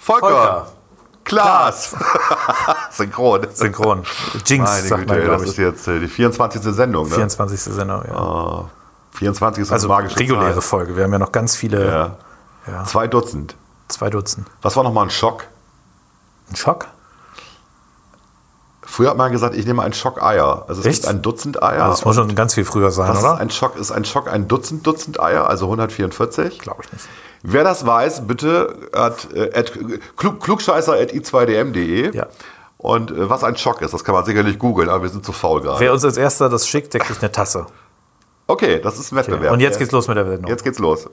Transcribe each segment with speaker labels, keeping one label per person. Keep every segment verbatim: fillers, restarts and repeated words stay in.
Speaker 1: Volker.
Speaker 2: Volker.
Speaker 1: Klaas. Synchron.
Speaker 2: Synchron. Jinx,
Speaker 1: Meine
Speaker 2: sagt
Speaker 1: Güte,
Speaker 2: man,
Speaker 1: ey,
Speaker 2: glaube
Speaker 1: das
Speaker 2: ich.
Speaker 1: ist jetzt äh, die vierundzwanzigste Sendung, ne?
Speaker 2: vierundzwanzigste Sendung, ja.
Speaker 1: Oh, vierundzwanzig ist
Speaker 2: Also
Speaker 1: eine magische
Speaker 2: reguläre
Speaker 1: Zahl.
Speaker 2: Folge. Wir haben ja noch ganz viele.
Speaker 1: Ja.
Speaker 2: Ja.
Speaker 1: Zwei Dutzend.
Speaker 2: Zwei Dutzend.
Speaker 1: Was war nochmal ein Schock?
Speaker 2: Ein Schock?
Speaker 1: Früher hat man gesagt, ich nehme ein Schock Eier. Also es
Speaker 2: Echt?
Speaker 1: gibt ein Dutzend Eier.
Speaker 2: Also das muss schon ganz viel früher sein,
Speaker 1: Was ist
Speaker 2: oder?
Speaker 1: ein Schock? Ist ein Schock ein Dutzend Dutzend Eier, also hundertvierundvierzig?
Speaker 2: Glaube ich nicht.
Speaker 1: Wer das weiß, bitte at, äh, at klug, klugscheißer at i zwei d m punkt de.
Speaker 2: Ja.
Speaker 1: Und äh, was ein Schock ist, das kann man sicherlich googeln, aber wir sind zu faul gerade.
Speaker 2: Wer uns als erster das schickt, der kriegt eine Tasse.
Speaker 1: Okay, das ist ein Wettbewerb.
Speaker 2: Und jetzt geht's los mit der Sendung.
Speaker 1: Jetzt geht's los.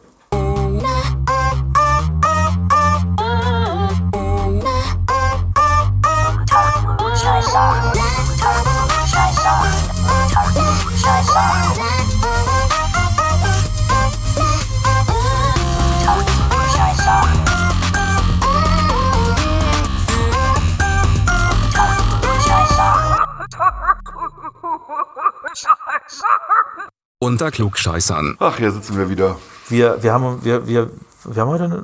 Speaker 3: Unter Klugscheißern.
Speaker 1: Ach, hier sitzen wir wieder.
Speaker 2: Wir, wir, haben, wir, wir, wir haben heute eine.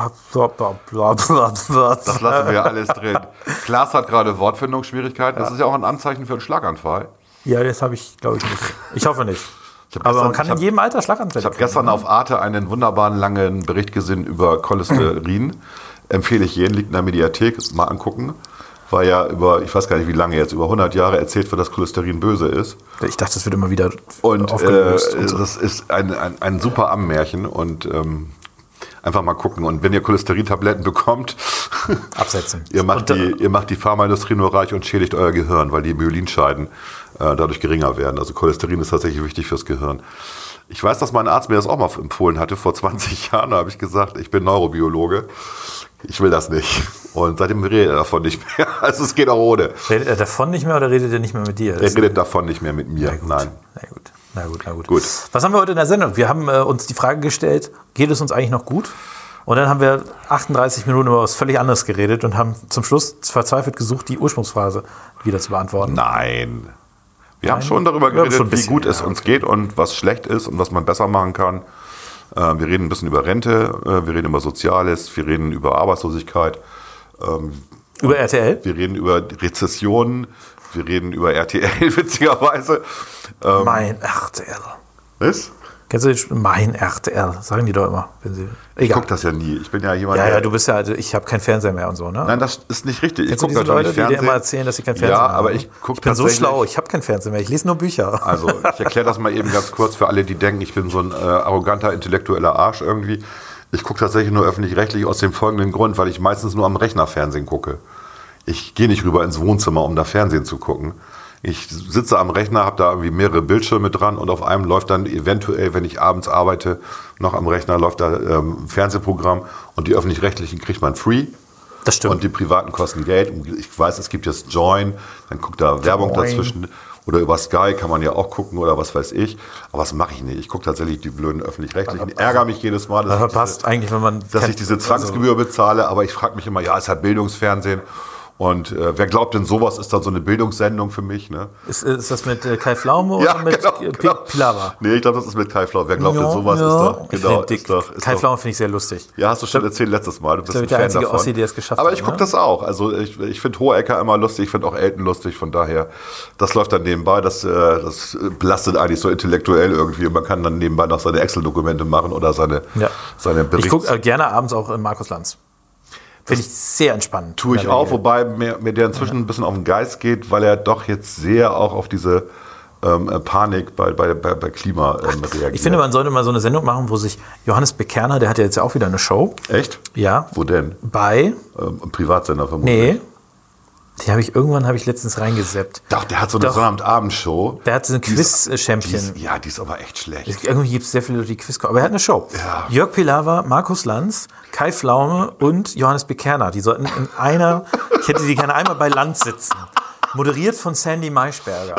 Speaker 1: Das lassen wir ja alles drin. Klaas hat gerade Wortfindungsschwierigkeiten. Das ist ja auch ein Anzeichen für einen Schlaganfall.
Speaker 2: Ja, das habe ich, glaube ich, nicht. Ich hoffe nicht.
Speaker 1: Ich hab
Speaker 2: Aber
Speaker 1: gestern-
Speaker 2: man kann
Speaker 1: ich hab-
Speaker 2: in jedem Alter Schlaganfälle
Speaker 1: Ich habe
Speaker 2: kriegen,
Speaker 1: gestern
Speaker 2: ne?
Speaker 1: auf Arte einen wunderbaren langen Bericht gesehen über Cholesterin. Empfehle ich jeden, liegt in der Mediathek, mal angucken. War ja über, ich weiß gar nicht wie lange jetzt, über hundert Jahre erzählt wird, dass Cholesterin böse ist.
Speaker 2: Ich dachte, das wird immer wieder
Speaker 1: Und, äh,
Speaker 2: aufgelöst. und so.
Speaker 1: das ist ein, ein, ein super Ammärchen und ähm, einfach mal gucken. Und wenn ihr Cholesterintabletten bekommt,
Speaker 2: Absetzen.
Speaker 1: ihr, macht
Speaker 2: Und,
Speaker 1: die, ihr macht die Pharmaindustrie nur reich und schädigt euer Gehirn, weil die Myelinscheiden äh, dadurch geringer werden. Also Cholesterin ist tatsächlich wichtig fürs Gehirn. Ich weiß, dass mein Arzt mir das auch mal empfohlen hatte, vor zwanzig Jahren. Da habe ich gesagt, ich bin Neurobiologe. Ich will das nicht. Und seitdem redet er davon nicht mehr. Also es geht auch ohne.
Speaker 2: Redet er davon nicht mehr oder redet er nicht mehr mit dir?
Speaker 1: Er redet davon nicht mehr mit mir.
Speaker 2: gut.
Speaker 1: Nein.
Speaker 2: Na gut, na gut, na gut.
Speaker 1: Gut.
Speaker 2: Was haben wir heute in der Sendung? Wir haben äh, uns die Frage gestellt, geht es uns eigentlich noch gut? Und dann haben wir achtunddreißig Minuten über was völlig anderes geredet und haben zum Schluss verzweifelt gesucht, die Ursprungsphase wieder zu beantworten.
Speaker 1: Nein. Wir haben
Speaker 2: Nein?
Speaker 1: schon darüber
Speaker 2: Wir haben
Speaker 1: geredet,
Speaker 2: schon ein
Speaker 1: wie
Speaker 2: bisschen,
Speaker 1: gut es
Speaker 2: ja,
Speaker 1: uns geht und was schlecht ist und was man besser machen kann. Äh, Wir reden ein bisschen über Rente, äh, wir reden über Soziales, wir reden über Arbeitslosigkeit, ähm,
Speaker 2: Über R T L?
Speaker 1: wir reden über Rezessionen, wir reden über R T L, witzigerweise. Ähm,
Speaker 2: Mein R T L.
Speaker 1: Was?
Speaker 2: Kennst du den? Mein R T L, sagen die doch immer. Wenn sie,
Speaker 1: Ich
Speaker 2: egal.
Speaker 1: gucke das ja nie. Ich bin ja jemand,
Speaker 2: Ja,
Speaker 1: der...
Speaker 2: ja, du bist ja, also ich habe keinen Fernseher mehr und so, ne?
Speaker 1: Nein, das ist nicht richtig. Ich
Speaker 2: Kennst du
Speaker 1: gucke
Speaker 2: diese
Speaker 1: natürlich
Speaker 2: Leute, die dir
Speaker 1: Fernsehen.
Speaker 2: immer erzählen, dass sie keinen Fernseher
Speaker 1: Ja,
Speaker 2: mehr haben?
Speaker 1: aber ich gucke
Speaker 2: Ich bin so
Speaker 1: tatsächlich-
Speaker 2: schlau, ich habe keinen Fernseher mehr, ich lese nur Bücher.
Speaker 1: Also, ich erkläre das mal eben ganz kurz für alle, die denken, ich bin so ein äh, arroganter, intellektueller Arsch irgendwie. Ich gucke tatsächlich nur öffentlich-rechtlich aus dem folgenden Grund, weil ich meistens nur am Rechner Fernsehen gucke. Ich gehe nicht rüber ins Wohnzimmer, um da Fernsehen zu gucken. Ich sitze am Rechner, habe da irgendwie mehrere Bildschirme dran und auf einem läuft dann eventuell, wenn ich abends arbeite, noch am Rechner läuft da ähm, ein Fernsehprogramm und die öffentlich-rechtlichen kriegt man free.
Speaker 2: Das stimmt.
Speaker 1: Und die privaten kosten Geld. Ich weiß, es gibt jetzt Join, dann guckt da Werbung
Speaker 2: Join.
Speaker 1: dazwischen. Oder über Sky kann man ja auch gucken oder was weiß ich. Aber das mache ich nicht. Ich gucke tatsächlich die blöden Öffentlich-Rechtlichen. Ich ärgere mich jedes Mal, dass,
Speaker 2: Das
Speaker 1: ich
Speaker 2: passt
Speaker 1: diese,
Speaker 2: eigentlich, wenn man...
Speaker 1: dass ich diese Zwangsgebühr bezahle. Aber ich frage mich immer, ja, ist halt Bildungsfernsehen. Und äh, wer glaubt denn, sowas ist dann so eine Bildungssendung für mich? Ne?
Speaker 2: Ist, ist das mit äh, Kai Pflaume oder mit äh, P- Pilawa?
Speaker 1: Nee, ich glaube, das ist mit Kai Flau. Wer glaubt denn, sowas
Speaker 2: ja.
Speaker 1: ist doch...
Speaker 2: Ich
Speaker 1: Genau,
Speaker 2: find die-
Speaker 1: ist doch, ist
Speaker 2: Kai
Speaker 1: doch,
Speaker 2: Pflaume finde ich sehr lustig.
Speaker 1: Ja, hast du schon erzählt letztes Mal. Du bist
Speaker 2: glaub,
Speaker 1: ein
Speaker 2: der
Speaker 1: Fan
Speaker 2: einzige
Speaker 1: davon.
Speaker 2: Ossi, der es geschafft
Speaker 1: Aber
Speaker 2: hat,
Speaker 1: ich gucke
Speaker 2: ne?
Speaker 1: das auch. Also ich, ich finde Hohecker immer lustig, ich finde auch Elton lustig. Von daher, das läuft dann nebenbei. Das, äh, das belastet eigentlich so intellektuell irgendwie. Und man kann dann nebenbei noch seine Excel-Dokumente machen oder seine,
Speaker 2: Ja.
Speaker 1: seine
Speaker 2: Ich
Speaker 1: Berichte.
Speaker 2: gucke äh, gerne abends auch äh, Markus Lanz. Finde ich sehr entspannend.
Speaker 1: Tue ich
Speaker 2: in der
Speaker 1: auch,
Speaker 2: Regel.
Speaker 1: wobei mir, mir der inzwischen ein bisschen auf den Geist geht, weil er doch jetzt sehr auch auf diese ähm, Panik bei, bei, bei, bei Klima ähm, reagiert.
Speaker 2: Ich finde, man sollte mal so eine Sendung machen, wo sich Johannes Bekerner, der hat ja jetzt ja auch wieder eine Show.
Speaker 1: Echt?
Speaker 2: Ja.
Speaker 1: Wo denn?
Speaker 2: Bei,
Speaker 1: Ähm, ein Privatsender vermutlich.
Speaker 2: nee, die habe ich irgendwann, habe ich letztens reingeseppt.
Speaker 1: Doch, der hat so eine
Speaker 2: Doch.
Speaker 1: Sonnabend-Abendshow.
Speaker 2: Der hat so ein
Speaker 1: Die ist-
Speaker 2: Quiz-Champion.
Speaker 1: die ist- Ja, die ist aber echt schlecht.
Speaker 2: Irgendwie gibt es sehr viele Leute, die Quiz kommen. Aber er hat eine Show.
Speaker 1: Ja.
Speaker 2: Jörg Pilawa, Markus Lanz, Kai Pflaume und Johannes Bekerner. Die sollten in einer, ich hätte die gerne einmal bei Lanz sitzen. Moderiert von Sandy Maischberger.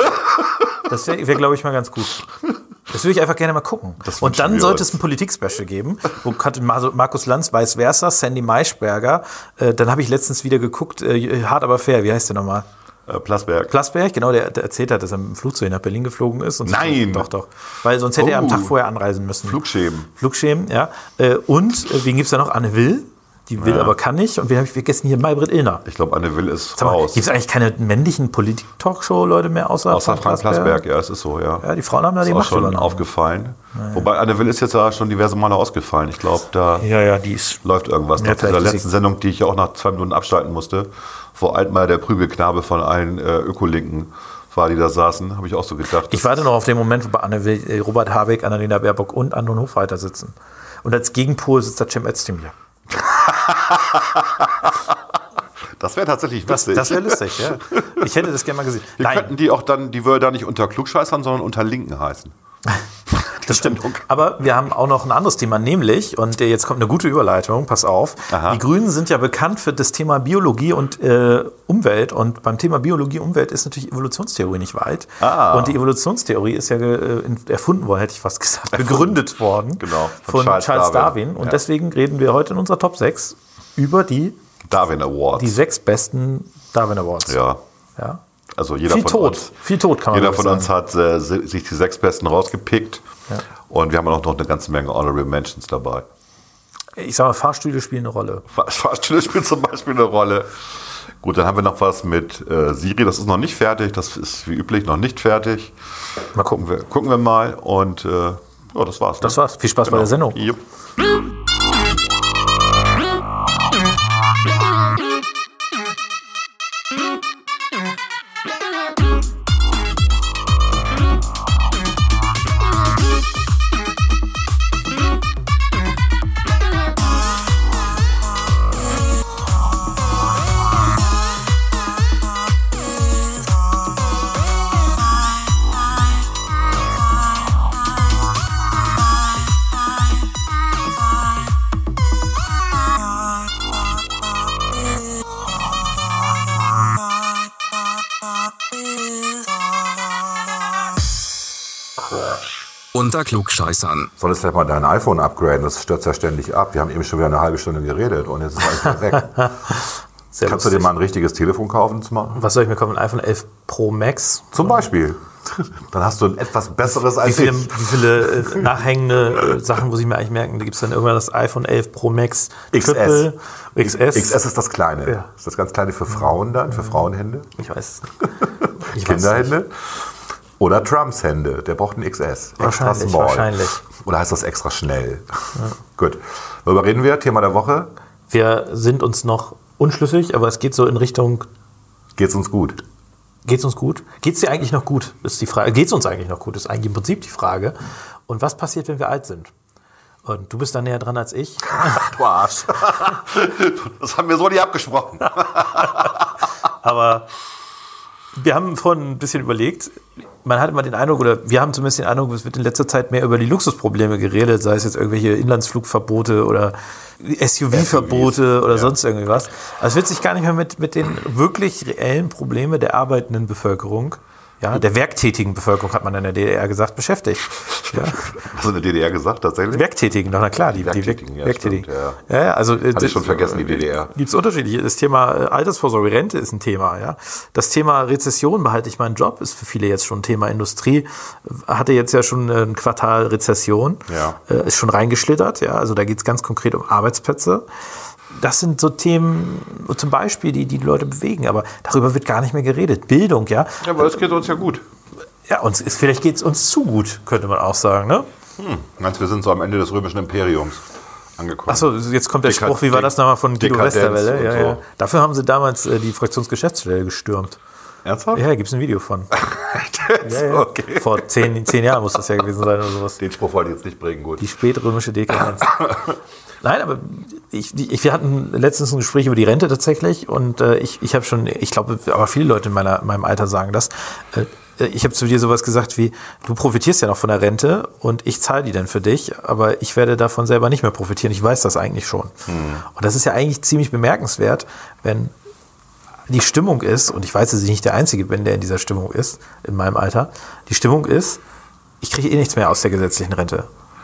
Speaker 2: Das wäre, wär, glaube ich, mal ganz gut. Das würde ich einfach gerne mal gucken.
Speaker 1: Das
Speaker 2: Und
Speaker 1: wünschen
Speaker 2: dann
Speaker 1: wir
Speaker 2: sollte
Speaker 1: uns.
Speaker 2: es ein Politik-Special geben, wo hatte Mar- Markus Lanz, vice versa, Sandy Maischberger. Äh, dann habe ich letztens wieder geguckt, äh, hart aber fair, wie heißt der nochmal?
Speaker 1: Äh, Plasberg.
Speaker 2: Plasberg, genau, der, der erzählt hat, dass er mit dem Flugzeug nach Berlin geflogen ist. Und
Speaker 1: Nein!
Speaker 2: Doch, doch. Weil sonst hätte er am
Speaker 1: Oh.
Speaker 2: Tag vorher anreisen müssen.
Speaker 1: Flugschämen.
Speaker 2: Flugschämen, ja. Äh, Und, äh, wen gibt es da noch? Anne Will. Die will,
Speaker 1: Ja.
Speaker 2: aber kann nicht. Und wen habe ich vergessen? Hier, Maybrit Illner.
Speaker 1: Ich glaube, Anne Will ist
Speaker 2: Sag mal,
Speaker 1: raus.
Speaker 2: gibt es eigentlich keine männlichen Politik-Talkshow-Leute mehr außer,
Speaker 1: Außer Frank
Speaker 2: Plasberg?
Speaker 1: Plasberg, ja, es ist so, ja.
Speaker 2: Ja, die Frauen haben da
Speaker 1: ist
Speaker 2: die
Speaker 1: auch
Speaker 2: Macht
Speaker 1: schon
Speaker 2: übernommen.
Speaker 1: aufgefallen. Wobei Anne Will ist jetzt ja schon diverse Male ausgefallen. Ich glaube, da
Speaker 2: Ja, ja, die ist...
Speaker 1: läuft irgendwas.
Speaker 2: Ja,
Speaker 1: Nach dieser
Speaker 2: vielleicht ist
Speaker 1: letzten
Speaker 2: sie-
Speaker 1: Sendung, die ich auch nach zwei Minuten abschalten musste, wo Altmaier der Prügelknabe von allen äh, Ökolinken war, die da saßen, habe ich auch so gedacht.
Speaker 2: Ich warte noch auf den Moment, wo bei Anne Will, äh, Robert Habeck, Annalena Baerbock und Anton Hofreiter sitzen. Und als Gegenpol sitzt da Cem Özdemir.
Speaker 1: Das wäre tatsächlich
Speaker 2: Das,
Speaker 1: witzig.
Speaker 2: das wäre lustig, ja. Ich hätte das gerne mal gesehen.
Speaker 1: Wir könnten die auch dann, die würde da nicht unter Klugscheißern, sondern unter Linken heißen.
Speaker 2: Das stimmt. Aber wir haben auch noch ein anderes Thema, nämlich, und jetzt kommt eine gute Überleitung, pass auf,
Speaker 1: Aha.
Speaker 2: die Grünen sind ja bekannt für das Thema Biologie und äh, Umwelt. Und beim Thema Biologie und Umwelt ist natürlich Evolutionstheorie nicht weit.
Speaker 1: Ah.
Speaker 2: Und die Evolutionstheorie ist ja äh, erfunden worden, hätte ich fast gesagt, begründet worden
Speaker 1: Genau,
Speaker 2: von, Charles, Charles Darwin.
Speaker 1: Darwin.
Speaker 2: Und
Speaker 1: Ja.
Speaker 2: deswegen reden wir heute in unserer Top sechs über die,
Speaker 1: Darwin Awards.
Speaker 2: die sechs besten Darwin Awards.
Speaker 1: Ja.
Speaker 2: Ja.
Speaker 1: Also jeder
Speaker 2: Viel
Speaker 1: von
Speaker 2: tot.
Speaker 1: uns.
Speaker 2: Viel tot kann man
Speaker 1: Jeder
Speaker 2: wirklich
Speaker 1: von uns
Speaker 2: sagen.
Speaker 1: hat äh, si- sich die sechs besten rausgepickt.
Speaker 2: Ja.
Speaker 1: Und wir haben auch noch eine ganze Menge Honorable Mentions dabei.
Speaker 2: Ich sage mal, Fahrstühle spielen eine Rolle.
Speaker 1: Fahr- Fahrstühle spielt zum Beispiel eine Rolle. Gut, dann haben wir noch was mit äh, Siri. Das ist noch nicht fertig. Das ist wie üblich noch nicht fertig.
Speaker 2: Mal gucken.
Speaker 1: Gucken wir, gucken wir mal. Und äh, ja, das war's. Ne?
Speaker 2: Das war's. Viel Spaß bei der Sendung.
Speaker 1: Jupp.
Speaker 3: Unter Klugscheißern.
Speaker 1: Solltest vielleicht mal dein iPhone upgraden, das stürzt ja ständig ab. Wir haben eben schon wieder eine halbe Stunde geredet und jetzt ist alles wieder weg.
Speaker 2: Sehr
Speaker 1: Kannst du
Speaker 2: lustig.
Speaker 1: dir mal ein richtiges Telefon kaufen? Zum,
Speaker 2: Was soll ich mir kaufen? Ein iPhone elf Pro Max?
Speaker 1: zum Beispiel. Dann hast du ein etwas besseres
Speaker 2: Wie
Speaker 1: als
Speaker 2: viele,
Speaker 1: ich.
Speaker 2: wie viele äh, nachhängende äh, Sachen muss ich mir eigentlich merken? Da gibt es dann irgendwann das iPhone elf Pro Max
Speaker 1: X S.
Speaker 2: Triple, X S.
Speaker 1: X S ist das Kleine.
Speaker 2: Ja.
Speaker 1: Das ist das ganz Kleine für Frauen dann, für Frauenhände,
Speaker 2: Ich weiß es nicht. Ich weiß es
Speaker 1: Kinderhände. Oder Trumps Hände, der braucht ein X S. Extra
Speaker 2: Wahrscheinlich,
Speaker 1: small.
Speaker 2: wahrscheinlich.
Speaker 1: Oder heißt das extra schnell? Gut. Worüber reden wir? Thema der Woche.
Speaker 2: nicht. Wir sind uns noch unschlüssig, aber es geht so in Richtung,
Speaker 1: Geht's uns gut?
Speaker 2: geht's uns gut? Geht's dir eigentlich noch gut? Ist die Frage. Geht's uns eigentlich noch gut? Ist eigentlich im Prinzip die Frage. Und was passiert, wenn wir alt sind? Und du bist da näher dran als ich.
Speaker 1: Du Arsch. Das haben wir so nicht abgesprochen.
Speaker 2: Aber wir haben vorhin ein bisschen überlegt, man hat immer den Eindruck, oder wir haben zumindest den Eindruck, es wird in letzter Zeit mehr über die Luxusprobleme geredet, sei es jetzt irgendwelche Inlandsflugverbote oder S U V-Verbote oder
Speaker 1: ja.
Speaker 2: sonst irgendwas. Also es wird sich gar nicht mehr mit, mit den wirklich reellen Problemen der arbeitenden Bevölkerung, ja, der werktätigen Bevölkerung, hat man in der D D R gesagt, beschäftigt. Ja.
Speaker 1: Hast du in der D D R gesagt, tatsächlich?
Speaker 2: Werktätigen, doch, na klar, die
Speaker 1: Werktätigen,
Speaker 2: die
Speaker 1: ja,
Speaker 2: Werktätigen.
Speaker 1: stimmt,
Speaker 2: ja, ja, also
Speaker 1: Hatte ich schon vergessen, die D D R.
Speaker 2: Gibt es unterschiedliche. Das Thema äh, Altersvorsorge, Rente ist ein Thema. Ja. Das Thema Rezession, behalte ich meinen Job, ist für viele jetzt schon ein Thema. Industrie hatte jetzt ja schon ein Quartal Rezession,
Speaker 1: Ja.
Speaker 2: äh, ist schon reingeschlittert. Ja. Also da geht es ganz konkret um Arbeitsplätze. Das sind so Themen, zum Beispiel, die die Leute bewegen. Aber darüber wird gar nicht mehr geredet. Bildung, ja.
Speaker 1: Ja, aber es geht uns ja gut.
Speaker 2: Ja, uns ist, vielleicht geht es uns zu gut, könnte man auch sagen. Ne?
Speaker 1: Hm. Meinst du, wir sind so am Ende des römischen Imperiums angekommen?
Speaker 2: Achso, jetzt kommt der
Speaker 1: Dekad-
Speaker 2: Spruch, wie war das nochmal von Guido
Speaker 1: Dekadenz
Speaker 2: Westerwelle?
Speaker 1: und
Speaker 2: Ja,
Speaker 1: so.
Speaker 2: ja. Dafür haben sie damals äh, die Fraktionsgeschäftsstelle gestürmt.
Speaker 1: Ernsthaft?
Speaker 2: Ja, gibt es ein Video von. Ja, ja.
Speaker 1: Okay.
Speaker 2: Vor zehn, zehn Jahren muss das ja gewesen sein oder sowas.
Speaker 1: Den Spruch wollte ich jetzt nicht bringen, gut.
Speaker 2: Die spätrömische Dekadenz. Nein, aber ich, die, ich, wir hatten letztens ein Gespräch über die Rente tatsächlich und äh, ich, ich habe schon, ich glaube, aber viele Leute in meiner, meinem Alter sagen das. Äh, ich habe zu dir sowas gesagt wie, du profitierst ja noch von der Rente und ich zahle die dann für dich, aber ich werde davon selber nicht mehr profitieren. Ich weiß das eigentlich schon. Hm. Und das ist ja eigentlich ziemlich bemerkenswert, wenn die Stimmung ist, und ich weiß, dass ich nicht der Einzige bin, der in dieser Stimmung ist, in meinem Alter, die Stimmung ist, ich kriege eh nichts mehr aus der gesetzlichen Rente.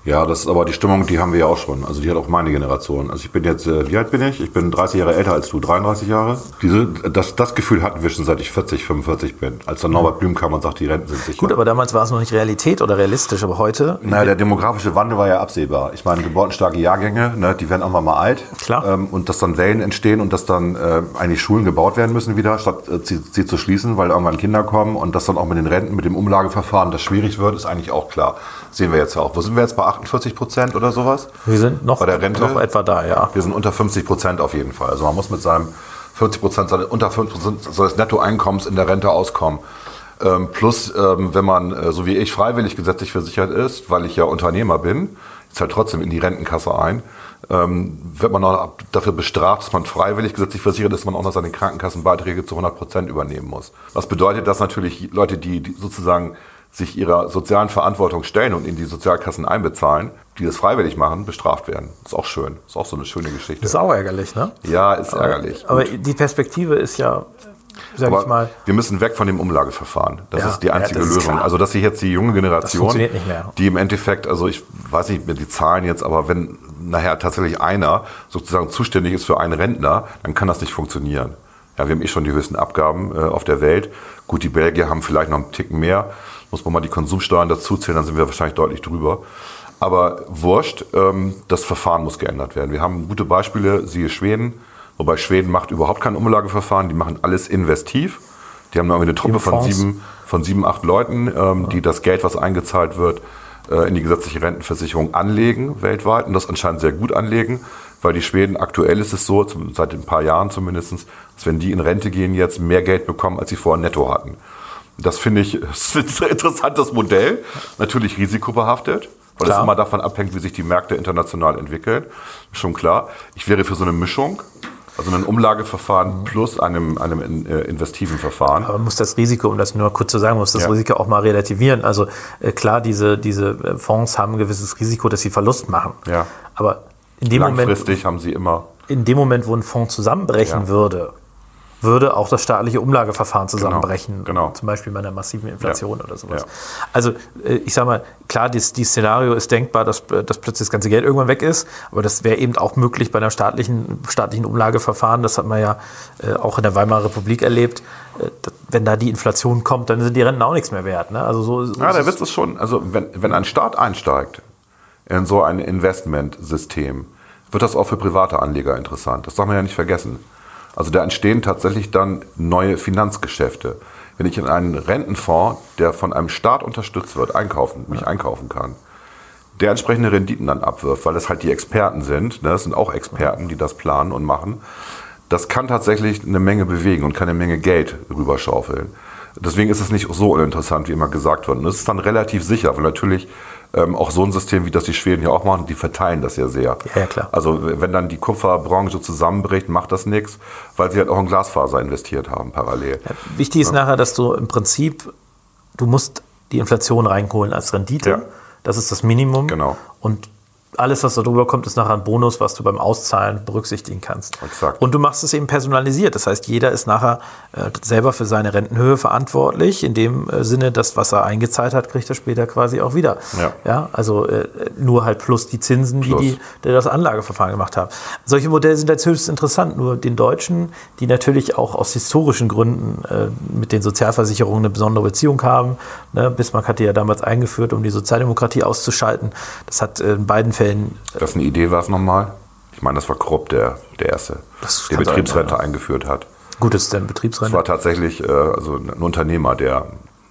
Speaker 1: Ja, das ist aber die Stimmung, die haben wir ja auch schon. Also die hat auch meine Generation. Also ich bin jetzt, äh, wie alt bin ich? Ich bin dreißig Jahre älter als du, dreiunddreißig Jahre. Diese, das, das Gefühl hatten wir schon, seit ich vierzig, fünfundvierzig bin. Als dann Norbert Blüm kam und sagt, die Renten sind sicher.
Speaker 2: Gut, aber damals war es noch nicht Realität oder realistisch, aber heute...
Speaker 1: Naja, der demografische Wandel war ja absehbar. Ich meine, geburtenstarke Jahrgänge, ne, die werden irgendwann mal alt.
Speaker 2: Klar.
Speaker 1: Ähm, und dass dann Wellen entstehen und dass dann äh, eigentlich Schulen gebaut werden müssen wieder, statt äh, sie, sie zu schließen, weil irgendwann Kinder kommen und dass dann auch mit den Renten, mit dem Umlageverfahren das schwierig wird, ist eigentlich auch klar. Sehen wir jetzt ja auch. Wo sind wir jetzt bei achtundvierzig Prozent oder sowas?
Speaker 2: Wir sind noch,
Speaker 1: bei der Rente?
Speaker 2: noch etwa da, ja.
Speaker 1: Wir sind unter fünfzig Prozent auf jeden Fall. Also man muss mit seinem vierzig Prozent, seine, unter fünfzig Prozent seines Nettoeinkommens in der Rente auskommen. Ähm, plus, ähm, wenn man, äh, so wie ich, freiwillig gesetzlich versichert ist, weil ich ja Unternehmer bin, ist halt trotzdem in die Rentenkasse ein, ähm, wird man auch dafür bestraft, dass man freiwillig gesetzlich versichert ist, dass man auch noch seine Krankenkassenbeiträge zu hundert Prozent übernehmen muss. Was bedeutet, dass natürlich Leute, die, die sozusagen sich ihrer sozialen Verantwortung stellen und in die Sozialkassen einbezahlen, die das freiwillig machen, bestraft werden. Ist auch schön. Ist auch so eine schöne Geschichte.
Speaker 2: Das ist auch ärgerlich, ne?
Speaker 1: Ja, ist ärgerlich.
Speaker 2: Aber, aber die Perspektive ist ja, sag
Speaker 1: aber
Speaker 2: ich mal...
Speaker 1: wir müssen weg von dem Umlageverfahren. Das
Speaker 2: Ja,
Speaker 1: ist die einzige
Speaker 2: ja, das ist
Speaker 1: Lösung.
Speaker 2: klar.
Speaker 1: Also, dass sich jetzt die junge Generation,
Speaker 2: funktioniert nicht mehr.
Speaker 1: die im Endeffekt, also ich weiß nicht mehr die Zahlen jetzt, aber wenn nachher tatsächlich einer sozusagen zuständig ist für einen Rentner, dann kann das nicht funktionieren. Ja, wir haben eh schon die höchsten Abgaben äh, auf der Welt. Gut, die Belgier haben vielleicht noch einen Ticken mehr. Muss man mal die Konsumsteuern dazuzählen, dann sind wir wahrscheinlich deutlich drüber. Aber wurscht, ähm, das Verfahren muss geändert werden. Wir haben gute Beispiele, siehe Schweden. Wobei Schweden macht überhaupt kein Umlageverfahren, die machen alles investiv. Die haben nur eine Truppe von sieben, von sieben, acht Leuten, ähm, ja. die das Geld, was eingezahlt wird, äh, in die gesetzliche Rentenversicherung anlegen weltweit. Und das anscheinend sehr gut anlegen, weil die Schweden, aktuell ist es so, seit ein paar Jahren zumindest, dass wenn die in Rente gehen jetzt, mehr Geld bekommen, als sie vorher netto hatten. Das finde ich das ist ein interessantes Modell, natürlich risikobehaftet, weil es immer davon abhängt, wie sich die Märkte international entwickeln. Schon klar. Ich wäre für so eine Mischung, also ein Umlageverfahren mhm. plus einem, einem äh, investiven Verfahren.
Speaker 2: Aber man muss das Risiko, um das nur kurz zu sagen, muss das ja. Risiko auch mal relativieren. Also äh, klar, diese, diese Fonds haben ein gewisses Risiko, dass sie Verlust machen.
Speaker 1: Ja.
Speaker 2: Aber in dem
Speaker 1: langfristig
Speaker 2: Moment,
Speaker 1: haben sie immer...
Speaker 2: In dem Moment, wo ein Fonds zusammenbrechen ja. würde, würde auch das staatliche Umlageverfahren zusammenbrechen.
Speaker 1: Genau, genau.
Speaker 2: Zum Beispiel bei einer massiven Inflation ja. oder sowas.
Speaker 1: Ja.
Speaker 2: Also ich sage mal, klar, das, dieses Szenario ist denkbar, dass, dass plötzlich das ganze Geld irgendwann weg ist, aber das wäre eben auch möglich bei einem staatlichen, staatlichen Umlageverfahren. Das hat man ja äh, auch in der Weimarer Republik erlebt. Äh, wenn da die Inflation kommt, dann sind die Renten auch nichts mehr wert. Ne? Also so, so
Speaker 1: ja, der Witz ist schon, also wenn, wenn ein Staat einsteigt in so ein Investmentsystem, wird das auch für private Anleger interessant. Das darf man ja nicht vergessen. Also da entstehen tatsächlich dann neue Finanzgeschäfte. Wenn ich in einen Rentenfonds, der von einem Staat unterstützt wird, einkaufen, mich einkaufen kann, der entsprechende Renditen dann abwirft, weil das halt die Experten sind, ne, das sind auch Experten, die das planen und machen, das kann tatsächlich eine Menge bewegen und kann eine Menge Geld rüberschaufeln. Deswegen ist es nicht so uninteressant, wie immer gesagt wird. Und es ist dann relativ sicher, weil natürlich ähm, auch so ein System, wie das die Schweden ja auch machen, die verteilen das ja sehr.
Speaker 2: Ja, ja, klar.
Speaker 1: Also wenn dann die Kupferbranche zusammenbricht, macht das nichts, weil sie halt auch in Glasfaser investiert haben parallel.
Speaker 2: Ja, wichtig ist ja. nachher, dass du im Prinzip, du musst die Inflation reinholen als Rendite. Ja. Das ist das Minimum.
Speaker 1: Genau.
Speaker 2: Und alles, was da drüber kommt, ist nachher ein Bonus, was du beim Auszahlen berücksichtigen kannst.
Speaker 1: Exakt.
Speaker 2: Und du machst es eben personalisiert. Das heißt, jeder ist nachher äh, selber für seine Rentenhöhe verantwortlich. In dem äh, Sinne, das, was er eingezahlt hat, kriegt er später quasi auch wieder.
Speaker 1: Ja.
Speaker 2: Ja, also äh, nur halt plus die Zinsen, plus. die, die die das Anlageverfahren gemacht haben. Solche Modelle sind jetzt höchst interessant. Nur den Deutschen, die natürlich auch aus historischen Gründen äh, mit den Sozialversicherungen eine besondere Beziehung haben. Ne? Bismarck hatte ja damals eingeführt, um die Sozialdemokratie auszuschalten. Das hat äh, in beiden Fällen
Speaker 1: Das eine Idee war es nochmal? Ich meine, das war Krupp, der, der Erste,
Speaker 2: das
Speaker 1: der Betriebsrente
Speaker 2: sein, ja.
Speaker 1: eingeführt hat.
Speaker 2: Gut, ist denn Betriebsrente?
Speaker 1: Das war tatsächlich äh, also ein Unternehmer, der,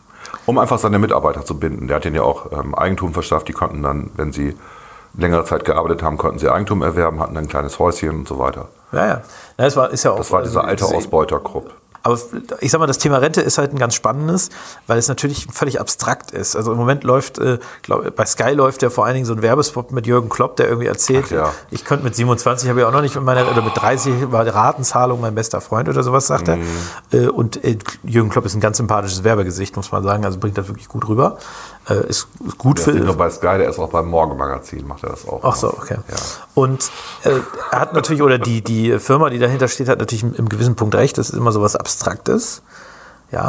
Speaker 1: um einfach seine Mitarbeiter zu binden, der hat ihnen ja auch ähm, Eigentum verschafft. Die konnten dann, wenn sie längere Zeit gearbeitet haben, konnten sie Eigentum erwerben, hatten ein kleines Häuschen und so weiter.
Speaker 2: Ja, ja. ja das war, ist ja auch,
Speaker 1: das war dieser alte Ausbeuter Krupp.
Speaker 2: Aber ich sag mal, das Thema Rente ist halt ein ganz spannendes, weil es natürlich völlig abstrakt ist. Also im Moment läuft, äh, glaub, bei Sky läuft ja vor allen Dingen so ein Werbespot mit Jürgen Klopp, der irgendwie erzählt,
Speaker 1: ja.
Speaker 2: ich könnte mit siebenundzwanzig, habe ich auch noch nicht mit meiner, oder mit dreißig war Ratenzahlung mein bester Freund oder sowas, sagt
Speaker 1: mhm.
Speaker 2: er. Und äh, Jürgen Klopp ist ein ganz sympathisches Werbegesicht, muss man sagen, also bringt das wirklich gut rüber. Äh, ist, ist gut
Speaker 1: der
Speaker 2: für...
Speaker 1: ist nicht nur bei Sky, der ist auch beim Morgenmagazin, macht er das auch.
Speaker 2: Ach so, okay.
Speaker 1: Ja.
Speaker 2: Und äh, er hat natürlich, oder die, die Firma, die dahinter steht, hat natürlich im gewissen Punkt recht, das ist immer so was Abstraktes. Ja,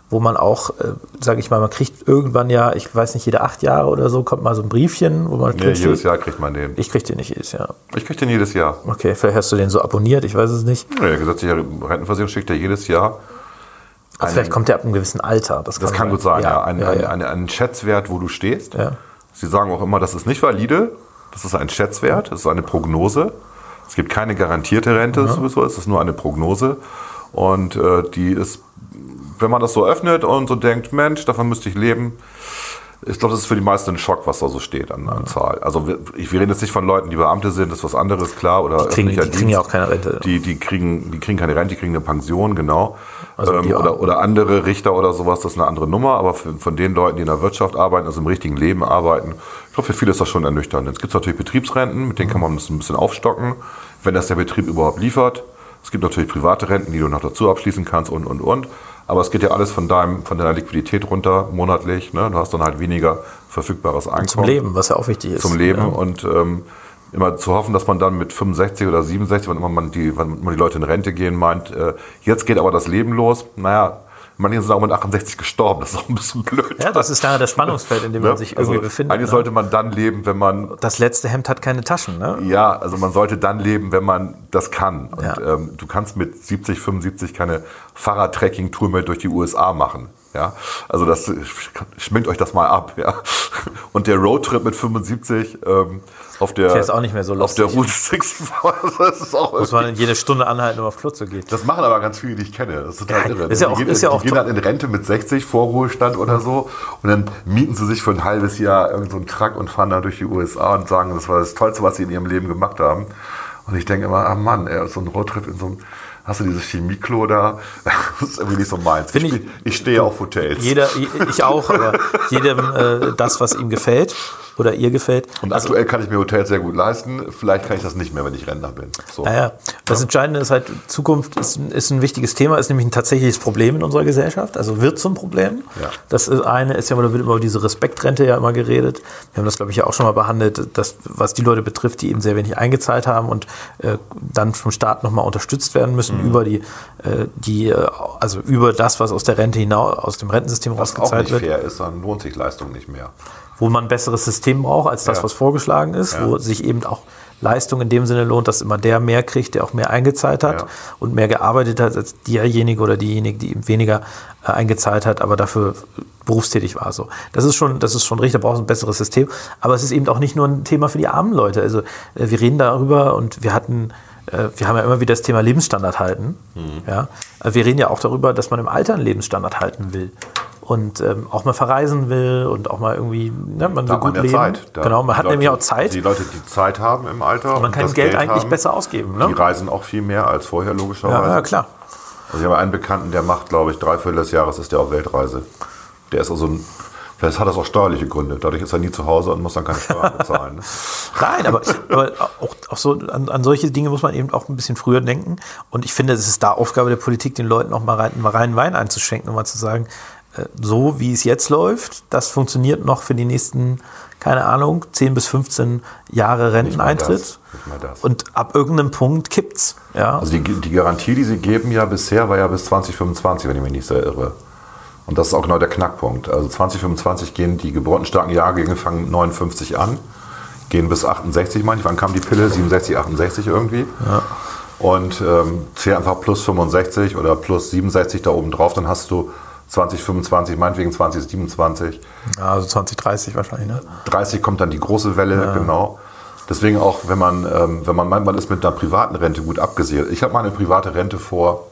Speaker 2: wo man auch, äh, sage ich mal, man kriegt irgendwann ja, ich weiß nicht, jede acht Jahre oder so, kommt mal so ein Briefchen, wo man
Speaker 1: Nee, jedes Jahr kriegt man den.
Speaker 2: Ich krieg den nicht jedes Jahr.
Speaker 1: Ich krieg den jedes Jahr.
Speaker 2: Okay, vielleicht hast du den so abonniert, ich weiß es nicht.
Speaker 1: Ja, der gesetzliche Rentenversicherung schickt ja jedes Jahr.
Speaker 2: Also vielleicht kommt der ab einem gewissen Alter. Das kann,
Speaker 1: Das kann gut sein, ja.
Speaker 2: ja.
Speaker 1: Ein,
Speaker 2: ja,
Speaker 1: ein,
Speaker 2: ja.
Speaker 1: ein, ein Schätzwert, wo du stehst.
Speaker 2: Ja.
Speaker 1: Sie sagen auch immer, das ist nicht valide. Das ist ein Schätzwert, das ist eine Prognose. Es gibt keine garantierte Rente,
Speaker 2: Ja.
Speaker 1: sowieso, es ist nur eine Prognose. Und äh, die ist, wenn man das so öffnet und so denkt, Mensch, davon müsste ich leben, ich glaube, das ist für die meisten ein Schock, was da so steht an, an Zahl. Also wir, ich, wir reden jetzt nicht von Leuten, die Beamte sind, das ist was anderes, klar. Oder
Speaker 2: Die kriegen, die
Speaker 1: öffentlicher
Speaker 2: kriegen ja
Speaker 1: Dienst.
Speaker 2: auch keine Rente.
Speaker 1: Die, die, kriegen, die kriegen keine Rente, die kriegen eine Pension, genau.
Speaker 2: Also die
Speaker 1: ähm,
Speaker 2: auch.
Speaker 1: oder, oder andere Richter oder sowas, das ist eine andere Nummer. Aber für, von den Leuten, die in der Wirtschaft arbeiten, also im richtigen Leben arbeiten, ich glaube, für viele ist das schon ernüchternd. Jetzt gibt es natürlich Betriebsrenten, mit denen kann man das ein bisschen aufstocken, wenn das der Betrieb überhaupt liefert. Es gibt natürlich private Renten, die du noch dazu abschließen kannst und, und, und. Aber es geht ja alles von, deinem, von deiner Liquidität runter, monatlich. Ne? Du hast dann halt weniger verfügbares Einkommen.
Speaker 2: Zum Leben, was ja auch wichtig ist.
Speaker 1: Zum Leben
Speaker 2: Ja.
Speaker 1: und ähm, immer zu hoffen, dass man dann mit fünfundsechzig oder siebenundsechzig, wann immer man die, wann immer die Leute in Rente gehen, meint, äh, jetzt geht aber das Leben los. Naja, manche sind auch mit achtundsechzig gestorben, das ist auch ein bisschen blöd.
Speaker 2: Ja, das ist da das Spannungsfeld, in dem man
Speaker 1: Ne?
Speaker 2: sich irgendwie
Speaker 1: Also,
Speaker 2: befindet.
Speaker 1: Eigentlich
Speaker 2: ne?
Speaker 1: sollte man dann leben, wenn man,
Speaker 2: Das letzte Hemd hat keine Taschen, ne?
Speaker 1: ja, also man sollte dann leben, wenn man das kann. Und
Speaker 2: Ja.
Speaker 1: ähm, du kannst mit siebzig, fünfundsiebzig keine Fahrradtrekking-Tour mehr durch die U S A machen. Ja, also das schminkt euch das mal ab, ja. Und der Roadtrip mit fünfundsiebzig ähm, auf der
Speaker 2: Der ist auch nicht mehr so
Speaker 1: auf der
Speaker 2: lustig.
Speaker 1: Route sechsundfünfzig, das ist auch
Speaker 2: Muss man
Speaker 1: irgendwie-
Speaker 2: jede Stunde anhalten, um auf Klo zu gehen.
Speaker 1: das machen aber ganz viele, die ich kenne. Das ist total
Speaker 2: Ja,
Speaker 1: irre.
Speaker 2: ist ja
Speaker 1: die
Speaker 2: auch-
Speaker 1: gehen,
Speaker 2: ist ja
Speaker 1: die
Speaker 2: auch
Speaker 1: gehen
Speaker 2: to-
Speaker 1: dann in Rente mit sechzig, Vorruhestand oder so. Und dann mieten sie sich für ein halbes Jahr irgendeinen so einen Truck und fahren da durch die U S A und sagen, das war das Tollste, was sie in ihrem Leben gemacht haben. Und ich denke immer, ah Mann, ey, so ein Roadtrip in so einem, hast du dieses Chemieklo da? Das ist irgendwie nicht so meins. Ich,
Speaker 2: Find ich-
Speaker 1: spiel, ich stehe auf Hotels.
Speaker 2: Jeder, ich auch, aber jedem äh, das, was ihm gefällt oder ihr gefällt.
Speaker 1: Und aktuell kann ich mir Hotels sehr gut leisten. Vielleicht kann ich das nicht mehr, wenn ich Rentner bin. So.
Speaker 2: Naja, das Entscheidende ist halt, Zukunft ist, ein- ist ein wichtiges Thema, ist nämlich ein tatsächliches Problem in unserer Gesellschaft, also wird zum Problem.
Speaker 1: Ja.
Speaker 2: Das ist eine, ist ja, da wird über diese Respektrente ja immer geredet. Wir haben das, glaube ich, ja auch schon mal behandelt, dass, was die Leute betrifft, die eben sehr wenig eingezahlt haben und äh, dann vom Staat nochmal unterstützt werden müssen
Speaker 1: Mhm.
Speaker 2: über die, äh, die, äh, also über das, was aus der Rente hinaus, aus dem Rentensystem
Speaker 1: Was auch
Speaker 2: rausgezahlt
Speaker 1: nicht
Speaker 2: wird.
Speaker 1: fair ist, dann lohnt sich Leistung nicht mehr.
Speaker 2: Wo man ein besseres System braucht als das,
Speaker 1: Ja.
Speaker 2: was vorgeschlagen ist,
Speaker 1: Ja.
Speaker 2: wo sich eben auch Leistung in dem Sinne lohnt, dass immer der mehr kriegt, der auch mehr eingezahlt hat
Speaker 1: Ja.
Speaker 2: und mehr gearbeitet hat als derjenige oder diejenige, die eben weniger äh, eingezahlt hat, aber dafür berufstätig war. So. Das ist schon, das ist schon richtig, da braucht es ein besseres System. Aber es ist eben auch nicht nur ein Thema für die armen Leute. Also äh, wir reden darüber und wir hatten äh, wir haben ja immer wieder das Thema Lebensstandard halten.
Speaker 1: Mhm.
Speaker 2: Ja? Also wir reden ja auch darüber, dass man im Alter einen Lebensstandard halten will. Und ähm, auch mal verreisen will und auch mal irgendwie, ne, man
Speaker 1: Da
Speaker 2: will
Speaker 1: hat man
Speaker 2: gut
Speaker 1: ja
Speaker 2: leben.
Speaker 1: Zeit. Da
Speaker 2: Genau, man
Speaker 1: die
Speaker 2: hat
Speaker 1: Leute,
Speaker 2: nämlich auch Zeit.
Speaker 1: Die Leute, die Zeit haben im Alter.
Speaker 2: Man
Speaker 1: und
Speaker 2: kann
Speaker 1: das
Speaker 2: Geld, eigentlich
Speaker 1: haben,
Speaker 2: besser ausgeben.
Speaker 1: Die
Speaker 2: Ne?
Speaker 1: reisen auch viel mehr als vorher, logischerweise.
Speaker 2: Ja, ja, klar.
Speaker 1: Also ich habe einen Bekannten, der macht, glaube ich, drei Viertel des Jahres ist der auf Weltreise. Der ist also ein, vielleicht hat das auch steuerliche Gründe. Dadurch ist er nie zu Hause und muss dann keine Steuern bezahlen. Ne?
Speaker 2: Nein, aber, aber auch, auch so an, an solche Dinge muss man eben auch ein bisschen früher denken. Und ich finde, es ist da Aufgabe der Politik, den Leuten auch mal rein, mal reinen Wein einzuschenken und mal zu sagen, äh, so wie es jetzt läuft, das funktioniert noch für die nächsten, keine Ahnung, zehn bis fünfzehn Jahre Renteneintritt.
Speaker 1: das, nicht mal das.
Speaker 2: Und ab irgendeinem Punkt kippt's. Ja?
Speaker 1: Also die, die Garantie, die sie geben ja bisher, war ja bis zwanzig fünfundzwanzig, wenn ich mich nicht sehr irre. Und das ist auch genau der Knackpunkt. Also zwanzig fünfundzwanzig gehen die geburtenstarken Jahrgänge, fangen neunundfünfzig an, gehen bis achtundsechzig, manchmal. Wann kam die Pille? siebenundsechzig, achtundsechzig irgendwie. Ja. Und ähm, zähl einfach plus fünfundsechzig oder plus siebenundsechzig da oben drauf, dann hast du zwanzig fünfundzwanzig, meinetwegen zwanzig siebenundzwanzig.
Speaker 2: Ja, also zwanzig dreißig wahrscheinlich, ne?
Speaker 1: dreißig kommt dann die große Welle, ja. Genau. Deswegen auch, wenn man, ähm, wenn man meint, man ist mit einer privaten Rente gut abgesichert. Ich habe mal eine private Rente vor,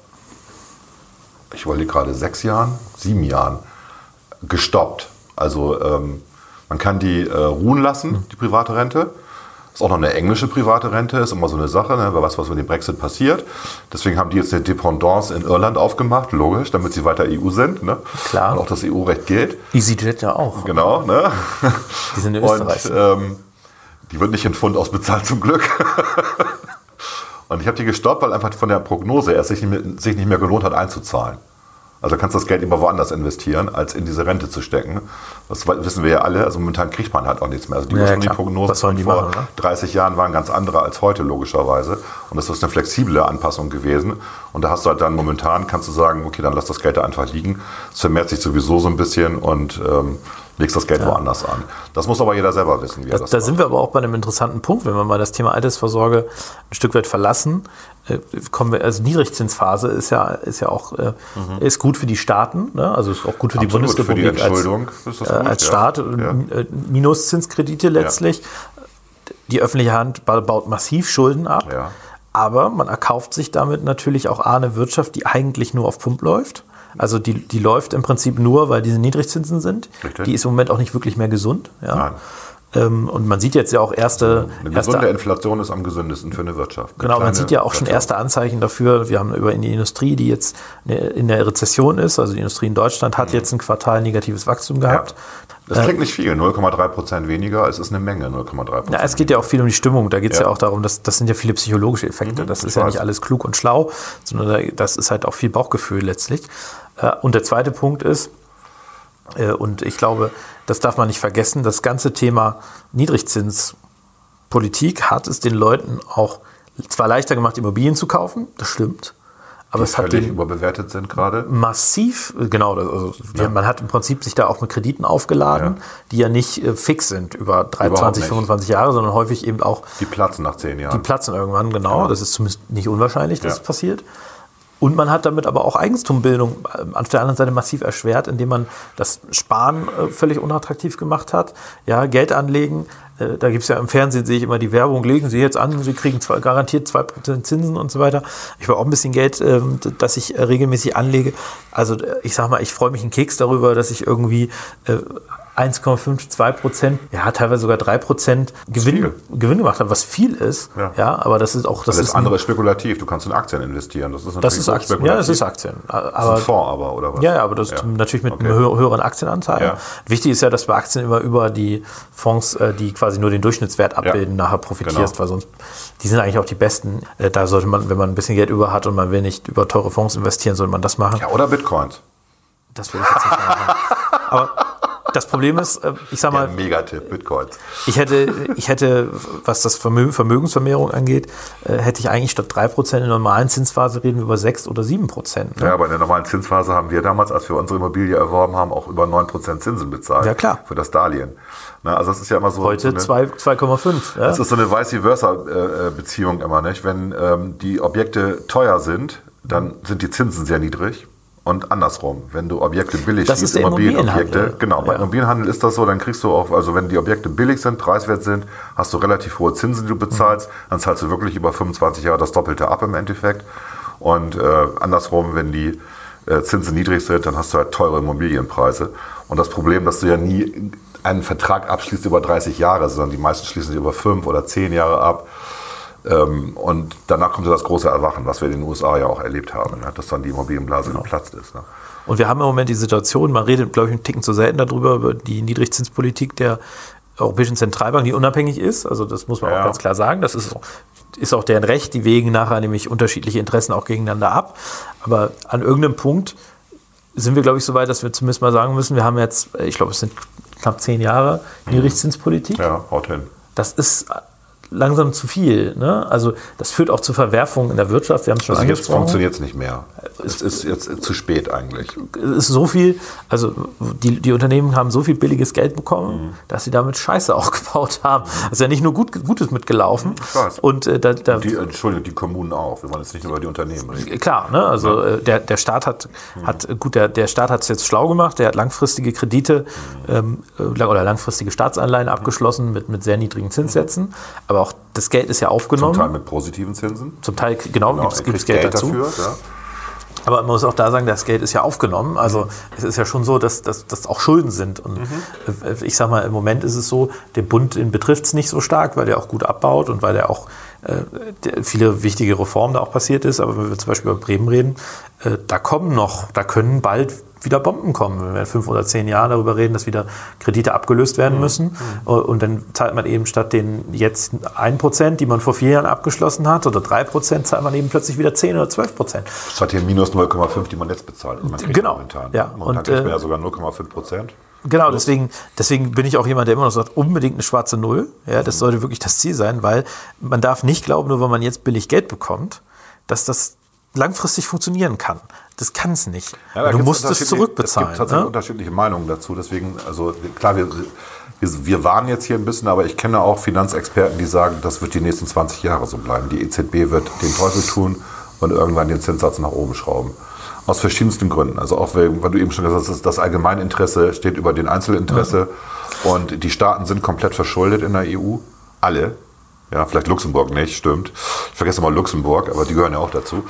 Speaker 1: ich wollte gerade sechs Jahren, sieben Jahren gestoppt. Also ähm, man kann die äh, ruhen lassen, die private Rente. Ist auch noch eine englische private Rente, ist immer so eine Sache, ne? Wer weiß, was mit dem Brexit passiert. Deswegen haben die jetzt eine Dependance in Irland aufgemacht, logisch, damit sie weiter E U sind. Ne?
Speaker 2: Klar.
Speaker 1: Und auch das E U-Recht gilt.
Speaker 2: EasyJet ja auch.
Speaker 1: Genau. Ne?
Speaker 2: Die sind in
Speaker 1: Und
Speaker 2: Österreich.
Speaker 1: ähm, die wird nicht in Pfund ausbezahlt, zum Glück. Und ich habe die gestoppt, weil einfach von der Prognose er sich nicht mehr, sich nicht mehr gelohnt hat, einzuzahlen. Also kannst du das Geld immer woanders investieren, als in diese Rente zu stecken. Das wissen wir ja alle. Also momentan kriegt man halt auch nichts mehr. Also die
Speaker 2: Ja,
Speaker 1: ursprünglichen
Speaker 2: klar.
Speaker 1: Prognosen
Speaker 2: Was sollen die
Speaker 1: vor
Speaker 2: machen, oder?
Speaker 1: dreißig Jahren waren ganz andere als heute, logischerweise. Und das ist eine flexible Anpassung gewesen. Und da hast du halt dann momentan, kannst du sagen, okay, dann lass das Geld da einfach liegen. Es vermehrt sich sowieso so ein bisschen und ähm, legst das Geld
Speaker 2: Ja.
Speaker 1: woanders an. Das muss aber jeder selber wissen, wie er
Speaker 2: Da,
Speaker 1: das
Speaker 2: da
Speaker 1: macht.
Speaker 2: sind wir aber auch bei einem interessanten Punkt, wenn wir mal das Thema Altersvorsorge ein Stück weit verlassen. Äh, kommen wir, also Niedrigzinsphase ist ja, ist ja auch äh, ist gut für die Staaten, ne? Also ist auch gut für die
Speaker 1: Absolut, für die
Speaker 2: Bundesrepublik als,
Speaker 1: Entschuldung ist das
Speaker 2: äh,
Speaker 1: gut,
Speaker 2: als
Speaker 1: ja.
Speaker 2: Staat.
Speaker 1: Ja.
Speaker 2: Äh, Minuszinskredite letztlich. Die öffentliche Hand ba- baut massiv Schulden ab.
Speaker 1: Ja.
Speaker 2: Aber man erkauft sich damit natürlich auch A, eine Wirtschaft, die eigentlich nur auf Pump läuft. Also die, die läuft im Prinzip nur, weil diese Niedrigzinsen sind.
Speaker 1: Richtig.
Speaker 2: Die ist im Moment auch nicht wirklich mehr gesund. Ja.
Speaker 1: Nein.
Speaker 2: Ähm, und man sieht jetzt ja auch erste...
Speaker 1: Eine
Speaker 2: erste
Speaker 1: gesunde Inflation ist am gesündesten für eine Wirtschaft. Eine
Speaker 2: Genau, man
Speaker 1: kleine
Speaker 2: sieht ja auch schon
Speaker 1: Wirtschaft.
Speaker 2: erste Anzeichen dafür. Wir haben über in die Industrie, die jetzt in der Rezession ist, also die Industrie in Deutschland hat jetzt ein Quartal negatives Wachstum gehabt.
Speaker 1: Das klingt nicht viel, null Komma drei Prozent weniger, es ist eine Menge, null Komma drei Prozent.
Speaker 2: Ja, es geht ja auch viel um die Stimmung. Da geht es ja.
Speaker 1: Ja.
Speaker 2: ja auch darum, dass das sind ja viele psychologische Effekte.
Speaker 1: Mhm,
Speaker 2: das ist
Speaker 1: ich
Speaker 2: ja
Speaker 1: weiß.
Speaker 2: nicht alles klug und schlau, sondern da- das ist halt auch viel Bauchgefühl letztlich. Äh, Und der zweite Punkt ist, äh, und ich glaube, das darf man nicht vergessen, das ganze Thema Niedrigzinspolitik hat es den Leuten auch zwar leichter gemacht, Immobilien zu kaufen, das stimmt, aber
Speaker 1: die
Speaker 2: es hat
Speaker 1: völlig
Speaker 2: den
Speaker 1: überbewertet sind gerade.
Speaker 2: massiv, genau, also
Speaker 1: Ja.
Speaker 2: man hat im Prinzip sich da auch mit Krediten aufgeladen,
Speaker 1: Ja.
Speaker 2: die ja nicht äh, fix sind über
Speaker 1: Überhaupt
Speaker 2: dreiundzwanzig,
Speaker 1: nicht.
Speaker 2: fünfundzwanzig Jahre, sondern häufig eben auch
Speaker 1: Die platzen nach zehn
Speaker 2: die
Speaker 1: Jahren.
Speaker 2: platzen irgendwann, genau.
Speaker 1: Ja.
Speaker 2: Das ist zumindest nicht unwahrscheinlich, dass
Speaker 1: Ja.
Speaker 2: es passiert. Und man hat damit aber auch Eigentumbildung äh, auf der anderen Seite massiv erschwert, indem man das Sparen äh, völlig unattraktiv gemacht hat. Ja, Geld anlegen, äh, da gibt es ja im Fernsehen, sehe ich immer die Werbung, legen Sie jetzt an, Sie kriegen zwei, garantiert zwei Prozent Zinsen und so weiter. Ich habe auch ein bisschen Geld, ähm, das ich äh, regelmäßig anlege. Also äh, ich sag mal, ich freue mich einen Keks darüber, dass ich irgendwie äh, eins Komma fünf, zwei Prozent, ja, teilweise sogar drei Prozent Gewinn, Gewinn gemacht habe, was viel ist.
Speaker 1: Ja.
Speaker 2: Ja, aber das ist auch, das
Speaker 1: Alles
Speaker 2: ist ein,
Speaker 1: andere ist spekulativ. Du kannst in Aktien investieren. Das ist natürlich
Speaker 2: das ist
Speaker 1: auch
Speaker 2: Aktien.
Speaker 1: spekulativ.
Speaker 2: Ja, das ist Aktien.
Speaker 1: Das ist
Speaker 2: Aber,
Speaker 1: ein Fonds aber, oder was?
Speaker 2: ja, ja, aber das ist natürlich mit
Speaker 1: Okay.
Speaker 2: einem höher- höheren Aktienanteil.
Speaker 1: Ja.
Speaker 2: Wichtig ist ja, dass bei Aktien immer über die Fonds, äh, die quasi nur den Durchschnittswert abbilden, nachher profitierst,
Speaker 1: Genau.
Speaker 2: weil sonst, die sind eigentlich auch die besten. Äh, Da sollte man, wenn man ein bisschen Geld über hat und man will nicht über teure Fonds investieren, sollte man das machen.
Speaker 1: Ja, oder Bitcoins.
Speaker 2: Das will ich jetzt nicht machen. Aber das Problem ist, äh, ich sag mal,
Speaker 1: Ja, Megatipp, Bitcoins.
Speaker 2: Ich hätte, ich hätte, was das Vermö Vermögensvermehrung angeht, äh, hätte ich eigentlich statt drei Prozent in der normalen Zinsphase reden wir über sechs oder sieben Prozent. Ne?
Speaker 1: Ja, aber in der normalen Zinsphase haben wir damals, als wir unsere Immobilie erworben haben, auch über neun Prozent Zinsen bezahlt.
Speaker 2: Ja, klar.
Speaker 1: Für das Darlehen. Na, also das ist ja immer so. so
Speaker 2: Heute
Speaker 1: eine,
Speaker 2: zwei Komma fünf. Ja?
Speaker 1: Das ist so eine Vice-Versa-Beziehung immer, nicht? Wenn ähm, die Objekte teuer sind, dann sind die Zinsen sehr niedrig. Und andersrum, wenn du Objekte billig
Speaker 2: Das ist der
Speaker 1: Immobilienobjekte,
Speaker 2: Immobilienhandel.
Speaker 1: genau, bei
Speaker 2: Ja.
Speaker 1: Immobilienhandel ist das so, dann kriegst du auch, also wenn die Objekte billig sind, preiswert sind, hast du relativ hohe Zinsen, die du bezahlst,
Speaker 2: Mhm.
Speaker 1: dann zahlst du wirklich über fünfundzwanzig Jahre das Doppelte ab im Endeffekt. Und äh, andersrum, wenn die äh, Zinsen niedrig sind, dann hast du halt teure Immobilienpreise. Und das Problem, dass du ja nie einen Vertrag abschließt über dreißig Jahre, sondern die meisten schließen sie über fünf oder zehn Jahre ab. Ähm, und danach kommt so das große Erwachen, was wir in den U S A ja auch erlebt haben, ne? Dass dann die Immobilienblase
Speaker 2: Genau.
Speaker 1: geplatzt ist. Ne?
Speaker 2: Und wir haben im Moment die Situation, man redet, glaube ich, einen Ticken zu selten darüber, über die Niedrigzinspolitik der Europäischen Zentralbank, die unabhängig ist. Also das muss man
Speaker 1: Ja.
Speaker 2: auch ganz klar sagen. Das ist, ist auch deren Recht. Die wägen nachher nämlich unterschiedliche Interessen auch gegeneinander ab. Aber an irgendeinem Punkt sind wir, glaube ich, so weit, dass wir zumindest mal sagen müssen, wir haben jetzt, ich glaube, es sind knapp zehn Jahre Niedrigzinspolitik.
Speaker 1: Ja, haut hin.
Speaker 2: Das ist langsam zu viel. Ne? Also das führt auch zu Verwerfungen in der Wirtschaft. Wir haben es schon
Speaker 1: Also jetzt
Speaker 2: angesprochen.
Speaker 1: funktioniert es nicht mehr. Es ist jetzt zu spät eigentlich.
Speaker 2: Es ist so viel, also die, die Unternehmen haben so viel billiges Geld bekommen,
Speaker 1: Mhm.
Speaker 2: dass sie damit Scheiße auch gebaut haben. Es ist ja nicht nur gut, Gutes mitgelaufen.
Speaker 1: Ich weiß.
Speaker 2: Und äh, da, da
Speaker 1: Die, Entschuldigung, die Kommunen auch. Wir wollen jetzt nicht nur über die Unternehmen reden.
Speaker 2: klar, ne? Also äh, der, der Staat hat, hat gut, der, der Staat hat es jetzt schlau gemacht, der hat langfristige Kredite ähm, äh, oder langfristige Staatsanleihen abgeschlossen mit, mit sehr niedrigen Zinssätzen. Aber auch das Geld ist ja aufgenommen.
Speaker 1: Zum Teil mit positiven Zinsen.
Speaker 2: Zum Teil, genau,
Speaker 1: Genau,
Speaker 2: gibt
Speaker 1: er
Speaker 2: es
Speaker 1: kriegt
Speaker 2: Geld, dazu.
Speaker 1: dafür. Ja.
Speaker 2: Aber man muss auch da sagen, das Geld ist ja aufgenommen. Also es ist ja schon so, dass das auch Schulden sind. Und äh, ich sag mal, im Moment ist es so, den Bund betrifft es nicht so stark, weil der auch gut abbaut und weil der auch äh, der viele wichtige Reformen da auch passiert ist. Aber wenn wir zum Beispiel über Bremen reden, äh, da kommen noch, da können bald wieder Bomben kommen. Wenn wir in fünf oder zehn Jahren darüber reden, dass wieder Kredite abgelöst werden müssen. Mhm. Und dann zahlt man eben statt den jetzt ein Prozent, die man vor vier Jahren abgeschlossen hat, oder drei Prozent, zahlt man eben plötzlich wieder zehn oder zwölf Prozent.
Speaker 1: Statt hier minus null Komma fünf, die man jetzt bezahlt. Man
Speaker 2: genau.
Speaker 1: Momentan.
Speaker 2: Ja.
Speaker 1: Momentan und, kriegt man ja sogar null Komma fünf Prozent.
Speaker 2: Genau, deswegen, deswegen bin ich auch jemand, der immer noch sagt, unbedingt eine schwarze Null. Ja, das sollte wirklich das Ziel sein, weil man darf nicht glauben, nur weil man jetzt billig Geld bekommt, dass das langfristig funktionieren kann. Das kann es nicht.
Speaker 1: Ja,
Speaker 2: du musst es zurückbezahlen.
Speaker 1: Es gibt tatsächlich
Speaker 2: ne?
Speaker 1: unterschiedliche Meinungen dazu. Deswegen, also klar, wir, wir, wir warnen jetzt hier ein bisschen, aber ich kenne auch Finanzexperten, die sagen, das wird die nächsten zwanzig Jahre so bleiben. Die E Z B wird den Teufel tun und irgendwann den Zinssatz nach oben schrauben. Aus verschiedensten Gründen. Also auch, weil, weil du eben schon gesagt hast, das Allgemeininteresse steht über den Einzelinteresse. Ja. Und die Staaten sind komplett verschuldet in der E U. Alle. Ja, vielleicht Luxemburg nicht, stimmt. Ich vergesse mal Luxemburg, aber die gehören ja auch dazu.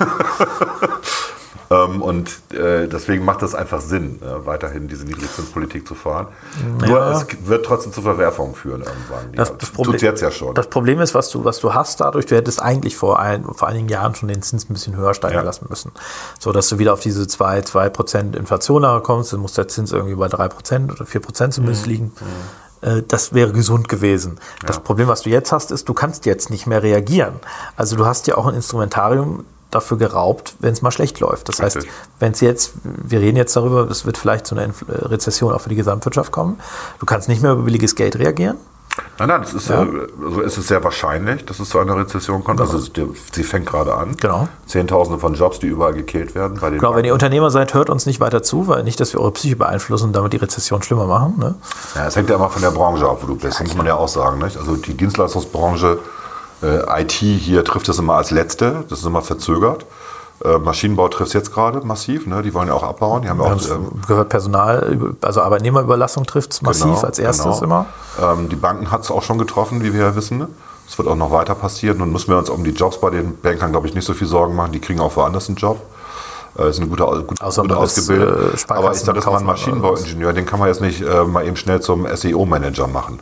Speaker 1: ähm, und äh, deswegen macht es einfach Sinn, äh, weiterhin diese Niedrigzinspolitik zu fahren. Ja. Nur es wird trotzdem zu Verwerfungen führen irgendwann.
Speaker 2: Das, das Problem, tut jetzt ja schon. Das Problem ist, was du, was du hast dadurch, du hättest eigentlich vor, ein, vor einigen Jahren schon den Zins ein bisschen höher steigen ja. lassen müssen. So, dass du wieder auf diese zwei Prozent Inflation kommst, dann muss der Zins irgendwie bei drei Prozent oder vier Prozent zumindest mhm. liegen. Mhm. Das wäre gesund gewesen. Das ja. Problem, was du jetzt hast, ist, du kannst jetzt nicht mehr reagieren. Also du hast ja auch ein Instrumentarium dafür geraubt, wenn es mal schlecht läuft. Das Richtig. heißt, wenn es jetzt, wir reden jetzt darüber, es wird vielleicht zu einer Rezession auch für die Gesamtwirtschaft kommen, du kannst nicht mehr über billiges Geld reagieren.
Speaker 1: Nein, nein, das ist, ja. also es ist sehr wahrscheinlich, dass es zu einer Rezession kommt. Also es, sie fängt gerade an.
Speaker 2: Genau.
Speaker 1: Zehntausende von Jobs, die überall gekillt werden. Bei den
Speaker 2: genau, Banken. Wenn ihr Unternehmer seid, hört uns nicht weiter zu, weil nicht, dass wir eure Psyche beeinflussen und damit die Rezession schlimmer machen. Ne?
Speaker 1: Ja, es hängt ja immer von der Branche ab, wo du bist, ja, muss man ja auch sagen. Nicht? Also die Dienstleistungsbranche, äh, I T hier trifft es immer als Letzte, das ist immer verzögert. Äh, Maschinenbau trifft es jetzt gerade massiv, ne? Die wollen ja auch abbauen. Die haben ja auch, ähm,
Speaker 2: gehört Personal, also Arbeitnehmerüberlassung trifft es massiv genau, als erstes
Speaker 1: genau.
Speaker 2: immer.
Speaker 1: Ähm, die Banken hat es auch schon getroffen, wie wir ja wissen. Ne? Das wird auch noch weiter passieren. Nun müssen wir uns um die Jobs bei den Bankern, glaube ich, nicht so viel Sorgen machen. Die kriegen auch woanders einen Job. Äh, sind gute, gut, gut ausgebildet. Ist, äh, Aber ich sage, das mal ein Maschinenbauingenieur, den kann man jetzt nicht äh, mal eben schnell zum S E O-Manager machen.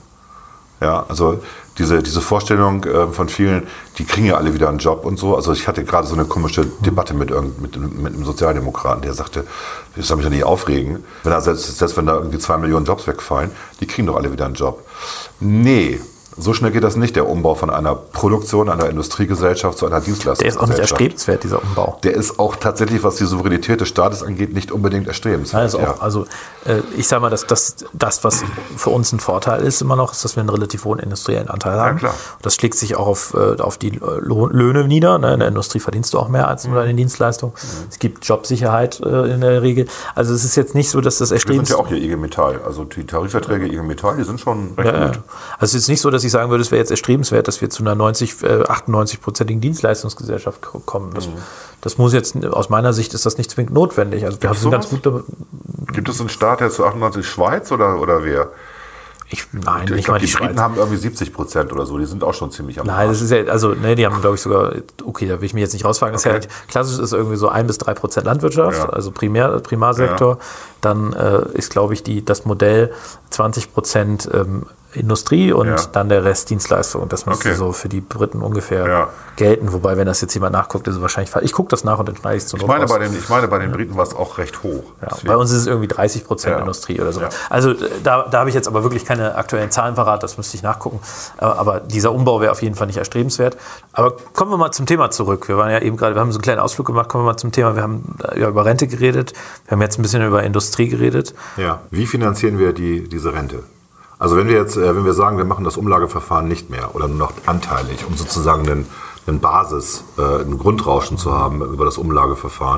Speaker 1: Ja, also diese, diese Vorstellung äh, von vielen, die kriegen ja alle wieder einen Job und so. Also ich hatte gerade so eine komische Debatte mit, irgend, mit, mit einem Sozialdemokraten, der sagte, das soll mich ja nicht aufregen, wenn da selbst, selbst wenn da irgendwie zwei Millionen Jobs wegfallen, die kriegen doch alle wieder einen Job. Nee, so schnell geht das nicht, der Umbau von einer Produktion, einer Industriegesellschaft zu einer Dienstleistungsgesellschaft.
Speaker 2: Der ist auch nicht erstrebenswert, dieser Umbau.
Speaker 1: Der ist auch tatsächlich, was die Souveränität des Staates angeht, nicht unbedingt erstrebenswert.
Speaker 2: Also, ja. also äh, ich sage mal, dass das, das, was für uns ein Vorteil ist immer noch, ist, dass wir einen relativ hohen industriellen Anteil haben. Ja, klar. Und das schlägt sich auch auf, äh, auf die Lohn, Löhne nieder. Ne? In der Industrie verdienst du auch mehr als nur in den Dienstleistungen. Mhm. Es gibt Jobsicherheit äh, in der Regel. Also es ist jetzt nicht so, dass das erstrebenswert ist.
Speaker 1: Wir sind ja auch hier I G Metall. Also die Tarifverträge I G Metall, die sind schon recht ja, gut.
Speaker 2: Also es ist nicht so, dass ich sagen würde, es wäre jetzt erstrebenswert, dass wir zu einer neunzig, achtundneunzig-prozentigen Dienstleistungsgesellschaft kommen. Das, mhm. das muss jetzt, aus meiner Sicht ist das nicht zwingend notwendig. Also wir haben ganz gut damit.
Speaker 1: Gibt es einen Staat, der zu achtundneunzig Schweiz oder, oder wer?
Speaker 2: Ich, nein,
Speaker 1: ich
Speaker 2: nicht
Speaker 1: glaub,
Speaker 2: mal die,
Speaker 1: die Briten
Speaker 2: Schweiz.
Speaker 1: haben irgendwie siebzig Prozent oder so. Die sind auch schon ziemlich am
Speaker 2: Nein, Arsch. Das ist ja, also, ne, die haben, glaube ich, sogar, okay, da will ich mich jetzt nicht rausfragen. Das okay. ist ja, klassisch ist irgendwie so ein bis drei Prozent Landwirtschaft, ja. also Primär, Primarsektor. Ja. Dann äh, ist, glaube ich, die, das Modell zwanzig Prozent ähm, Industrie und ja. dann der Rest Dienstleistung. Das müsste okay. so für die Briten ungefähr ja. gelten. Wobei, wenn das jetzt jemand nachguckt, ist es wahrscheinlich falsch. Ich gucke das nach und dann schneide ich es zu
Speaker 1: Not aus. Bei den, ich meine, bei den Briten war es auch recht hoch.
Speaker 2: Ja, bei uns ist es irgendwie dreißig Prozent ja. Industrie oder so. Ja. Also da, da habe ich jetzt aber wirklich keine aktuellen Zahlen parat, das müsste ich nachgucken. Aber dieser Umbau wäre auf jeden Fall nicht erstrebenswert. Aber kommen wir mal zum Thema zurück. Wir waren ja eben gerade, wir haben so einen kleinen Ausflug gemacht, kommen wir mal zum Thema. Wir haben ja über Rente geredet, wir haben jetzt ein bisschen über Industrie geredet.
Speaker 1: Ja, wie finanzieren wir die, diese Rente? Also wenn wir jetzt, wenn wir sagen, wir machen das Umlageverfahren nicht mehr oder nur noch anteilig, um sozusagen einen, einen Basis, ein Grundrauschen zu haben über das Umlageverfahren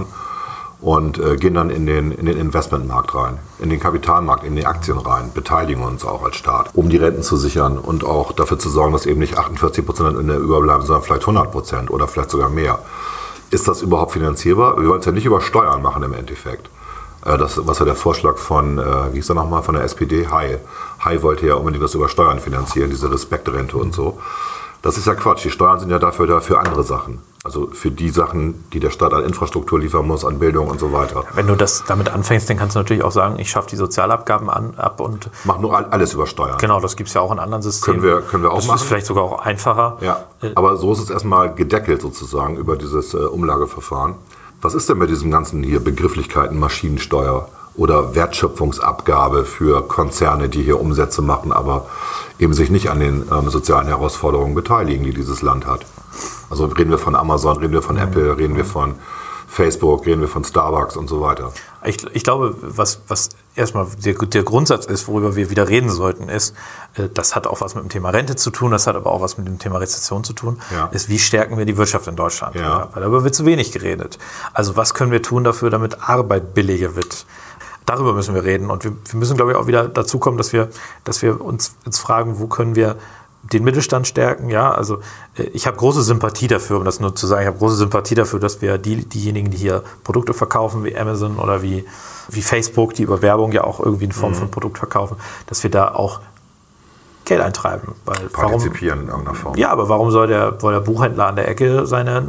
Speaker 1: und gehen dann in den, in den Investmentmarkt rein, in den Kapitalmarkt, in die Aktien rein, beteiligen uns auch als Staat, um die Renten zu sichern und auch dafür zu sorgen, dass eben nicht achtundvierzig Prozent in der überbleiben, sondern vielleicht hundert Prozent oder vielleicht sogar mehr. Ist das überhaupt finanzierbar? Wir wollen es ja nicht über Steuern machen im Endeffekt. Das, was ja der Vorschlag von, äh, wie hieß er nochmal, von der S P D, Hai. Hai wollte ja unbedingt das über Steuern finanzieren, diese Respektrente und so. Das ist ja Quatsch. Die Steuern sind ja dafür da für andere Sachen. Also für die Sachen, die der Staat an Infrastruktur liefern muss, an Bildung und so weiter.
Speaker 2: Wenn du das damit anfängst, dann kannst du natürlich auch sagen, ich schaffe die Sozialabgaben an, ab und...
Speaker 1: Mach nur alles über Steuern.
Speaker 2: Genau, das gibt es ja auch in anderen Systemen.
Speaker 1: Können wir, können wir auch
Speaker 2: das
Speaker 1: machen.
Speaker 2: Das ist vielleicht sogar auch einfacher.
Speaker 1: Ja, aber so ist es erstmal gedeckelt sozusagen über dieses äh, Umlageverfahren. Was ist denn mit diesen ganzen hier Begrifflichkeiten, Maschinensteuer oder Wertschöpfungsabgabe für Konzerne, die hier Umsätze machen, aber eben sich nicht an den ähm, sozialen Herausforderungen beteiligen, die dieses Land hat? Also reden wir von Amazon, reden wir von Apple, reden wir von Facebook, reden wir von Starbucks und so weiter.
Speaker 2: Ich, ich glaube, was, was erstmal der, der Grundsatz ist, worüber wir wieder reden sollten, ist, äh, das hat auch was mit dem Thema Rente zu tun, das hat aber auch was mit dem Thema Rezession zu tun,
Speaker 1: ja.
Speaker 2: ist, wie stärken wir die Wirtschaft in Deutschland?
Speaker 1: Ja.
Speaker 2: Ja, weil darüber wird zu wenig geredet. Also was können wir tun dafür, damit Arbeit billiger wird? Darüber müssen wir reden. Und wir, wir müssen, glaube ich, auch wieder dazu kommen, dass wir, dass wir uns jetzt fragen, wo können wir den Mittelstand stärken, ja, also ich habe große Sympathie dafür, um das nur zu sagen, ich habe große Sympathie dafür, dass wir die, diejenigen, die hier Produkte verkaufen, wie Amazon oder wie, wie Facebook, die über Werbung ja auch irgendwie in Form mhm. von Produkt verkaufen, dass wir da auch Geld eintreiben. Weil
Speaker 1: Partizipieren
Speaker 2: warum,
Speaker 1: in irgendeiner Form.
Speaker 2: Ja, aber warum soll der, soll der Buchhändler an der Ecke seine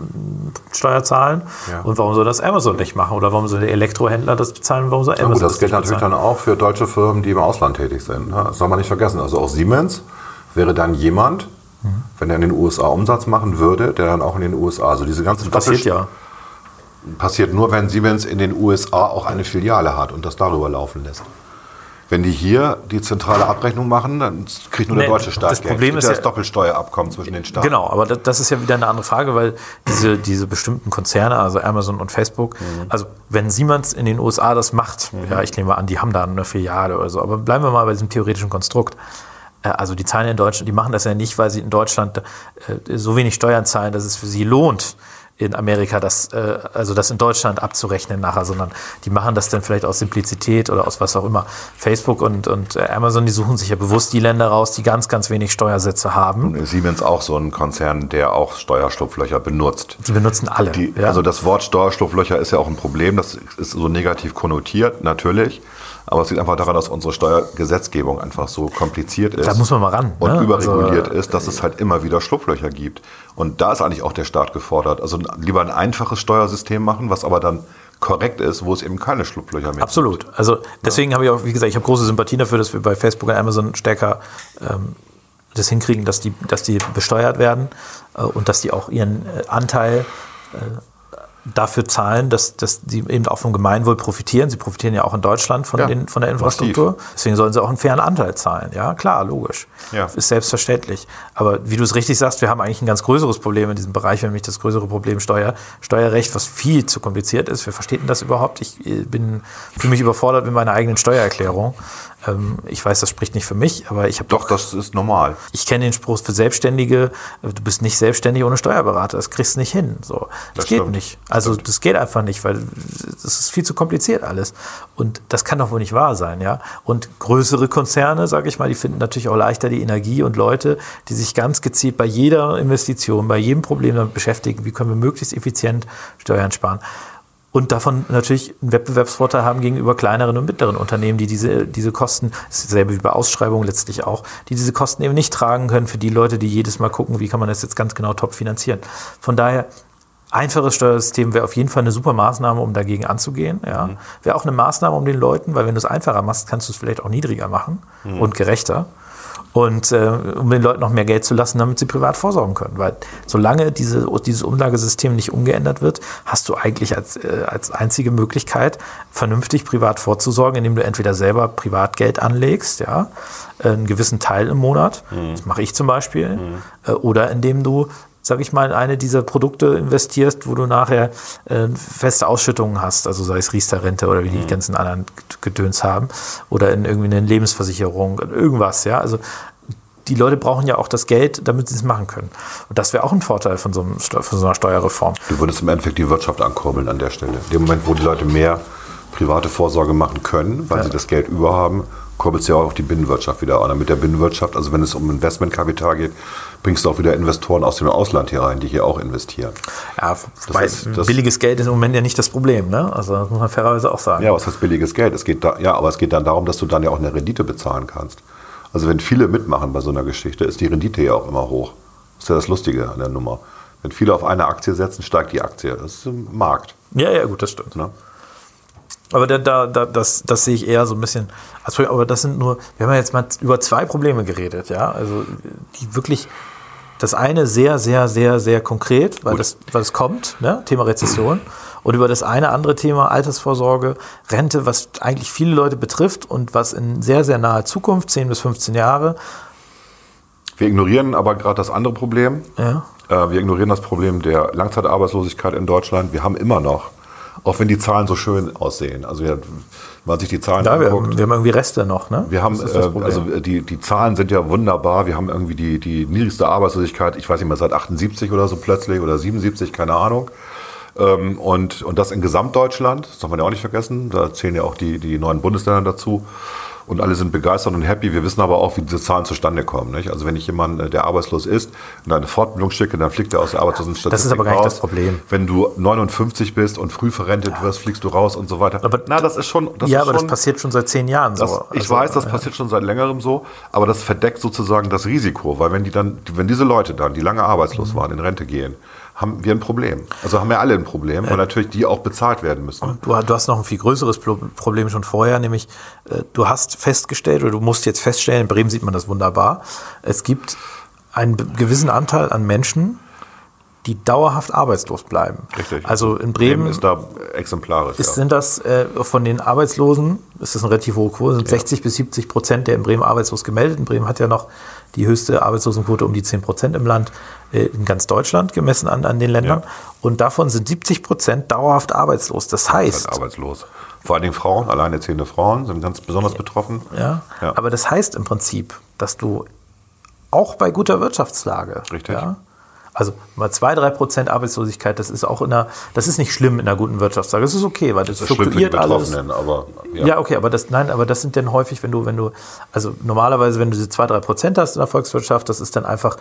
Speaker 2: Steuer zahlen ja. und warum soll das Amazon nicht machen oder warum soll der Elektrohändler das bezahlen und warum soll Amazon
Speaker 1: ja, gut, das
Speaker 2: das
Speaker 1: gilt
Speaker 2: nicht
Speaker 1: natürlich
Speaker 2: bezahlen?
Speaker 1: dann auch für deutsche Firmen, die im Ausland tätig sind. Das soll man nicht vergessen. Also auch Siemens wäre dann jemand, mhm. wenn er in den U S A Umsatz machen würde, der dann auch in den U S A, also diese ganzen
Speaker 2: das passiert ja.
Speaker 1: Passiert nur, wenn Siemens in den U S A auch eine Filiale hat und das darüber laufen lässt. Wenn die hier die zentrale Abrechnung machen, dann kriegt nur der
Speaker 2: nee,
Speaker 1: deutsche Staat
Speaker 2: das
Speaker 1: Geld.
Speaker 2: Problem
Speaker 1: es
Speaker 2: ist
Speaker 1: gibt ja
Speaker 2: ja
Speaker 1: das Doppelsteuerabkommen zwischen den Staaten.
Speaker 2: Genau, aber das, das ist ja wieder eine andere Frage, weil diese, diese bestimmten Konzerne, also Amazon und Facebook, mhm. also wenn Siemens in den U S A das macht, mhm. ja, ich nehme an, die haben da eine Filiale oder so, aber bleiben wir mal bei diesem theoretischen Konstrukt. Also die zahlen in Deutschland, die machen das ja nicht, weil sie in Deutschland äh, so wenig Steuern zahlen, dass es für sie lohnt, in Amerika das, äh, also das in Deutschland abzurechnen nachher, sondern die machen das dann vielleicht aus Simplizität oder aus was auch immer. Facebook und, und Amazon, die suchen sich ja bewusst die Länder raus, die ganz, ganz wenig Steuersätze haben.
Speaker 1: Und Siemens auch so ein Konzern, der auch Steuerschlupflöcher benutzt.
Speaker 2: Die benutzen alle.
Speaker 1: Die,
Speaker 2: ja.
Speaker 1: Also das Wort Steuerschlupflöcher ist ja auch ein Problem, das ist so negativ konnotiert, natürlich. Aber es liegt einfach daran, dass unsere Steuergesetzgebung einfach so kompliziert ist.
Speaker 2: Da muss man mal ran.
Speaker 1: Und
Speaker 2: ne?
Speaker 1: überreguliert
Speaker 2: also,
Speaker 1: ist, dass es halt immer wieder Schlupflöcher gibt. Und da ist eigentlich auch der Staat gefordert. Also lieber ein einfaches Steuersystem machen, was aber dann korrekt ist, wo es eben keine Schlupflöcher mehr gibt.
Speaker 2: Absolut. Also deswegen ja. habe ich auch, wie gesagt, ich habe große Sympathie dafür, dass wir bei Facebook und Amazon stärker ähm, das hinkriegen, dass die, dass die besteuert werden äh, und dass die auch ihren äh, Anteil äh, dafür zahlen, dass, dass die eben auch vom Gemeinwohl profitieren. Sie profitieren ja auch in Deutschland von,
Speaker 1: ja,
Speaker 2: den, von der Infrastruktur. Massiv. Deswegen sollen sie auch einen fairen Anteil zahlen. Ja, klar, logisch.
Speaker 1: Ja.
Speaker 2: Ist selbstverständlich. Aber wie du es richtig sagst, wir haben eigentlich ein ganz größeres Problem in diesem Bereich, nämlich das größere Problem Steuer, Steuerrecht, was viel zu kompliziert ist. Wer versteht denn das überhaupt? Ich bin fühle mich überfordert mit meiner eigenen Steuererklärung. Ähm, ich weiß, das spricht nicht für mich, aber ich habe
Speaker 1: doch, das ist normal.
Speaker 2: Ich kenne den Spruch für Selbstständige, du bist nicht selbstständig ohne Steuerberater, das kriegst du nicht hin. So, das, das geht stimmt. nicht. Also das geht einfach nicht, weil das ist viel zu kompliziert alles. Und das kann doch wohl nicht wahr sein, ja. Und größere Konzerne, sage ich mal, die finden natürlich auch leichter die Energie und Leute, die sich ganz gezielt bei jeder Investition, bei jedem Problem damit beschäftigen, wie können wir möglichst effizient Steuern sparen. Und davon natürlich einen Wettbewerbsvorteil haben gegenüber kleineren und mittleren Unternehmen, die diese, diese Kosten, das ist dasselbe wie bei Ausschreibungen letztlich auch, die diese Kosten eben nicht tragen können für die Leute, die jedes Mal gucken, wie kann man das jetzt ganz genau top finanzieren. Von daher, einfaches Steuersystem wäre auf jeden Fall eine super Maßnahme, um dagegen anzugehen. Ja. Mhm. Wäre auch eine Maßnahme um den Leuten, weil wenn du es einfacher machst, kannst du es vielleicht auch niedriger machen mhm. und gerechter. Und äh, um den Leuten noch mehr Geld zu lassen, damit sie privat vorsorgen können. Weil solange diese, dieses Umlagesystem nicht umgeändert wird, hast du eigentlich als, äh, als einzige Möglichkeit, vernünftig privat vorzusorgen, indem du entweder selber Privatgeld anlegst, ja, einen gewissen Teil im Monat, mhm. das mache ich zum Beispiel, mhm. äh, oder indem du, sag ich mal, in eine dieser Produkte investierst, wo du nachher äh, feste Ausschüttungen hast, also sei es Riester-Rente oder wie die mhm. ganzen anderen Gedöns haben, oder in irgendwie eine Lebensversicherung, irgendwas, ja, also die Leute brauchen ja auch das Geld, damit sie es machen können. Und das wäre auch ein Vorteil von so, einem, von so einer Steuerreform.
Speaker 1: Du würdest im Endeffekt die Wirtschaft ankurbeln an der Stelle. In dem Moment, wo die Leute mehr private Vorsorge machen können, weil ja. sie das Geld über haben, kurbelst du ja auch die Binnenwirtschaft wieder an. Und mit der Binnenwirtschaft, also wenn es um Investmentkapital geht, bringst du auch wieder Investoren aus dem Ausland hier rein, die hier auch investieren.
Speaker 2: Ja, wobei billiges Geld ist im Moment ja nicht das Problem, ne? Also das muss man fairerweise auch sagen.
Speaker 1: Ja, was heißt billiges Geld? Es geht da, ja, aber es geht dann darum, dass du dann ja auch eine Rendite bezahlen kannst. Also wenn viele mitmachen bei so einer Geschichte, ist die Rendite ja auch immer hoch. Das ist ja das Lustige an der Nummer. Wenn viele auf eine Aktie setzen, steigt die Aktie. Das ist ein Markt.
Speaker 2: Ja, ja, gut, das stimmt. Ne? Aber da, da, da, das, das sehe ich eher so ein bisschen. Also, aber das sind nur, wir haben ja jetzt mal über zwei Probleme geredet, ja. Also die wirklich, das eine sehr, sehr, sehr, sehr konkret, weil das, weil es kommt, ne? Thema Rezession. und über das eine andere Thema Altersvorsorge, Rente, was eigentlich viele Leute betrifft und was in sehr, sehr naher Zukunft, zehn bis fünfzehn Jahre.
Speaker 1: Wir ignorieren aber gerade das andere Problem.
Speaker 2: Ja.
Speaker 1: Äh, wir ignorieren das Problem der Langzeitarbeitslosigkeit in Deutschland. Wir haben immer noch, auch wenn die Zahlen so schön aussehen, also wir, wenn man sich die Zahlen
Speaker 2: ja,
Speaker 1: anguckt.
Speaker 2: Wir haben, wir haben irgendwie Reste noch, ne?
Speaker 1: Wir haben, äh, also die, die Zahlen sind ja wunderbar. Wir haben irgendwie die, die niedrigste Arbeitslosigkeit, ich weiß nicht mehr, seit achtundsiebzig oder so plötzlich oder siebenundsiebzig, keine Ahnung. Ähm, und, und das in Gesamtdeutschland, das darf man ja auch nicht vergessen. Da zählen ja auch die, die neuen Bundesländer dazu. Und alle sind begeistert und happy. Wir wissen aber auch, wie diese Zahlen zustande kommen. Nicht? Also wenn ich jemanden, der arbeitslos ist, in eine Fortbildung schicke, dann fliegt er aus der Arbeitslosenstatistik raus.
Speaker 2: Das ist aber gar nicht das Problem.
Speaker 1: Wenn du neunundfünfzig bist und früh verrentet wirst, fliegst du raus und so weiter.
Speaker 2: Aber,
Speaker 1: Na, das ist schon. Das
Speaker 2: ja,
Speaker 1: ist
Speaker 2: aber
Speaker 1: schon,
Speaker 2: das passiert schon seit zehn Jahren so.
Speaker 1: das, ich
Speaker 2: also,
Speaker 1: weiß, das
Speaker 2: ja.
Speaker 1: passiert schon seit längerem so, aber das verdeckt sozusagen das Risiko, weil wenn die dann, wenn diese Leute dann, die lange arbeitslos waren, in Rente gehen, haben wir ein Problem. Also haben wir alle ein Problem, weil natürlich die auch bezahlt werden müssen.
Speaker 2: Du, du hast noch ein viel größeres Problem schon vorher, nämlich äh, du hast festgestellt, oder du musst jetzt feststellen, in Bremen sieht man das wunderbar, es gibt einen gewissen Anteil an Menschen, die dauerhaft arbeitslos bleiben.
Speaker 1: Richtig.
Speaker 2: Also in Bremen,
Speaker 1: Bremen ist da exemplarisch.
Speaker 2: ist,
Speaker 1: ja.
Speaker 2: sind das äh, von den Arbeitslosen, ist das eine relativ hohe Quote, sind ja. sechzig bis siebzig Prozent der in Bremen arbeitslos gemeldet. In Bremen hat ja noch die höchste Arbeitslosenquote um die zehn Prozent im Land, äh, in ganz Deutschland gemessen an, an den Ländern. Ja. Und davon sind siebzig Prozent dauerhaft arbeitslos. Das heißt...
Speaker 1: Halt arbeitslos. Vor allen Dingen Frauen, alleinerziehende Frauen sind ganz besonders betroffen.
Speaker 2: Ja, ja, aber das heißt im Prinzip, dass du auch bei guter Wirtschaftslage...
Speaker 1: Richtig.
Speaker 2: Ja, also mal zwei, drei Prozent Arbeitslosigkeit, das ist auch in einer, das ist nicht schlimm in einer guten Wirtschaftslage. Das ist okay, weil das, das fluktuiert alles.
Speaker 1: Aber, ja.
Speaker 2: ja, okay, aber das, nein, aber das sind dann häufig, wenn du, wenn du, also normalerweise, wenn du diese zwei, drei Prozent hast in der Volkswirtschaft, das ist dann einfach,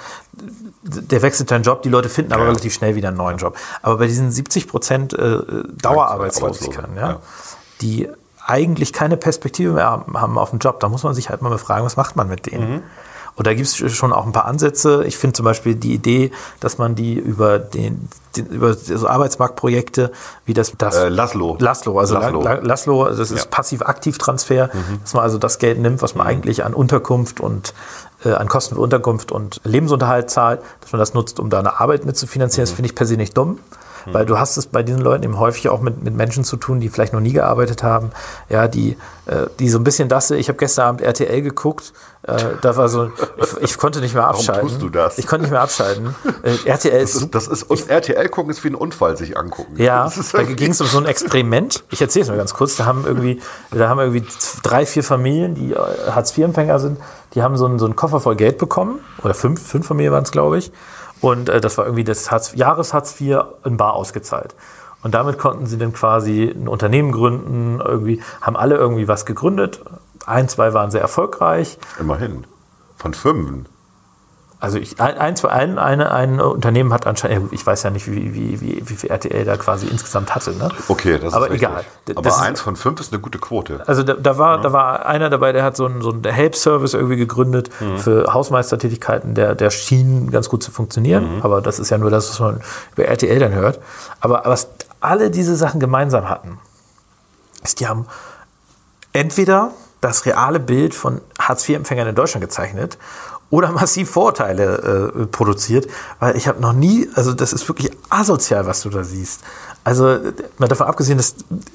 Speaker 2: der wechselt deinen Job, die Leute finden aber ja. relativ schnell wieder einen neuen Job. Aber bei diesen siebzig Prozent äh, Dauerarbeitslosigkeiten, ja, ja, die eigentlich keine Perspektive mehr haben auf den Job, da muss man sich halt mal fragen, was macht man mit denen? Mhm. Und da gibt es schon auch ein paar Ansätze. Ich finde zum Beispiel die Idee, dass man die über den, den über so Arbeitsmarktprojekte wie das, das
Speaker 1: äh, Laszlo.
Speaker 2: Laszlo, also
Speaker 1: Laszlo,
Speaker 2: La, Laszlo das ist ja. Passiv-Aktiv-Transfer, mhm. dass man also das Geld nimmt, was man mhm. eigentlich an Unterkunft und äh, an Kosten für Unterkunft und Lebensunterhalt zahlt, dass man das nutzt, um da eine Arbeit mit zu finanzieren. Mhm. Das finde ich per se nicht dumm. Weil du hast es bei diesen Leuten eben häufig auch mit, mit Menschen zu tun, die vielleicht noch nie gearbeitet haben, ja, die, äh, die so ein bisschen das, ich habe gestern Abend R T L geguckt, äh, da war so, ich, ich konnte nicht mehr abschalten.
Speaker 1: Warum tust du das?
Speaker 2: Ich konnte nicht mehr abschalten. Äh, R T L
Speaker 1: das ist, das ist und R T L gucken ist wie ein Unfall sich angucken.
Speaker 2: Ja, da ging es um so ein Experiment. Ich erzähle es mal ganz kurz. Da haben irgendwie, da haben irgendwie drei, vier Familien, die Hartz vier Empfänger sind, die haben so einen, so einen Koffer voll Geld bekommen, oder fünf, fünf Familien waren es, glaube ich. Und äh, das war irgendwie das Hartz, Jahres-Hartz vier in bar ausgezahlt. Und damit konnten sie dann quasi ein Unternehmen gründen, irgendwie, haben alle irgendwie was gegründet. Ein, zwei waren sehr erfolgreich.
Speaker 1: Immerhin. Von fünf.
Speaker 2: Also ich, ein, ein, zwei, ein, eine, ein Unternehmen hat anscheinend, ich weiß ja nicht, wie, wie, wie, wie viel R T L da quasi insgesamt hatte. Ne?
Speaker 1: Okay, das
Speaker 2: aber
Speaker 1: ist richtig.
Speaker 2: egal.
Speaker 1: Aber
Speaker 2: das
Speaker 1: eins
Speaker 2: ist,
Speaker 1: von fünf ist eine gute Quote.
Speaker 2: Also da, da, war,
Speaker 1: ja.
Speaker 2: da war einer dabei, der hat so einen, so einen Help-Service irgendwie gegründet mhm. für Hausmeistertätigkeiten, der, der schien ganz gut zu funktionieren. Mhm. Aber das ist ja nur das, was man über R T L dann hört. Aber was alle diese Sachen gemeinsam hatten, ist, die haben entweder das reale Bild von Hartz vier Empfängern in Deutschland gezeichnet oder massiv Vorurteile äh, produziert, weil ich habe noch nie, also das ist wirklich asozial, was du da siehst. Also mal davon abgesehen, dass,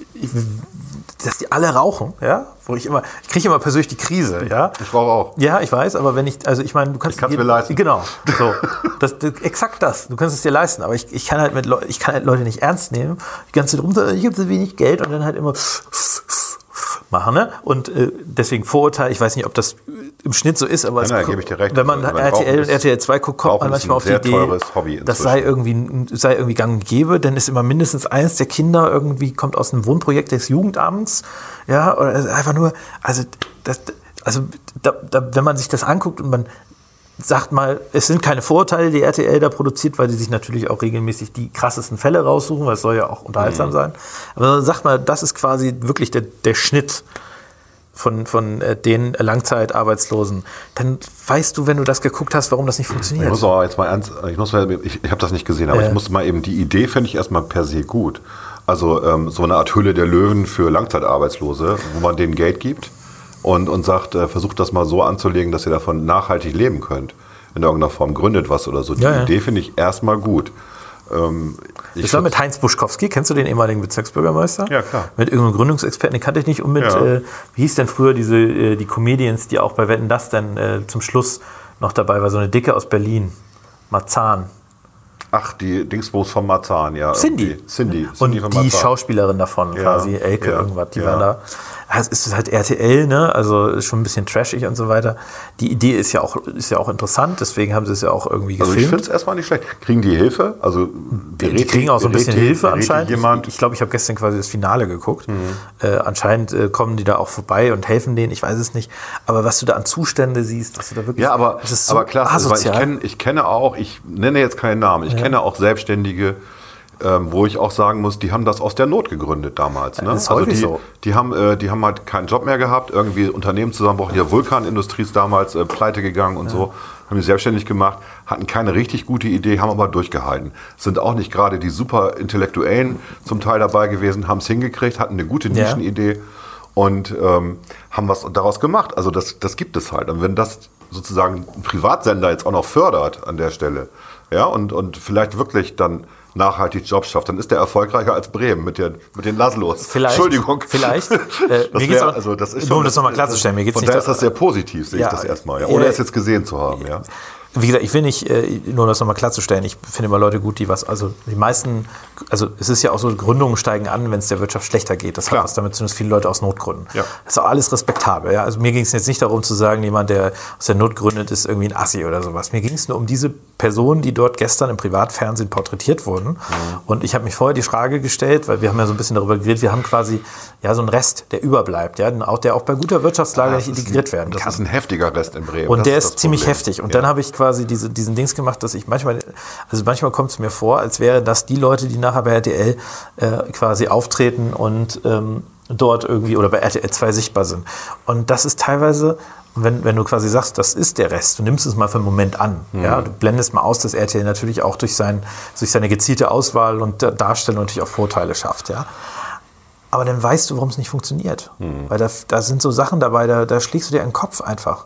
Speaker 2: dass die alle rauchen, ja, wo ich immer, ich kriege immer persönlich die Krise, ja.
Speaker 1: Ich rauche auch.
Speaker 2: Ja, ich weiß, aber wenn ich, also ich meine, du kannst
Speaker 1: es mir leisten.
Speaker 2: Genau, so, das, das, exakt das. Du kannst es dir leisten, aber ich, ich kann halt mit, ich kann halt Leute nicht ernst nehmen. Die ganze Zeit runter, ich habe so wenig Geld und dann halt immer machen, ne? Und äh, deswegen Vorurteil, ich weiß nicht, ob das im Schnitt so ist, aber
Speaker 1: nein, nein,
Speaker 2: es,
Speaker 1: gebe ich dir recht.
Speaker 2: wenn man
Speaker 1: also,
Speaker 2: R T L und R T L zwei guckt, kommt man manchmal auf die Idee, das sei irgendwie, sei irgendwie gang und gäbe, dann ist immer mindestens eins der Kinder irgendwie, kommt aus einem Wohnprojekt des Jugendamts, ja, oder einfach nur, also, das, also da, da, wenn man sich das anguckt und man sagt mal, es sind keine Vorurteile, die R T L da produziert, weil die sich natürlich auch regelmäßig die krassesten Fälle raussuchen, weil es soll ja auch unterhaltsam mhm. sein. Aber sagt mal, das ist quasi wirklich der, der Schnitt von, von äh, den Langzeitarbeitslosen. Dann weißt du, wenn du das geguckt hast, warum das nicht funktioniert.
Speaker 1: Ich muss aber jetzt mal ernst, ich, muss mal, ich, ich habe das nicht gesehen, aber äh. ich muss mal eben, die Idee finde ich erstmal per se gut. Also ähm, so eine Art Höhle der Löwen für Langzeitarbeitslose, wo man denen Geld gibt. Und, und sagt, äh, versucht das mal so anzulegen, dass ihr davon nachhaltig leben könnt. In irgendeiner Form gründet was oder so. Die
Speaker 2: ja, ja.
Speaker 1: Idee finde ich erstmal gut. Ähm,
Speaker 2: Das war mit Heinz Buschkowski, kennst du den ehemaligen Bezirksbürgermeister?
Speaker 1: Ja, klar.
Speaker 2: Mit irgendeinem Gründungsexperten, den kannte ich nicht. Und mit,
Speaker 1: Ja.
Speaker 2: äh, wie hieß denn früher diese, äh, die Comedians, die auch bei Wetten, dass dann äh, zum Schluss noch dabei war, so eine Dicke aus Berlin, Marzahn.
Speaker 1: Ach, die Dingsbos von Marzahn, ja.
Speaker 2: Cindy.
Speaker 1: irgendwie. Cindy.
Speaker 2: Und
Speaker 1: Cindy von
Speaker 2: die
Speaker 1: Marzahn.
Speaker 2: Schauspielerin davon
Speaker 1: Ja,
Speaker 2: quasi, Elke,
Speaker 1: ja,
Speaker 2: irgendwas, die
Speaker 1: ja.
Speaker 2: waren da. Es ist halt R T L, ne? Also ist schon ein bisschen trashig und so weiter. Die Idee ist ja auch, ist ja auch interessant, deswegen haben sie es ja auch irgendwie
Speaker 1: Also ich
Speaker 2: gefilmt.
Speaker 1: finde es erstmal nicht schlecht. Kriegen die Hilfe? Also
Speaker 2: Die, die kriegen auch so ein bisschen Hilfe anscheinend.
Speaker 1: Jemand?
Speaker 2: Ich, ich glaube, ich habe gestern quasi das Finale geguckt. Mhm. Äh, anscheinend äh, kommen die da auch vorbei und helfen denen, ich weiß es nicht. Aber was du da an Zustände siehst, was du da wirklich...
Speaker 1: Ja, aber,
Speaker 2: das ist so
Speaker 1: aber klar, also, weil ich,
Speaker 2: asozial.
Speaker 1: kenn, ich kenne auch, ich nenne jetzt keinen Namen, ich
Speaker 2: Ja.
Speaker 1: kenne auch Selbstständige, ähm, wo ich auch sagen muss, die haben das aus der Not gegründet damals. Ne?
Speaker 2: das ist
Speaker 1: Also
Speaker 2: häufig
Speaker 1: die,
Speaker 2: so.
Speaker 1: die, haben, äh, die haben halt keinen Job mehr gehabt, irgendwie Unternehmen zusammenbrochen, ja Vulkanindustrie ist damals äh, pleite gegangen und ja. so, haben die selbstständig gemacht, hatten keine richtig gute Idee, haben aber durchgehalten. Sind auch nicht gerade die super Intellektuellen zum Teil dabei gewesen, haben es hingekriegt, hatten eine gute
Speaker 2: Ja.
Speaker 1: Nischenidee und ähm, haben was daraus gemacht. Also das, das gibt es halt. Und wenn das sozusagen ein Privatsender jetzt auch noch fördert an der Stelle, ja, und, und vielleicht wirklich dann nachhaltig Jobs schafft, dann ist der erfolgreicher als Bremen mit, der, mit den Laszlos.
Speaker 2: Vielleicht,
Speaker 1: Entschuldigung.
Speaker 2: Vielleicht. Äh,
Speaker 1: Das
Speaker 2: mir geht's
Speaker 1: wär,
Speaker 2: auch,
Speaker 1: also das ist
Speaker 2: nur um
Speaker 1: schon,
Speaker 2: das nochmal klarzustellen, mir geht's
Speaker 1: von
Speaker 2: nicht
Speaker 1: daher ist das sehr positiv, sehe
Speaker 2: Ja,
Speaker 1: ich das erstmal, ja,
Speaker 2: ja,
Speaker 1: ohne
Speaker 2: ja.
Speaker 1: es jetzt gesehen zu haben. Ja.
Speaker 2: Wie gesagt, ich will nicht, äh, nur um das nochmal klarzustellen, ich finde immer Leute gut, die was, also die meisten, also es ist ja auch so, Gründungen steigen an, wenn es der Wirtschaft schlechter geht. Das
Speaker 1: Klar.
Speaker 2: hat was damit zu tun, dass viele Leute aus Not gründen.
Speaker 1: Ja.
Speaker 2: Das ist auch alles respektabel. Ja? Also mir ging es jetzt nicht darum zu sagen, jemand, der aus der Not gründet, ist irgendwie ein Assi oder sowas. Mir ging es nur um diese Personen, die dort gestern im Privatfernsehen porträtiert wurden. Mhm. Und ich habe mich vorher die Frage gestellt, weil wir haben ja so ein bisschen darüber geredet, wir haben quasi ja so einen Rest, der überbleibt, ja, auch, der auch bei guter Wirtschaftslage
Speaker 1: Ja,
Speaker 2: nicht
Speaker 1: das ist
Speaker 2: integriert
Speaker 1: ein,
Speaker 2: werden kann.
Speaker 1: Das ist ein heftiger Rest in Bremen.
Speaker 2: Und
Speaker 1: das
Speaker 2: der
Speaker 1: ist
Speaker 2: ist
Speaker 1: das
Speaker 2: ziemlich
Speaker 1: Problem.
Speaker 2: heftig. Und
Speaker 1: ja.
Speaker 2: dann habe ich quasi diese, diesen Dings gemacht, dass ich manchmal, also manchmal kommt es mir vor, als wäre das die Leute, die nachher bei R T L äh, quasi auftreten und ähm, dort irgendwie oder bei R T L zwei sichtbar sind. Und das ist teilweise, wenn, wenn du quasi sagst, das ist der Rest, du nimmst es mal für einen Moment an. Mhm. Ja, du blendest mal aus, dass R T L natürlich auch durch, sein, durch seine gezielte Auswahl und Darstellung natürlich auch Vorteile schafft. Ja. Aber dann weißt du, warum es nicht funktioniert. Mhm. Weil da, da sind so Sachen dabei, da, da schlägst du dir einen Kopf einfach.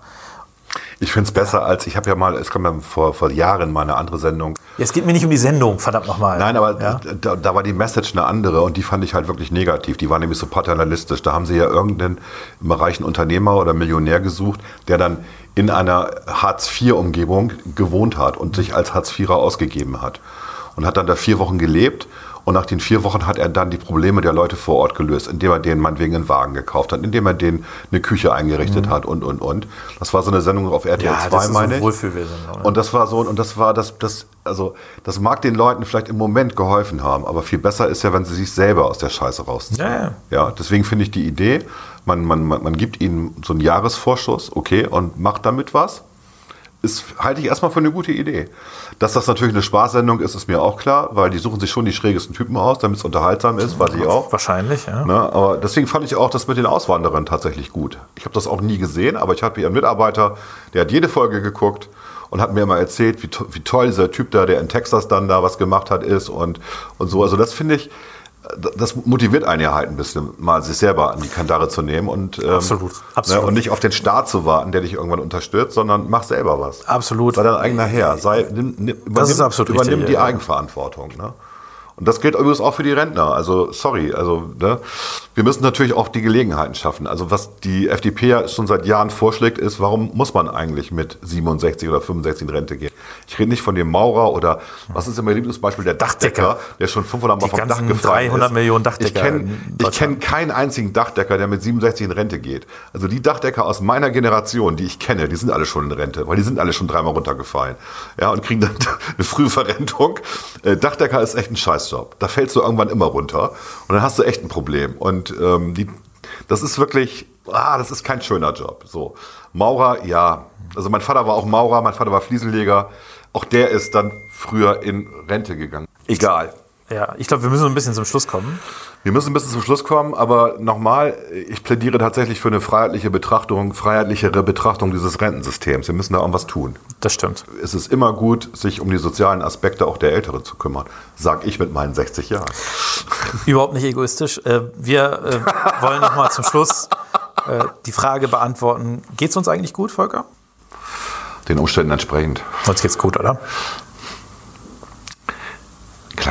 Speaker 1: Ich finde es besser als, ich habe ja mal, es kam ja vor, vor Jahren mal eine andere Sendung.
Speaker 2: Ja, es geht mir nicht um die Sendung, verdammt nochmal.
Speaker 1: Nein, aber
Speaker 2: ja?
Speaker 1: da, da war die Message eine andere und die fand ich halt wirklich negativ. Die war nämlich so paternalistisch. Da haben sie ja irgendeinen reichen Unternehmer oder Millionär gesucht, der dann in einer Hartz vier Umgebung gewohnt hat und sich als Hartz vierer ausgegeben hat. Und hat dann da vier Wochen gelebt. Und nach den vier Wochen hat er dann die Probleme der Leute vor Ort gelöst, indem er denen meinetwegen einen Wagen gekauft hat, indem er denen eine Küche eingerichtet mhm. hat und, und, und. Das war so eine Sendung auf R T L
Speaker 2: ja,
Speaker 1: zwei,
Speaker 2: das ist
Speaker 1: meine
Speaker 2: so
Speaker 1: ich.
Speaker 2: Wohlfühlsendung,
Speaker 1: Und das war so, und das war das, das, also, das mag den Leuten vielleicht im Moment geholfen haben, aber viel besser ist ja, wenn sie sich selber aus der Scheiße rausziehen.
Speaker 2: Ja, ja.
Speaker 1: Ja, deswegen finde ich die Idee, man, man, man, man gibt ihnen so einen Jahresvorschuss, okay, und macht damit was. Ist, halte ich erstmal für eine gute Idee. Dass das natürlich eine Spaßsendung ist, ist mir auch klar, weil die suchen sich schon die schrägesten Typen aus, damit es unterhaltsam ist, weiß ich auch.
Speaker 2: Wahrscheinlich, ja.
Speaker 1: Ne, aber deswegen fand ich auch das mit den Auswanderern tatsächlich gut. Ich habe das auch nie gesehen, aber ich hatte hier einen Mitarbeiter, der hat jede Folge geguckt und hat mir immer erzählt, wie, to- wie toll dieser Typ da, der in Texas dann da was gemacht hat, ist und, und so. Also das finde ich, das motiviert einen ja halt ein bisschen, mal sich selber an die Kandare zu nehmen und, ähm,
Speaker 2: Absolut, absolut.
Speaker 1: Ne, und nicht auf den Staat zu warten, der dich irgendwann unterstützt, sondern mach selber was.
Speaker 2: Absolut.
Speaker 1: Sei dein eigener Herr. Sei, nimm, nimm, übernimm,
Speaker 2: Das ist absolut
Speaker 1: übernimm
Speaker 2: richtig,
Speaker 1: die
Speaker 2: ja.
Speaker 1: Eigenverantwortung. Ne? Und das gilt übrigens auch für die Rentner. Also sorry, also ne? Wir müssen natürlich auch die Gelegenheiten schaffen. Also was die F D P ja schon seit Jahren vorschlägt, ist, warum muss man eigentlich mit siebenundsechzig oder fünfundsechzig in Rente gehen? Ich rede nicht von dem Maurer oder, was ist immer Lieblingsbeispiel, der Dachdecker, der schon fünfhundert Mal
Speaker 2: Die
Speaker 1: vom Dach
Speaker 2: ganzen
Speaker 1: gefallen
Speaker 2: dreihundert
Speaker 1: ist.
Speaker 2: Millionen Dachdecker
Speaker 1: Ich kenne
Speaker 2: in
Speaker 1: ich
Speaker 2: Deutschland.
Speaker 1: kenn keinen einzigen Dachdecker, der mit siebenundsechzig in Rente geht. Also die Dachdecker aus meiner Generation, die ich kenne, die sind alle schon in Rente, weil die sind alle schon dreimal runtergefallen. Ja, und kriegen dann eine frühe Verrentung. Äh, Dachdecker ist echt ein Scheißjob. Da fällst du irgendwann immer runter und dann hast du echt ein Problem. Und ähm, die, das ist wirklich, ah, das ist kein schöner Job. So, Maurer, ja. Also mein Vater war auch Maurer, mein Vater war Fliesenleger. Auch der ist dann früher in Rente gegangen. Egal.
Speaker 2: Ja, ich glaube, wir müssen ein bisschen zum Schluss kommen.
Speaker 1: Wir müssen ein bisschen zum Schluss kommen, aber nochmal, ich plädiere tatsächlich für eine freiheitliche Betrachtung, freiheitlichere Betrachtung dieses Rentensystems. Wir müssen da irgendwas tun.
Speaker 2: Das stimmt.
Speaker 1: Es ist immer gut, sich um die sozialen Aspekte auch der Älteren zu kümmern. Sag ich mit meinen sechzig Jahren.
Speaker 2: Überhaupt nicht egoistisch. Äh, Wir äh, wollen noch mal zum Schluss äh, die Frage beantworten, geht es uns eigentlich gut, Volker?
Speaker 1: Den Umständen entsprechend.
Speaker 2: Uns geht's gut, oder?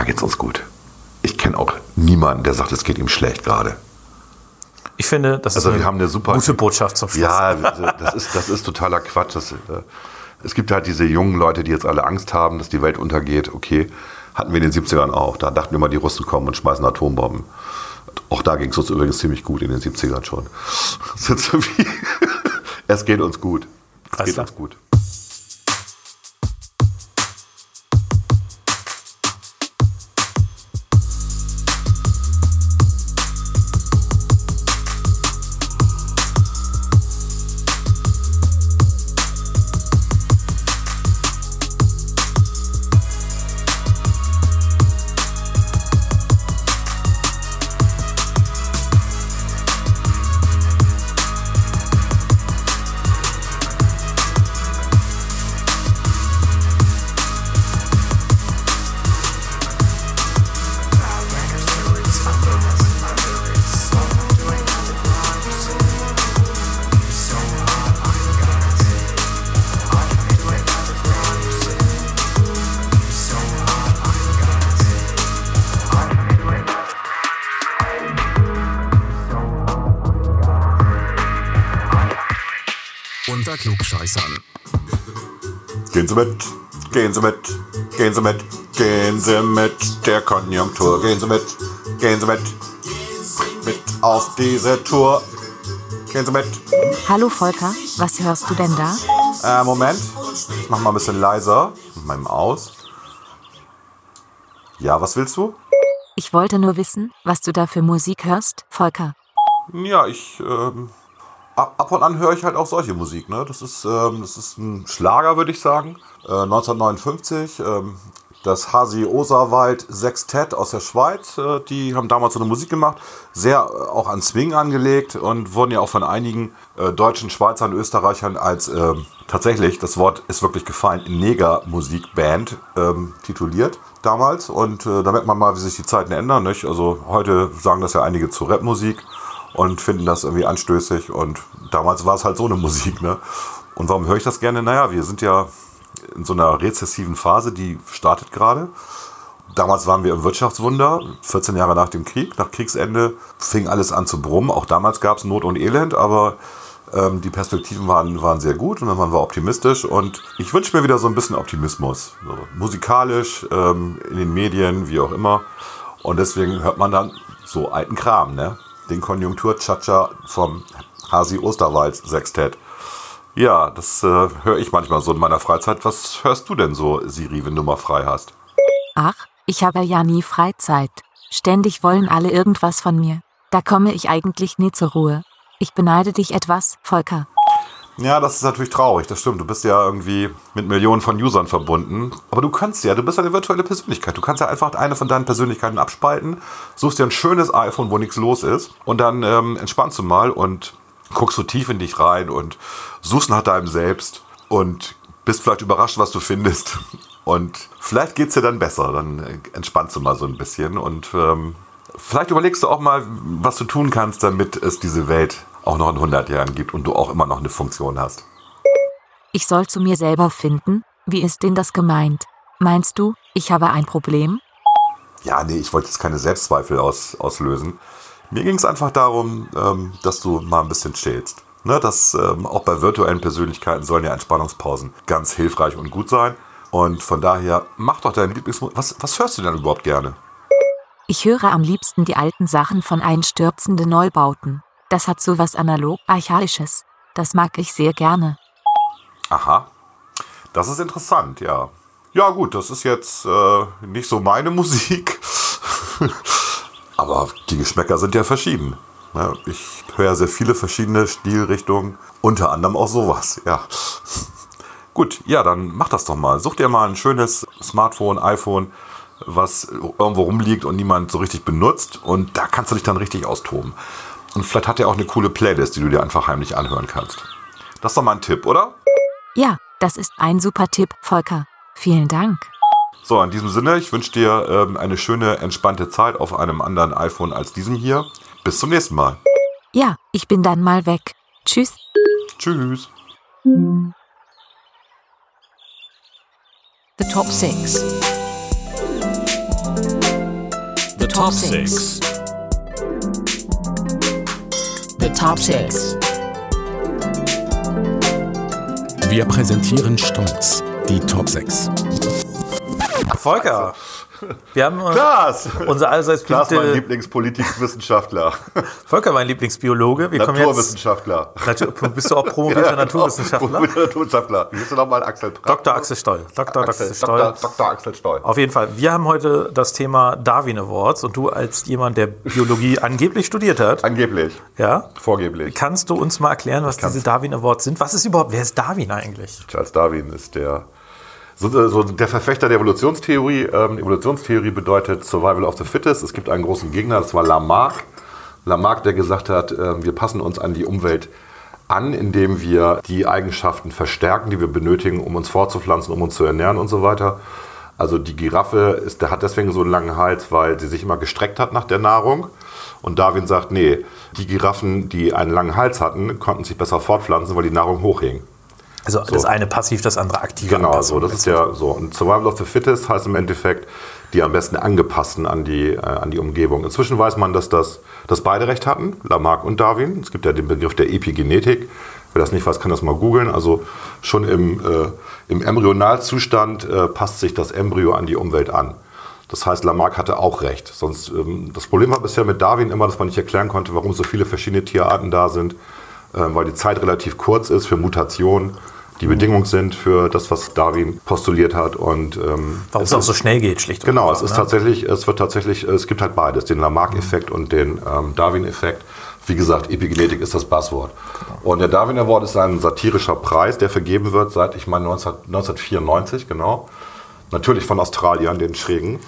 Speaker 1: geht's uns gut. Ich kenne auch niemanden, der sagt, es geht ihm schlecht gerade.
Speaker 2: Ich finde, das
Speaker 1: Also
Speaker 2: ist
Speaker 1: wir
Speaker 2: eine
Speaker 1: haben eine super
Speaker 2: gute Botschaft zum Schluss.
Speaker 1: Ja, das ist, das ist totaler Quatsch. Das, äh, es gibt halt diese jungen Leute, die jetzt alle Angst haben, dass die Welt untergeht. Okay, hatten wir in den siebzigern auch. Da dachten wir mal, die Russen kommen und schmeißen Atombomben. Auch da ging es uns übrigens ziemlich gut in den siebzigern schon. Es geht uns gut. Es geht uns gut.
Speaker 3: Unter Klugscheißern.
Speaker 1: Gehen Sie mit, gehen Sie mit, gehen Sie mit, gehen Sie mit der Konjunktur. Gehen Sie mit, gehen Sie mit, mit auf diese Tour. Gehen Sie mit.
Speaker 4: Hallo Volker, was hörst du denn da?
Speaker 1: Äh, Moment, ich mach mal ein bisschen leiser mit meinem Aus. Ja, was willst du?
Speaker 4: Ich wollte nur wissen, was du da für Musik hörst, Volker.
Speaker 1: Ja, ich, ähm, ab und an höre ich halt auch solche Musik, ne? Das ist, ähm, das ist ein Schlager, würde ich sagen. Äh, neunzehnhundertneunundfünfzig, ähm, das Hasi Osterwald Sextett aus der Schweiz, äh, die haben damals so eine Musik gemacht, sehr äh, auch an Swing angelegt und wurden ja auch von einigen äh, deutschen Schweizern, Österreichern als, äh, tatsächlich, das Wort ist wirklich gefallen, Negermusikband ähm, tituliert damals. Und äh, da merkt man mal, wie sich die Zeiten ändern, nicht? Also heute sagen das ja einige zu Rapmusik und finden das irgendwie anstößig. Und damals war es halt so eine Musik, ne? Und warum höre ich das gerne? Naja, wir sind ja in so einer rezessiven Phase, die startet gerade. Damals waren wir im Wirtschaftswunder, vierzehn Jahre nach dem Krieg. Nach Kriegsende fing alles an zu brummen. Auch damals gab es Not und Elend, aber ähm, die Perspektiven waren, waren sehr gut und man war optimistisch. Und ich wünsche mir wieder so ein bisschen Optimismus. So, musikalisch, ähm, in den Medien, wie auch immer. Und deswegen hört man dann so alten Kram, ne? Den Konjunktur-Cha-Cha vom Hasi Osterwald Sextett. Ja, das äh, höre ich manchmal so in meiner Freizeit. Was hörst du denn so, Siri, wenn du mal frei hast?
Speaker 4: Ach, ich habe ja nie Freizeit. Ständig wollen alle irgendwas von mir. Da komme ich eigentlich nie zur Ruhe. Ich beneide dich etwas, Volker.
Speaker 1: Ja, das ist natürlich traurig, das stimmt. Du bist ja irgendwie mit Millionen von Usern verbunden. Aber du kannst ja, du bist eine virtuelle Persönlichkeit. Du kannst ja einfach eine von deinen Persönlichkeiten abspalten, suchst dir ein schönes iPhone, wo nichts los ist und dann ähm, entspannst du mal und guckst so tief in dich rein und suchst nach deinem Selbst und bist vielleicht überrascht, was du findest. Und vielleicht geht's dir dann besser, dann entspannst du mal so ein bisschen und ähm, vielleicht überlegst du auch mal, was du tun kannst, damit es diese Welt auch noch in hundert Jahren gibt und du auch immer noch eine Funktion hast.
Speaker 4: Ich soll zu mir selber finden? Wie ist denn das gemeint? Meinst du, ich habe ein Problem?
Speaker 1: Ja, nee, ich wollte jetzt keine Selbstzweifel aus, auslösen. Mir ging es einfach darum, ähm, dass du mal ein bisschen chillst. Ne, dass ähm, auch bei virtuellen Persönlichkeiten sollen ja Entspannungspausen ganz hilfreich und gut sein. Und von daher, mach doch deinen Lieblingsmusik. Was, was hörst du denn überhaupt gerne?
Speaker 4: Ich höre am liebsten die alten Sachen von einstürzenden Neubauten. Das hat so was analog-archaisches. Das mag ich sehr gerne.
Speaker 1: Aha, das ist interessant, ja. Ja gut, das ist jetzt äh, nicht so meine Musik. Aber die Geschmäcker sind ja verschieden. Ja, ich höre sehr viele verschiedene Stilrichtungen, unter anderem auch sowas, ja. Gut, ja, dann mach das doch mal. Such dir mal ein schönes Smartphone, iPhone, was irgendwo rumliegt und niemand so richtig benutzt. Und da kannst du dich dann richtig austoben. Und vielleicht hat er auch eine coole Playlist, die du dir einfach heimlich anhören kannst. Das ist doch mal ein Tipp, oder?
Speaker 4: Ja, das ist ein super Tipp, Volker. Vielen Dank.
Speaker 1: So, in diesem Sinne, ich wünsche dir ähm, eine schöne, entspannte Zeit auf einem anderen iPhone als diesem hier. Bis zum nächsten Mal.
Speaker 4: Ja, ich bin dann mal weg. Tschüss.
Speaker 1: Tschüss.
Speaker 5: The top six.
Speaker 3: Top six. The Top six. Wir präsentieren stolz die Top sechs.
Speaker 2: Volker, wir haben äh,
Speaker 1: Klaas!
Speaker 2: unser allseits
Speaker 1: Klaas, mein
Speaker 2: beliebte
Speaker 1: Lieblingspolitikwissenschaftler.
Speaker 2: Volker, mein Lieblingsbiologe. Wir kommen jetzt,
Speaker 1: Naturwissenschaftler.
Speaker 2: Natur, bist du auch promovierter Naturwissenschaftler?
Speaker 1: Promovierter Naturwissenschaftler. Wie bist du nochmal, Axel Pratt?
Speaker 2: Doktor Axel Stoll. Doktor
Speaker 1: Axel,
Speaker 2: Axel Stoll.
Speaker 1: Doktor, Doktor Axel Stoll.
Speaker 2: Auf jeden Fall. Wir haben heute das Thema Darwin Awards und du als jemand, der Biologie angeblich studiert hat,
Speaker 1: Angeblich.
Speaker 2: ja,
Speaker 1: Vorgeblich.
Speaker 2: kannst du uns mal erklären, was diese Darwin Awards sind? Was ist überhaupt, wer ist Darwin eigentlich?
Speaker 1: Charles Darwin ist der, so, so der Verfechter der Evolutionstheorie. Ähm, Evolutionstheorie bedeutet Survival of the Fittest. Es gibt einen großen Gegner, das war Lamarck. Lamarck, der gesagt hat, äh, wir passen uns an die Umwelt an, indem wir die Eigenschaften verstärken, die wir benötigen, um uns fortzupflanzen, um uns zu ernähren und so weiter. Also die Giraffe ist, der hat deswegen so einen langen Hals, weil sie sich immer gestreckt hat nach der Nahrung. Und Darwin sagt, nee, die Giraffen, die einen langen Hals hatten, konnten sich besser fortpflanzen, weil die Nahrung hochhing.
Speaker 2: Also das eine passiv, das andere aktiv.
Speaker 1: Genau, so, das ist ja so. Und Survival of the Fittest heißt im Endeffekt, die am besten angepassten an die, äh, an die Umgebung. Inzwischen weiß man, dass, das, dass beide recht hatten, Lamarck und Darwin. Es gibt ja den Begriff der Epigenetik. Wer das nicht weiß, kann das mal googeln. Also schon im, äh, im Embryonalzustand äh, passt sich das Embryo an die Umwelt an. Das heißt, Lamarck hatte auch recht. Sonst, ähm, das Problem war bisher mit Darwin immer, dass man nicht erklären konnte, warum so viele verschiedene Tierarten da sind, äh, weil die Zeit relativ kurz ist für Mutationen, die Bedingung sind für das, was Darwin postuliert hat. Und, ähm,
Speaker 2: warum es auch so schnell geht, schlicht und
Speaker 1: genau,
Speaker 2: einfach,
Speaker 1: es ist
Speaker 2: ne?
Speaker 1: tatsächlich, es wird tatsächlich, es gibt halt beides, den Lamarck-Effekt und den ähm, Darwin-Effekt. Wie gesagt, Epigenetik ist das Buzzword. Und der Darwin Award ist ein satirischer Preis, der vergeben wird seit, ich meine, neunzehnhundertvierundneunzig, genau. Natürlich von Australiern, den Schrägen.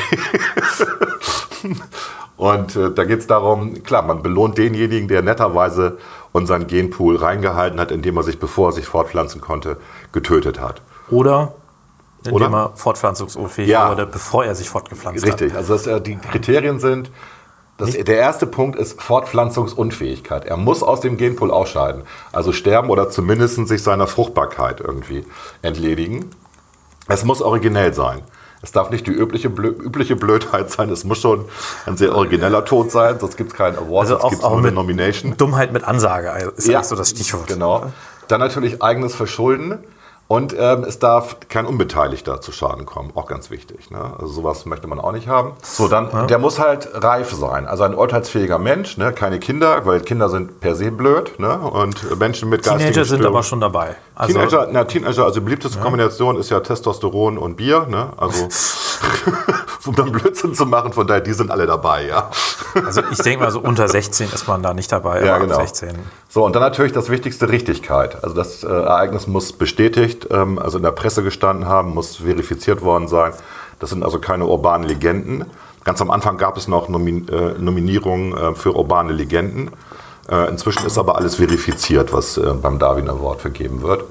Speaker 1: Und äh, da geht es darum, klar, man belohnt denjenigen, der netterweise unseren Genpool reingehalten hat, indem er sich, bevor er sich fortpflanzen konnte, getötet hat.
Speaker 2: Oder indem
Speaker 1: Oder?
Speaker 2: er fortpflanzungsunfähig
Speaker 1: Ja.
Speaker 2: wurde, bevor er sich fortgepflanzt
Speaker 1: Richtig,
Speaker 2: hat.
Speaker 1: also das, äh, die Kriterien sind, das, der erste Punkt ist Fortpflanzungsunfähigkeit. Er muss aus dem Genpool ausscheiden, also sterben oder zumindest sich seiner Fruchtbarkeit irgendwie entledigen. Es muss originell sein. Es darf nicht die übliche, Blö- übliche Blödheit sein, es muss schon ein sehr origineller Tod sein, sonst gibt es keinen Award,
Speaker 2: Also
Speaker 1: sonst
Speaker 2: auch,
Speaker 1: gibt es
Speaker 2: auch
Speaker 1: nur eine
Speaker 2: mit
Speaker 1: Nomination.
Speaker 2: Dummheit mit Ansage ist
Speaker 1: Ja,
Speaker 2: eigentlich so das Stichwort.
Speaker 1: Genau. Dann natürlich eigenes Verschulden und ähm, es darf kein Unbeteiligter zu Schaden kommen, auch ganz wichtig. Ne? Also sowas möchte man auch nicht haben. So, dann, ja. Der muss halt reif sein, also ein urteilsfähiger Mensch, ne? Keine Kinder, weil Kinder sind per se blöd, ne? Und Menschen mit geistigen
Speaker 2: Teenager sind
Speaker 1: Störungen.
Speaker 2: aber schon dabei. Also
Speaker 1: Teenager, na, Teenager, also die beliebteste ja. Kombination ist ja Testosteron und Bier, ne? Also um dann Blödsinn zu machen, von daher, die sind alle dabei, ja.
Speaker 2: Also ich denke mal, so unter sechzehn ist man da nicht dabei,
Speaker 1: ja,
Speaker 2: aber
Speaker 1: genau.
Speaker 2: ab sechzehn.
Speaker 1: So, und dann natürlich das Wichtigste, Richtigkeit. Also das äh, Ereignis muss bestätigt, ähm, also in der Presse gestanden haben, muss verifiziert worden sein. Das sind also keine urbanen Legenden. Ganz am Anfang gab es noch Nomin- äh, Nominierungen äh, für urbane Legenden. Äh, inzwischen ist aber alles verifiziert, was äh, beim Darwin Award vergeben wird.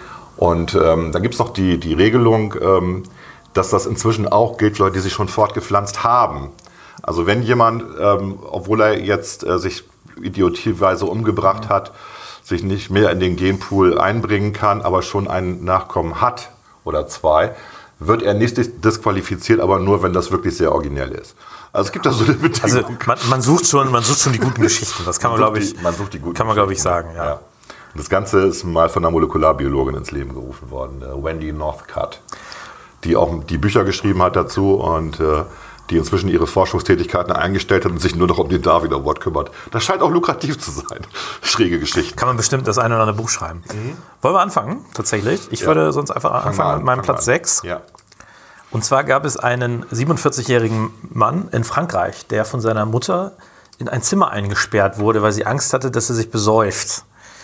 Speaker 1: Und ähm, dann gibt es noch die, die Regelung, ähm, dass das inzwischen auch gilt für Leute, die sich schon fortgepflanzt haben. Also wenn jemand, ähm, obwohl er jetzt äh, sich idiotieweise umgebracht hat, sich nicht mehr in den Genpool einbringen kann, aber schon einen Nachkommen hat oder zwei, wird er nicht dis- disqualifiziert, aber nur, wenn das wirklich sehr originell ist. Also es gibt da so eine Bedingung.
Speaker 2: Also man, man, sucht schon, man sucht schon die guten Geschichten, das kann man,
Speaker 1: Man
Speaker 2: glaube
Speaker 1: sucht
Speaker 2: ich,
Speaker 1: die- man sucht die guten
Speaker 2: kann man, glaube ich,
Speaker 1: Geschichten.
Speaker 2: sagen. Ja.
Speaker 1: Ja. Und das Ganze ist mal von einer Molekularbiologin ins Leben gerufen worden, äh, Wendy Northcutt, die auch die Bücher geschrieben hat dazu und äh, die inzwischen ihre Forschungstätigkeiten eingestellt hat und sich nur noch um den Darwin Award kümmert. Das scheint auch lukrativ zu sein. Schräge Geschichten.
Speaker 2: Kann man bestimmt das eine oder andere Buch schreiben. Mhm. Wollen wir anfangen, tatsächlich? Ich
Speaker 1: Ja.
Speaker 2: würde sonst einfach
Speaker 1: Fang
Speaker 2: anfangen
Speaker 1: an,
Speaker 2: mit meinem
Speaker 1: fang
Speaker 2: Platz
Speaker 1: an.
Speaker 2: sechs.
Speaker 1: Ja.
Speaker 2: Und zwar gab es einen siebenundvierzigjährigen Mann in Frankreich, der von seiner Mutter in ein Zimmer eingesperrt wurde, weil sie Angst hatte, dass er sich besäuft.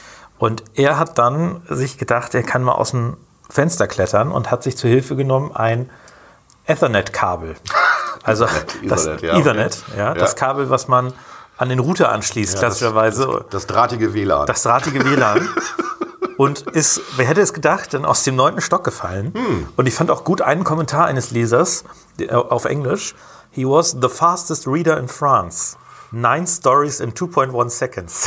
Speaker 2: Und er hat dann sich gedacht, er kann mal aus dem Fenster klettern und hat sich zur Hilfe genommen ein Ethernet-Kabel. Also das
Speaker 1: Ethernet, ja,
Speaker 2: Ethernet,
Speaker 1: okay.
Speaker 2: ja,
Speaker 1: Ja.
Speaker 2: das Kabel, was man an den Router anschließt, klassischerweise.
Speaker 1: Das, das drahtige W L A N.
Speaker 2: Das drahtige W L A N. Und ist, wer hätte es gedacht, dann aus dem neunten Stock gefallen.
Speaker 1: Hm.
Speaker 2: Und ich fand auch gut einen Kommentar eines Lesers der, auf Englisch. He was the fastest reader in France. Nine stories in two point one seconds.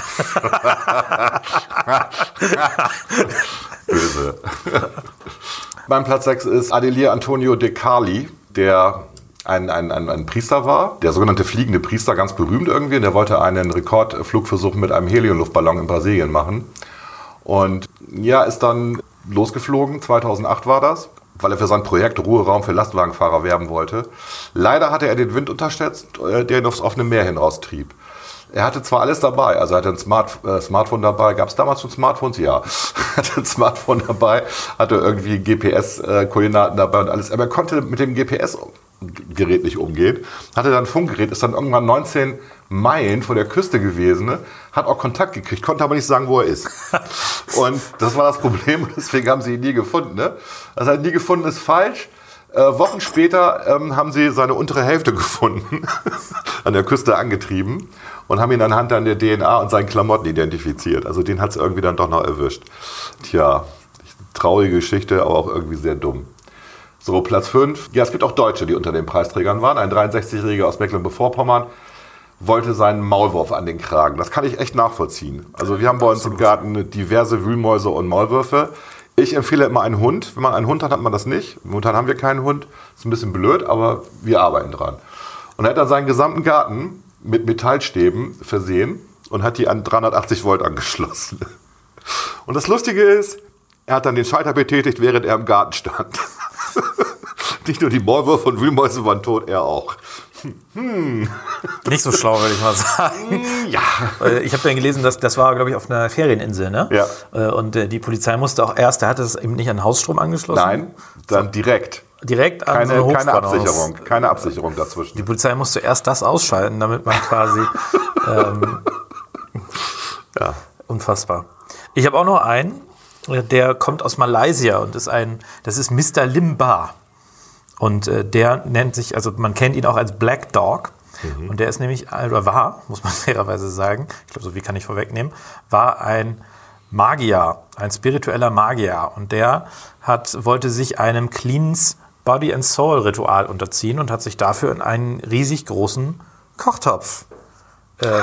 Speaker 1: Böse. Mein Platz sechs ist Adelier Antonio De Carli, der ein, ein, ein, ein Priester war, der sogenannte fliegende Priester, ganz berühmt irgendwie. Und der wollte einen Rekordflugversuch mit einem Heliumluftballon in Brasilien machen. Und ja, ist dann losgeflogen, zweitausendacht war das, weil er für sein Projekt Ruheraum für Lastwagenfahrer werben wollte. Leider hatte er den Wind unterschätzt, der ihn aufs offene Meer hinaustrieb. Er hatte zwar alles dabei, also er hatte ein Smart, äh, Smartphone dabei. Gab es damals schon Smartphones? Ja. Er hatte ein Smartphone dabei, hatte irgendwie G P S-Koordinaten dabei und alles. Aber er konnte mit dem G P S-Gerät nicht umgehen. Hatte dann ein Funkgerät, ist dann irgendwann neunzehn Meilen vor der Küste gewesen, ne? Hat auch Kontakt gekriegt, konnte aber nicht sagen, wo er ist. Und das war das Problem und deswegen haben sie ihn nie gefunden. Ne? Also er hat nie gefunden, ist falsch. Äh, Wochen später ähm, haben sie seine untere Hälfte gefunden, an der Küste angetrieben und haben ihn anhand an der D N A und seinen Klamotten identifiziert. Also den hat es irgendwie dann doch noch erwischt. Tja, traurige Geschichte, aber auch irgendwie sehr dumm. So, Platz fünf. Ja, es gibt auch Deutsche, die unter den Preisträgern waren. Ein dreiundsechzigjähriger aus Mecklenburg-Vorpommern wollte seinen Maulwurf an den Kragen. Das kann ich echt nachvollziehen. Also wir haben bei uns im Garten diverse Wühlmäuse und Maulwürfe. Ich empfehle immer einen Hund. Wenn man einen Hund hat, hat man das nicht. Momentan haben wir keinen Hund. Ist ein bisschen blöd, aber wir arbeiten dran. Und er hat dann seinen gesamten Garten mit Metallstäben versehen und hat die an dreihundertachtzig Volt angeschlossen. Und das Lustige ist, er hat dann den Schalter betätigt, während er im Garten stand. Nicht nur die Maulwürfe und Wühlmäuse waren tot, er auch. Hm.
Speaker 2: Nicht so schlau, würde ich mal sagen.
Speaker 1: Ja.
Speaker 2: Ich habe dann gelesen, dass das war, glaube ich, auf einer Ferieninsel, ne?
Speaker 1: Ja.
Speaker 2: Und die Polizei musste auch erst, der hatte es eben nicht an den Hausstrom angeschlossen.
Speaker 1: Nein, dann direkt.
Speaker 2: Direkt an
Speaker 1: Keine,
Speaker 2: so eine
Speaker 1: keine
Speaker 2: Hochspannung.
Speaker 1: Absicherung, keine Absicherung dazwischen.
Speaker 2: Die Polizei musste erst das ausschalten, damit man quasi ähm,
Speaker 1: Ja.
Speaker 2: unfassbar. Ich habe auch noch einen, der kommt aus Malaysia und ist ein, das ist Mister Limba. Und äh, der nennt sich, also man kennt ihn auch als Black Dog. Mhm. Und der ist nämlich, oder war, muss man fairerweise sagen, ich glaube, so viel kann ich vorwegnehmen, war ein Magier, ein spiritueller Magier. Und der hat, wollte sich einem Cleans Body and Soul Ritual unterziehen und hat sich dafür in einen riesig großen Kochtopf ähm,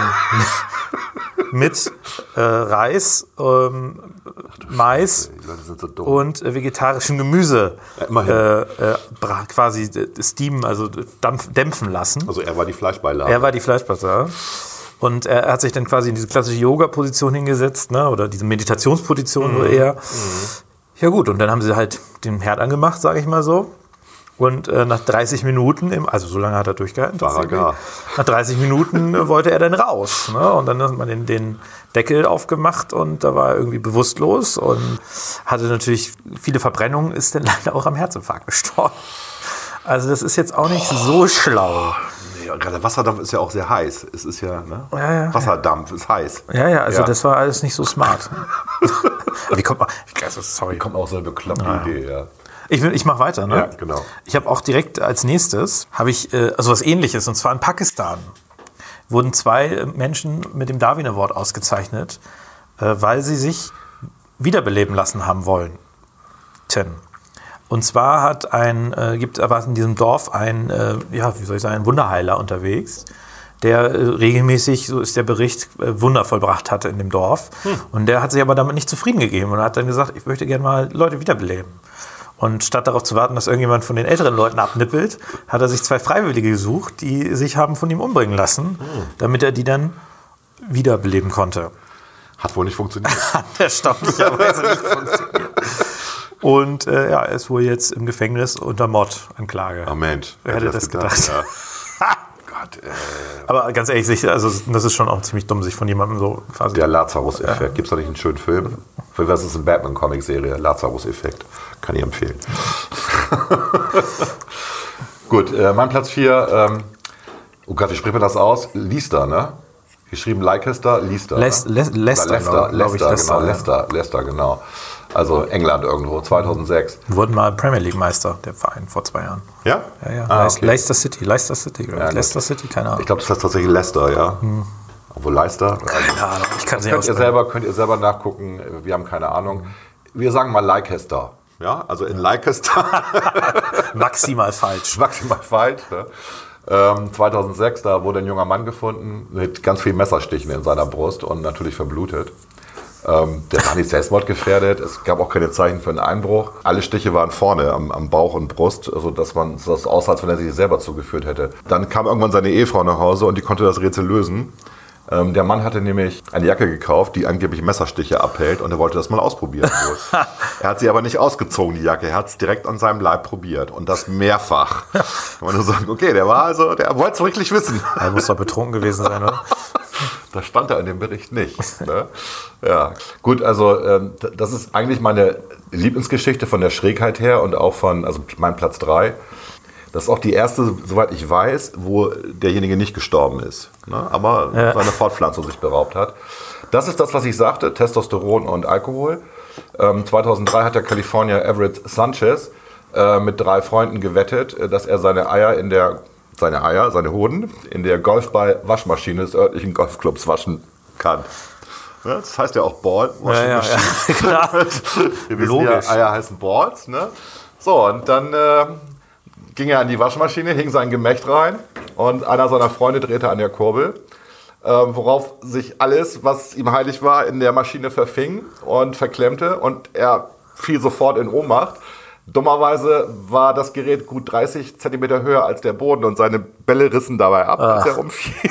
Speaker 2: mit äh, Reis, ähm, Mais
Speaker 1: Die Leute sind so dumm.
Speaker 2: und äh, vegetarischem Gemüse
Speaker 1: Ja, immerhin.
Speaker 2: äh, äh, bra- quasi äh, steamen, also dampf, dämpfen lassen.
Speaker 1: Also er war die Fleischbeilage.
Speaker 2: Er war die Fleischplatte. Und er hat sich dann quasi in diese klassische Yoga-Position hingesetzt, ne? Oder diese Meditationsposition, wo er. Ja gut, und dann haben sie halt den Herd angemacht, sage ich mal so. Und äh, nach dreißig Minuten, im, also so lange hat er durchgehalten,
Speaker 1: War er gar.
Speaker 2: nach dreißig Minuten äh, wollte er dann raus. Ne? Und dann hat man den, den Deckel aufgemacht und da war er irgendwie bewusstlos und hatte natürlich viele Verbrennungen, ist dann leider auch am Herzinfarkt gestorben. Also das ist jetzt auch nicht so schlau.
Speaker 1: Nee, und gerade Wasserdampf ist ja auch sehr heiß. Es ist ja, ne?
Speaker 2: Ja, ja.
Speaker 1: Wasserdampf ist heiß.
Speaker 2: Ja, ja, also
Speaker 1: Ja.
Speaker 2: das war alles nicht so smart. Wie kommt man? Also, sorry.
Speaker 1: Kommt auch so eine bekloppte Idee, ja.
Speaker 2: Ich, will- ich mache weiter, ne?
Speaker 1: Ja, genau.
Speaker 2: Ich habe auch direkt als nächstes, habe ich äh, also was Ähnliches, und zwar in Pakistan wurden zwei Menschen mit dem Darwin Award ausgezeichnet, äh, weil sie sich wiederbeleben lassen haben wollen. Und zwar hat ein, äh, gibt aber in diesem Dorf ein, äh, ja, wie soll ich sagen, ein Wunderheiler unterwegs, der äh, regelmäßig, so ist der Bericht, äh, Wunder vollbracht hatte in dem Dorf. Hm. Und der hat sich aber damit nicht zufrieden gegeben und hat dann gesagt, ich möchte gerne mal Leute wiederbeleben. Und statt darauf zu warten, dass irgendjemand von den älteren Leuten abnippelt, hat er sich zwei Freiwillige gesucht, die sich haben von ihm umbringen lassen, damit er die dann wiederbeleben konnte.
Speaker 1: Hat wohl nicht funktioniert.
Speaker 2: Hat erstaunlicherweise nicht funktioniert. Und äh, ja, er ist wohl jetzt im Gefängnis unter Mordanklage.
Speaker 1: Oh Mensch.
Speaker 2: Wer hätte das gedacht?
Speaker 1: Ja. Gott, äh,
Speaker 2: Aber ganz ehrlich, sich- also das ist schon auch ziemlich dumm, sich von jemandem so quasi...
Speaker 1: der Lazarus-Effekt. Gibt es da nicht einen schönen Film? Für was ist eine Batman-Comic-Serie? Lazarus-Effekt. Kann ich empfehlen. Gut, äh, mein Platz vier. Ähm, oh Gott, wie spricht man das aus? Leicester, ne? Geschrieben Leicester, Leicester.
Speaker 2: Les-
Speaker 1: ne?
Speaker 2: Les- Leicester,
Speaker 1: Oder Leicester,
Speaker 2: glaub ich,
Speaker 1: Leicester,
Speaker 2: Leicester,
Speaker 1: genau.
Speaker 2: ja.
Speaker 1: Leicester, Leicester, genau. Also England irgendwo, zweitausendsechs.
Speaker 2: Wurden mal Premier League Meister, der Verein, vor zwei Jahren.
Speaker 1: Ja?
Speaker 2: Ja, ja.
Speaker 1: Ah,
Speaker 2: Leic-
Speaker 1: okay.
Speaker 2: Leicester City, Leicester City, glaub ich.
Speaker 1: Ja, gut.
Speaker 2: Leicester City, keine Ahnung.
Speaker 1: Ich glaube, das heißt tatsächlich Leicester, ja. Obwohl Leicester.
Speaker 2: Keine Ahnung, ich kann es nicht
Speaker 1: Könnt ihr,
Speaker 2: aussprechen.
Speaker 1: selber, könnt ihr selber nachgucken, wir haben keine Ahnung. Wir sagen mal Leicester. Ja, also in Leicester.
Speaker 2: Maximal falsch.
Speaker 1: Maximal falsch. Ne? Ähm, zweitausendsechs, da wurde ein junger Mann gefunden mit ganz vielen Messerstichen in seiner Brust und natürlich verblutet. Ähm, der war nicht selbstmordgefährdet, es gab auch keine Zeichen für einen Einbruch. Alle Stiche waren vorne am, am Bauch und Brust, also dass man das aussah, als wenn er sich selber zugeführt hätte. Dann kam irgendwann seine Ehefrau nach Hause und die konnte das Rätsel lösen. Ähm, der Mann hatte nämlich eine Jacke gekauft, die angeblich Messerstiche abhält und er wollte das mal ausprobieren. Er hat sie aber nicht ausgezogen, die Jacke. Er hat es direkt an seinem Leib probiert und das mehrfach. Kann man nur sagen, okay, der war also, der wollte es wirklich wissen.
Speaker 2: Er muss doch betrunken gewesen sein, oder?
Speaker 1: Das stand da in dem Bericht nicht. Ne? Ja, gut, also ähm, das ist eigentlich meine Lieblingsgeschichte von der Schrägheit her und auch von, also mein Platz drei. Das ist auch die erste, soweit ich weiß, wo derjenige nicht gestorben ist, ne? aber ja. seine Fortpflanzung sich beraubt hat. Das ist das, was ich sagte, Testosteron und Alkohol. Ähm, zweitausenddrei hat der Kalifornier Everett Sanchez äh, mit drei Freunden gewettet, dass er seine Eier in der seine Eier, seine Hoden in der Golfball-Waschmaschine des örtlichen Golfclubs waschen kann. Ja, das heißt ja auch Ball.
Speaker 2: Ja, ja, ja. Klar.
Speaker 1: Wir wissen ja, Eier heißen Balls. Ne? So, und dann äh, ging er an die Waschmaschine, hing sein Gemächt rein und einer seiner Freunde drehte an der Kurbel, äh, worauf sich alles, was ihm heilig war, in der Maschine verfing und verklemmte und er fiel sofort in Ohnmacht. Dummerweise war das Gerät gut dreißig Zentimeter höher als der Boden und seine Bälle rissen dabei ab, als er umfiel.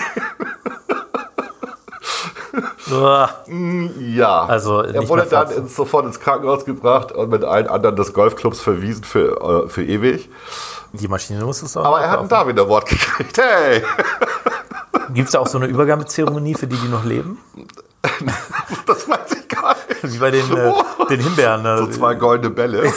Speaker 1: Ja,
Speaker 2: also
Speaker 1: er wurde dann ins, sofort ins Krankenhaus gebracht und mit allen anderen des Golfclubs verwiesen für, für ewig.
Speaker 2: Die Maschine muss es auch.
Speaker 1: Aber er hat ein Darwin Award gekriegt. Hey!
Speaker 2: Gibt es da auch so eine Übergabezeremonie für die, die noch leben?
Speaker 1: Das weiß ich gar nicht.
Speaker 2: Wie bei den, äh, den Himbeeren.
Speaker 1: So zwei goldene Bälle.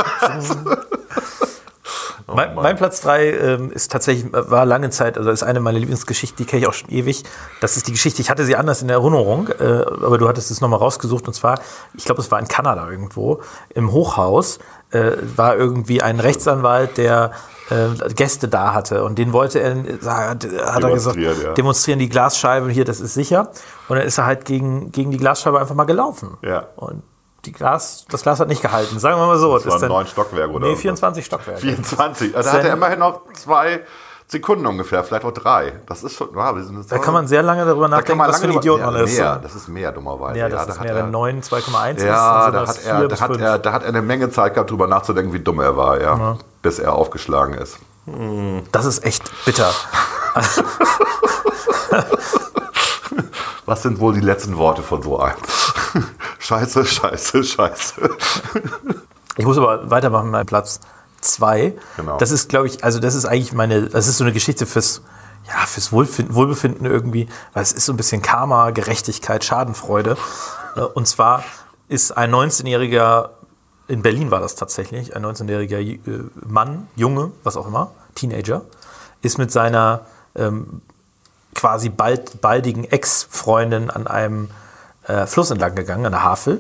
Speaker 2: Oh mein, mein Platz drei ähm, ist tatsächlich, war lange Zeit, also ist eine meiner Lieblingsgeschichten, die kenne ich auch schon ewig. Das ist die Geschichte, ich hatte sie anders in Erinnerung, äh, aber du hattest es nochmal rausgesucht. Und zwar, ich glaube, es war in Kanada irgendwo, im Hochhaus äh, war irgendwie ein Rechtsanwalt, der äh, Gäste da hatte. Und den wollte er, hat er gesagt, ja. demonstrieren die Glasscheibe hier, das ist sicher. Und dann ist er halt gegen, gegen die Glasscheibe einfach mal gelaufen.
Speaker 1: Ja.
Speaker 2: Und Die Glas, das Glas hat nicht gehalten, sagen wir mal so.
Speaker 1: Das, das
Speaker 2: war
Speaker 1: neun Stockwerke oder?
Speaker 2: Nee, vierundzwanzig Stockwerke.
Speaker 1: vierundzwanzig, also da hat er immerhin noch zwei Sekunden ungefähr, vielleicht auch drei. Das ist schon, wow, wir sind jetzt
Speaker 2: da kann man sehr lange darüber nachdenken, was für ein Idiot man ist.
Speaker 1: Mehr, das ist mehr, dummerweise.
Speaker 2: Ja, das ja, ist mehr, wenn neun zwei Komma eins
Speaker 1: ja,
Speaker 2: ist.
Speaker 1: Da hat, er, da, hat er, da hat er eine Menge Zeit gehabt, darüber nachzudenken, wie dumm er war, ja, ja. bis er aufgeschlagen ist.
Speaker 2: Das ist echt bitter.
Speaker 1: Was sind wohl die letzten Worte von so einem? Scheiße, scheiße, scheiße.
Speaker 2: Ich muss aber weitermachen mit Platz zwei. Genau. Das ist, glaube ich, also das ist eigentlich meine, das ist so eine Geschichte fürs, ja, fürs Wohlbefinden, Wohlbefinden irgendwie, weil es ist so ein bisschen Karma, Gerechtigkeit, Schadenfreude. Und zwar ist ein neunzehnjähriger, in Berlin war das tatsächlich, ein neunzehnjähriger Mann, Junge, was auch immer, Teenager, ist mit seiner ähm, quasi bald, baldigen Ex-Freundin an einem äh, Fluss entlang gegangen, an der Havel.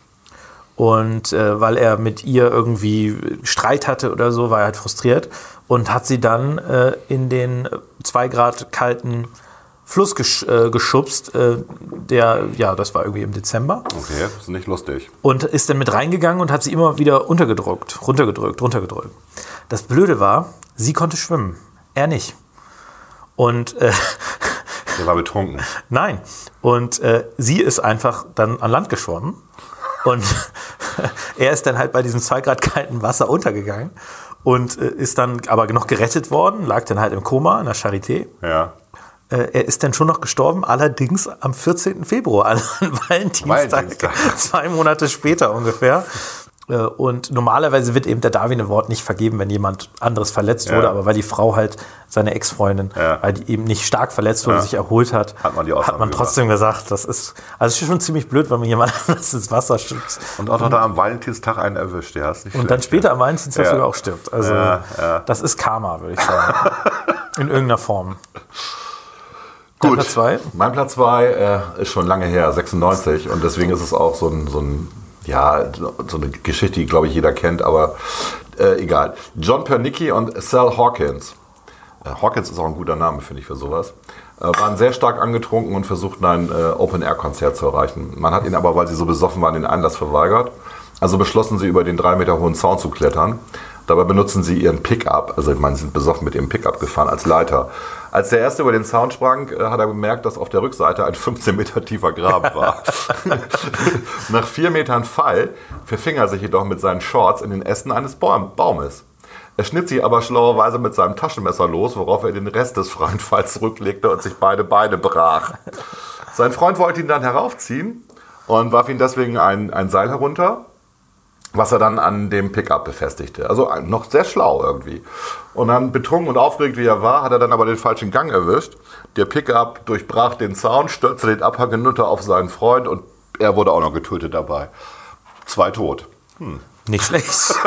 Speaker 2: Und äh, weil er mit ihr irgendwie Streit hatte oder so, war er halt frustriert und hat sie dann äh, in den zwei Grad kalten Fluss gesch- äh, geschubst. Äh, der, ja, das war irgendwie im Dezember.
Speaker 1: Okay, das ist nicht lustig.
Speaker 2: Und ist dann mit reingegangen und hat sie immer wieder untergedrückt, runtergedrückt, runtergedrückt. Das Blöde war, sie konnte schwimmen, er nicht. Und äh,
Speaker 1: der war betrunken.
Speaker 2: Nein. Und äh, sie ist einfach dann an Land geschwommen. Und er ist dann halt bei diesem zwei Grad kalten Wasser untergegangen und äh, ist dann aber noch gerettet worden, lag dann halt im Koma in der Charité.
Speaker 1: Ja.
Speaker 2: Äh, er ist dann schon noch gestorben, allerdings am vierzehnten Februar, also an Valentinstag,
Speaker 1: Valentinstag,
Speaker 2: zwei Monate später ungefähr. Und normalerweise wird eben der Darwin Award nicht vergeben, wenn jemand anderes verletzt wurde, ja. aber weil die Frau halt, seine Ex-Freundin, ja. weil die eben nicht stark verletzt wurde, ja. sich erholt hat,
Speaker 1: hat man, die
Speaker 2: hat man trotzdem gesagt, das ist, also es ist schon ziemlich blöd, wenn man jemand anderes ins Wasser schubst.
Speaker 1: Und auch noch da am Valentinstag einen erwischt, ja. Ist nicht
Speaker 2: und
Speaker 1: schlecht,
Speaker 2: dann später
Speaker 1: ja.
Speaker 2: am Valentinstag
Speaker 1: ja.
Speaker 2: sogar auch stirbt. Also
Speaker 1: ja, ja.
Speaker 2: das ist Karma, würde ich sagen. In irgendeiner Form.
Speaker 1: Gut,
Speaker 2: Platz zwei?
Speaker 1: Mein Platz zwei äh, ist schon lange her, sechsundneunzig, und deswegen ist es auch so ein, so ein ja, so eine Geschichte, die, glaube ich, jeder kennt, aber äh, egal. John Pernicki und Sal Hawkins. Äh, Hawkins ist auch ein guter Name, finde ich, für sowas. Äh, waren sehr stark angetrunken und versuchten, ein äh, Open-Air-Konzert zu erreichen. Man hat ihnen aber, weil sie so besoffen waren, den Einlass verweigert. Also beschlossen sie, über den drei Meter hohen Zaun zu klettern. Dabei benutzen sie ihren Pickup, also ich meine, sie sind besoffen mit ihrem Pickup gefahren als Leiter. Als der Erste über den Zaun sprang, hat er bemerkt, dass auf der Rückseite ein fünfzehn Meter tiefer Graben war. Nach vier Metern Fall verfing er sich jedoch mit seinen Shorts in den Ästen eines Baumes. Er schnitt sie aber schlauerweise mit seinem Taschenmesser los, worauf er den Rest des freien Falls zurücklegte und sich beide Beine brach. Sein Freund wollte ihn dann heraufziehen und warf ihm deswegen ein, ein Seil herunter, was er dann an dem Pickup befestigte. Also noch sehr schlau irgendwie. Und dann, betrunken und aufgeregt wie er war, hat er dann aber den falschen Gang erwischt. Der Pickup durchbrach den Zaun, stürzte den Abhang hinunter auf seinen Freund und er wurde auch noch getötet dabei. Zwei tot. Hm.
Speaker 2: Nicht schlecht.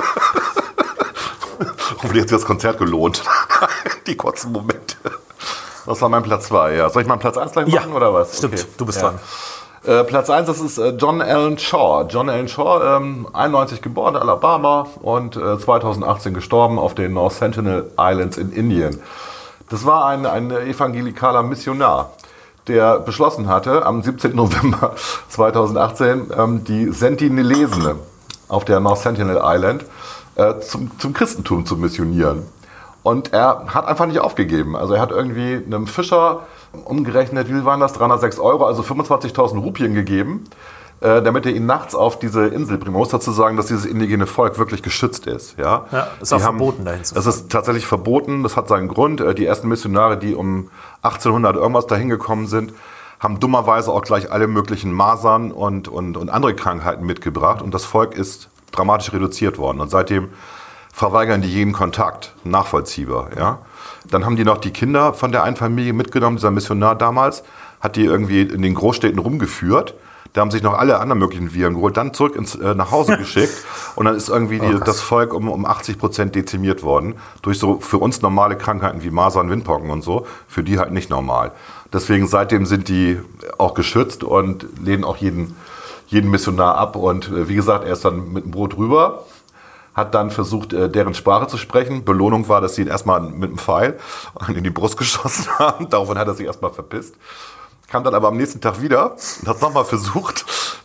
Speaker 1: Hoffentlich hat sich das Konzert gelohnt. Die kurzen Momente. Das war mein Platz zwei. Ja. Soll ich mal Platz eins gleich machen
Speaker 2: Ja,
Speaker 1: oder was?
Speaker 2: Stimmt,
Speaker 1: Okay.
Speaker 2: du bist
Speaker 1: Ja.
Speaker 2: dran.
Speaker 1: Äh, Platz eins, das ist äh, John Allen Shaw. John Allen Shaw, ähm, einundneunzig geboren in Alabama und äh, zweitausendachtzehn gestorben auf den North Sentinel Islands in Indien. Das war ein, ein evangelikaler Missionar, der beschlossen hatte, am siebzehnten November zweitausendachtzehn ähm, die Sentinelesen auf der North Sentinel Island äh, zum, zum Christentum zu missionieren. Und er hat einfach nicht aufgegeben. Also er hat irgendwie einem Fischer umgerechnet, wie waren das, dreihundertsechs Euro, also fünfundzwanzigtausend Rupien gegeben, äh, damit er ihn nachts auf diese Insel bringen. Man muss dazu sagen, dass dieses indigene Volk wirklich geschützt ist. Ja,
Speaker 2: Ja, ist auch
Speaker 1: Die haben-
Speaker 2: verboten, dahin zu
Speaker 1: Das ist tatsächlich verboten, das hat seinen Grund. Äh, Die ersten Missionare, die um achtzehnhundert irgendwas dahin gekommen sind, haben dummerweise auch gleich alle möglichen Masern und, und, und andere Krankheiten mitgebracht. Und das Volk ist dramatisch reduziert worden. Und seitdem verweigern die jeden Kontakt, nachvollziehbar. Ja? Dann haben die noch die Kinder von der einen Familie mitgenommen, dieser Missionar damals, hat die irgendwie in den Großstädten rumgeführt. Da haben sich noch alle anderen möglichen Viren geholt, dann zurück ins, äh, nach Hause geschickt und dann ist irgendwie die, das Volk um, um achtzig Prozent dezimiert worden. Durch so für uns normale Krankheiten wie Masern, Windpocken und so, für die halt nicht normal. Deswegen seitdem sind die auch geschützt und lehnen auch jeden, jeden Missionar ab. Und äh, wie gesagt, er ist dann mit dem Boot rüber, hat dann versucht, äh, deren Sprache zu sprechen. Belohnung war, dass sie ihn erstmal mit einem Pfeil in die Brust geschossen haben. Daraufhin hat er sich erstmal verpisst. Kam dann aber am nächsten Tag wieder und hat es nochmal versucht.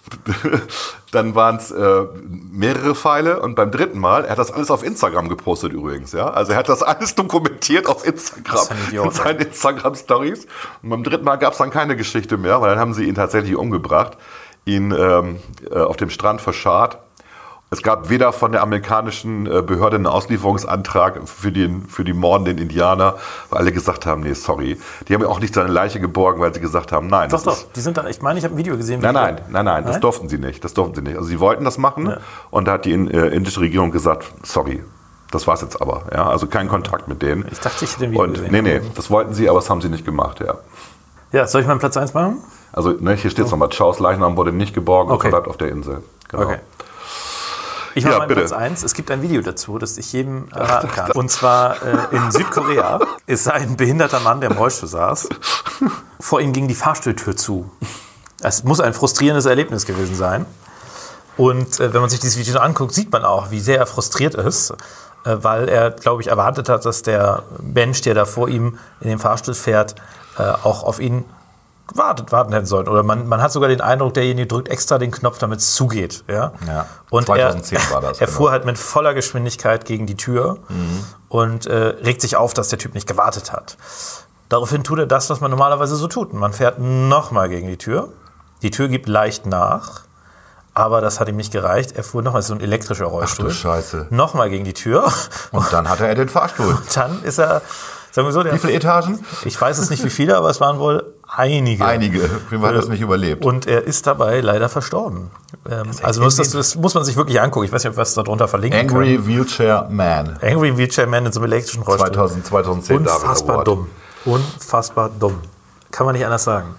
Speaker 1: Dann waren es äh, mehrere Pfeile und beim dritten Mal, er hat das alles auf Instagram gepostet übrigens. Ja? Also er hat das alles dokumentiert auf Instagram,
Speaker 2: Das ist ein Idiot,
Speaker 1: in seinen Instagram-Stories. Und beim dritten Mal gab es dann keine Geschichte mehr, weil dann haben sie ihn tatsächlich umgebracht, ihn ähm, äh, auf dem Strand verscharrt. Es gab weder von der amerikanischen Behörde einen Auslieferungsantrag für, den, für die mordenden Indianer, weil alle gesagt haben, nee, sorry. Die haben ja auch nicht seine Leiche geborgen, weil sie gesagt haben, nein.
Speaker 2: Doch,
Speaker 1: das
Speaker 2: doch,
Speaker 1: ist,
Speaker 2: die sind da, ich meine, ich habe ein Video gesehen. wie
Speaker 1: nein,
Speaker 2: die-
Speaker 1: nein, nein, nein, das
Speaker 2: Nein?
Speaker 1: durften sie nicht. Das durften sie nicht. Also sie wollten das machen
Speaker 2: Ja.
Speaker 1: und da hat die äh, indische Regierung gesagt, sorry, das war's jetzt aber. Ja, also kein Kontakt mit denen.
Speaker 2: Ich dachte, ich hätte ein Video
Speaker 1: und,
Speaker 2: gesehen.
Speaker 1: Nee, nee, das wollten sie, aber das haben sie nicht gemacht, ja.
Speaker 2: Ja, soll ich mal Platz eins machen?
Speaker 1: Also ne, hier steht es nochmal, Chaos Leichnam wurde nicht geborgen
Speaker 2: Okay.
Speaker 1: und verbleibt auf der Insel. Genau.
Speaker 2: Okay. Ich mache
Speaker 1: Ja,
Speaker 2: mal
Speaker 1: bitte.
Speaker 2: Platz eins. Es gibt ein Video dazu, das ich jedem raten kann. Und zwar äh, in Südkorea ist ein behinderter Mann, der im Rollstuhl saß. Vor ihm ging die Fahrstuhltür zu. Es muss ein frustrierendes Erlebnis gewesen sein. Und äh, wenn man sich dieses Video anguckt, sieht man auch, wie sehr er frustriert ist, äh, weil er, glaube ich, erwartet hat, dass der Mensch, der da vor ihm in den Fahrstuhl fährt, äh, auch auf ihn wartet, warten hätten sollen. Oder man, man hat sogar den Eindruck, derjenige drückt extra den Knopf, damit es zugeht. Ja?
Speaker 1: Ja.
Speaker 2: Und
Speaker 1: zweitausendzehn
Speaker 2: er,
Speaker 1: war das,
Speaker 2: er
Speaker 1: genau.
Speaker 2: fuhr halt mit voller Geschwindigkeit gegen die Tür
Speaker 1: Mhm.
Speaker 2: und äh, regt sich auf, dass der Typ nicht gewartet hat. Daraufhin tut er das, was man normalerweise so tut. Man fährt nochmal gegen die Tür. Die Tür gibt leicht nach, aber das hat ihm nicht gereicht. Er fuhr nochmal, so ein elektrischer Rollstuhl.
Speaker 1: Scheiße.
Speaker 2: Nochmal gegen die Tür.
Speaker 1: Und dann hatte er den Fahrstuhl.
Speaker 2: Und dann ist er, sagen wir so, der,
Speaker 1: Wie viele Etagen?
Speaker 2: ich weiß es nicht wie viele, aber es waren wohl einige.
Speaker 1: Einige. Wie hat das nicht überlebt?
Speaker 2: Und er ist dabei leider verstorben. Ähm, also muss das, das muss man sich wirklich angucken. Ich weiß nicht, ob wir es darunter verlinken
Speaker 1: Angry
Speaker 2: können.
Speaker 1: Wheelchair Man.
Speaker 2: Angry Wheelchair Man in so einem elektrischen Rollstuhl.
Speaker 1: zweitausend, zweitausendzehn David
Speaker 2: Unfassbar
Speaker 1: Award.
Speaker 2: dumm. Unfassbar dumm. Kann man nicht anders sagen.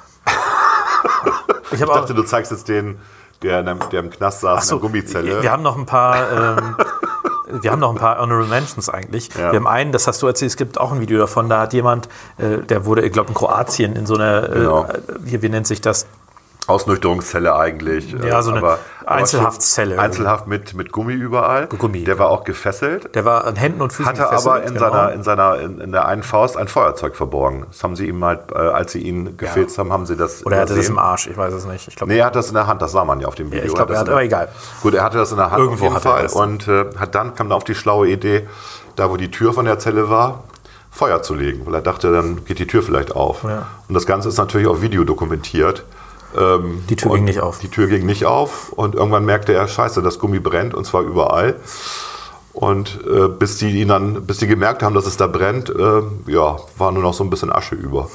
Speaker 2: Ich
Speaker 1: Ich
Speaker 2: habe auch.
Speaker 1: dachte, du zeigst jetzt den, der, in einem- der im Knast saß,
Speaker 2: Ach so,
Speaker 1: in der Gummizelle.
Speaker 2: wir haben noch ein paar. Ähm, Wir haben noch ein paar Honorable Mentions eigentlich.
Speaker 1: Ja.
Speaker 2: Wir haben einen, das hast du erzählt, es gibt auch ein Video davon, da hat jemand, äh, der wurde, ich glaube, in Kroatien in so einer,
Speaker 1: Genau.
Speaker 2: äh, hier, wie nennt sich das,
Speaker 1: Ausnüchterungszelle eigentlich.
Speaker 2: Ja, so eine
Speaker 1: aber,
Speaker 2: Einzelhaftzelle.
Speaker 1: Aber Einzelhaft mit, mit Gummi überall.
Speaker 2: Gummi,
Speaker 1: der
Speaker 2: ja.
Speaker 1: war auch gefesselt.
Speaker 2: Der war an Händen und Füßen
Speaker 1: hatte
Speaker 2: gefesselt.
Speaker 1: aber in
Speaker 2: genau.
Speaker 1: seiner, in, seiner in, in der einen Faust ein Feuerzeug verborgen. Das haben sie ihm halt, äh, als sie ihn gefilzt ja. haben, haben sie das
Speaker 2: Oder er hatte das
Speaker 1: übersehen.
Speaker 2: im Arsch, ich weiß es nicht. Ich glaub,
Speaker 1: nee, er hat das in der Hand, das sah man ja auf dem Video.
Speaker 2: Ja, ich glaube, er hat, aber egal.
Speaker 1: Gut, er hatte das in der Hand
Speaker 2: Irgendwo
Speaker 1: auf jeden Fall. Und äh, hat dann kam auf die schlaue Idee, da wo die Tür von der Zelle war, Feuer zu legen. Weil er dachte, dann geht die Tür vielleicht auf.
Speaker 2: Ja.
Speaker 1: Und das Ganze ist natürlich auf Video dokumentiert. Ähm,
Speaker 2: die Tür ging nicht auf.
Speaker 1: Die Tür ging nicht auf und irgendwann merkte er, scheiße, das Gummi brennt und zwar überall. Und äh, bis die ihn dann, bis die gemerkt haben, dass es da brennt, äh, ja, war nur noch so ein bisschen Asche über.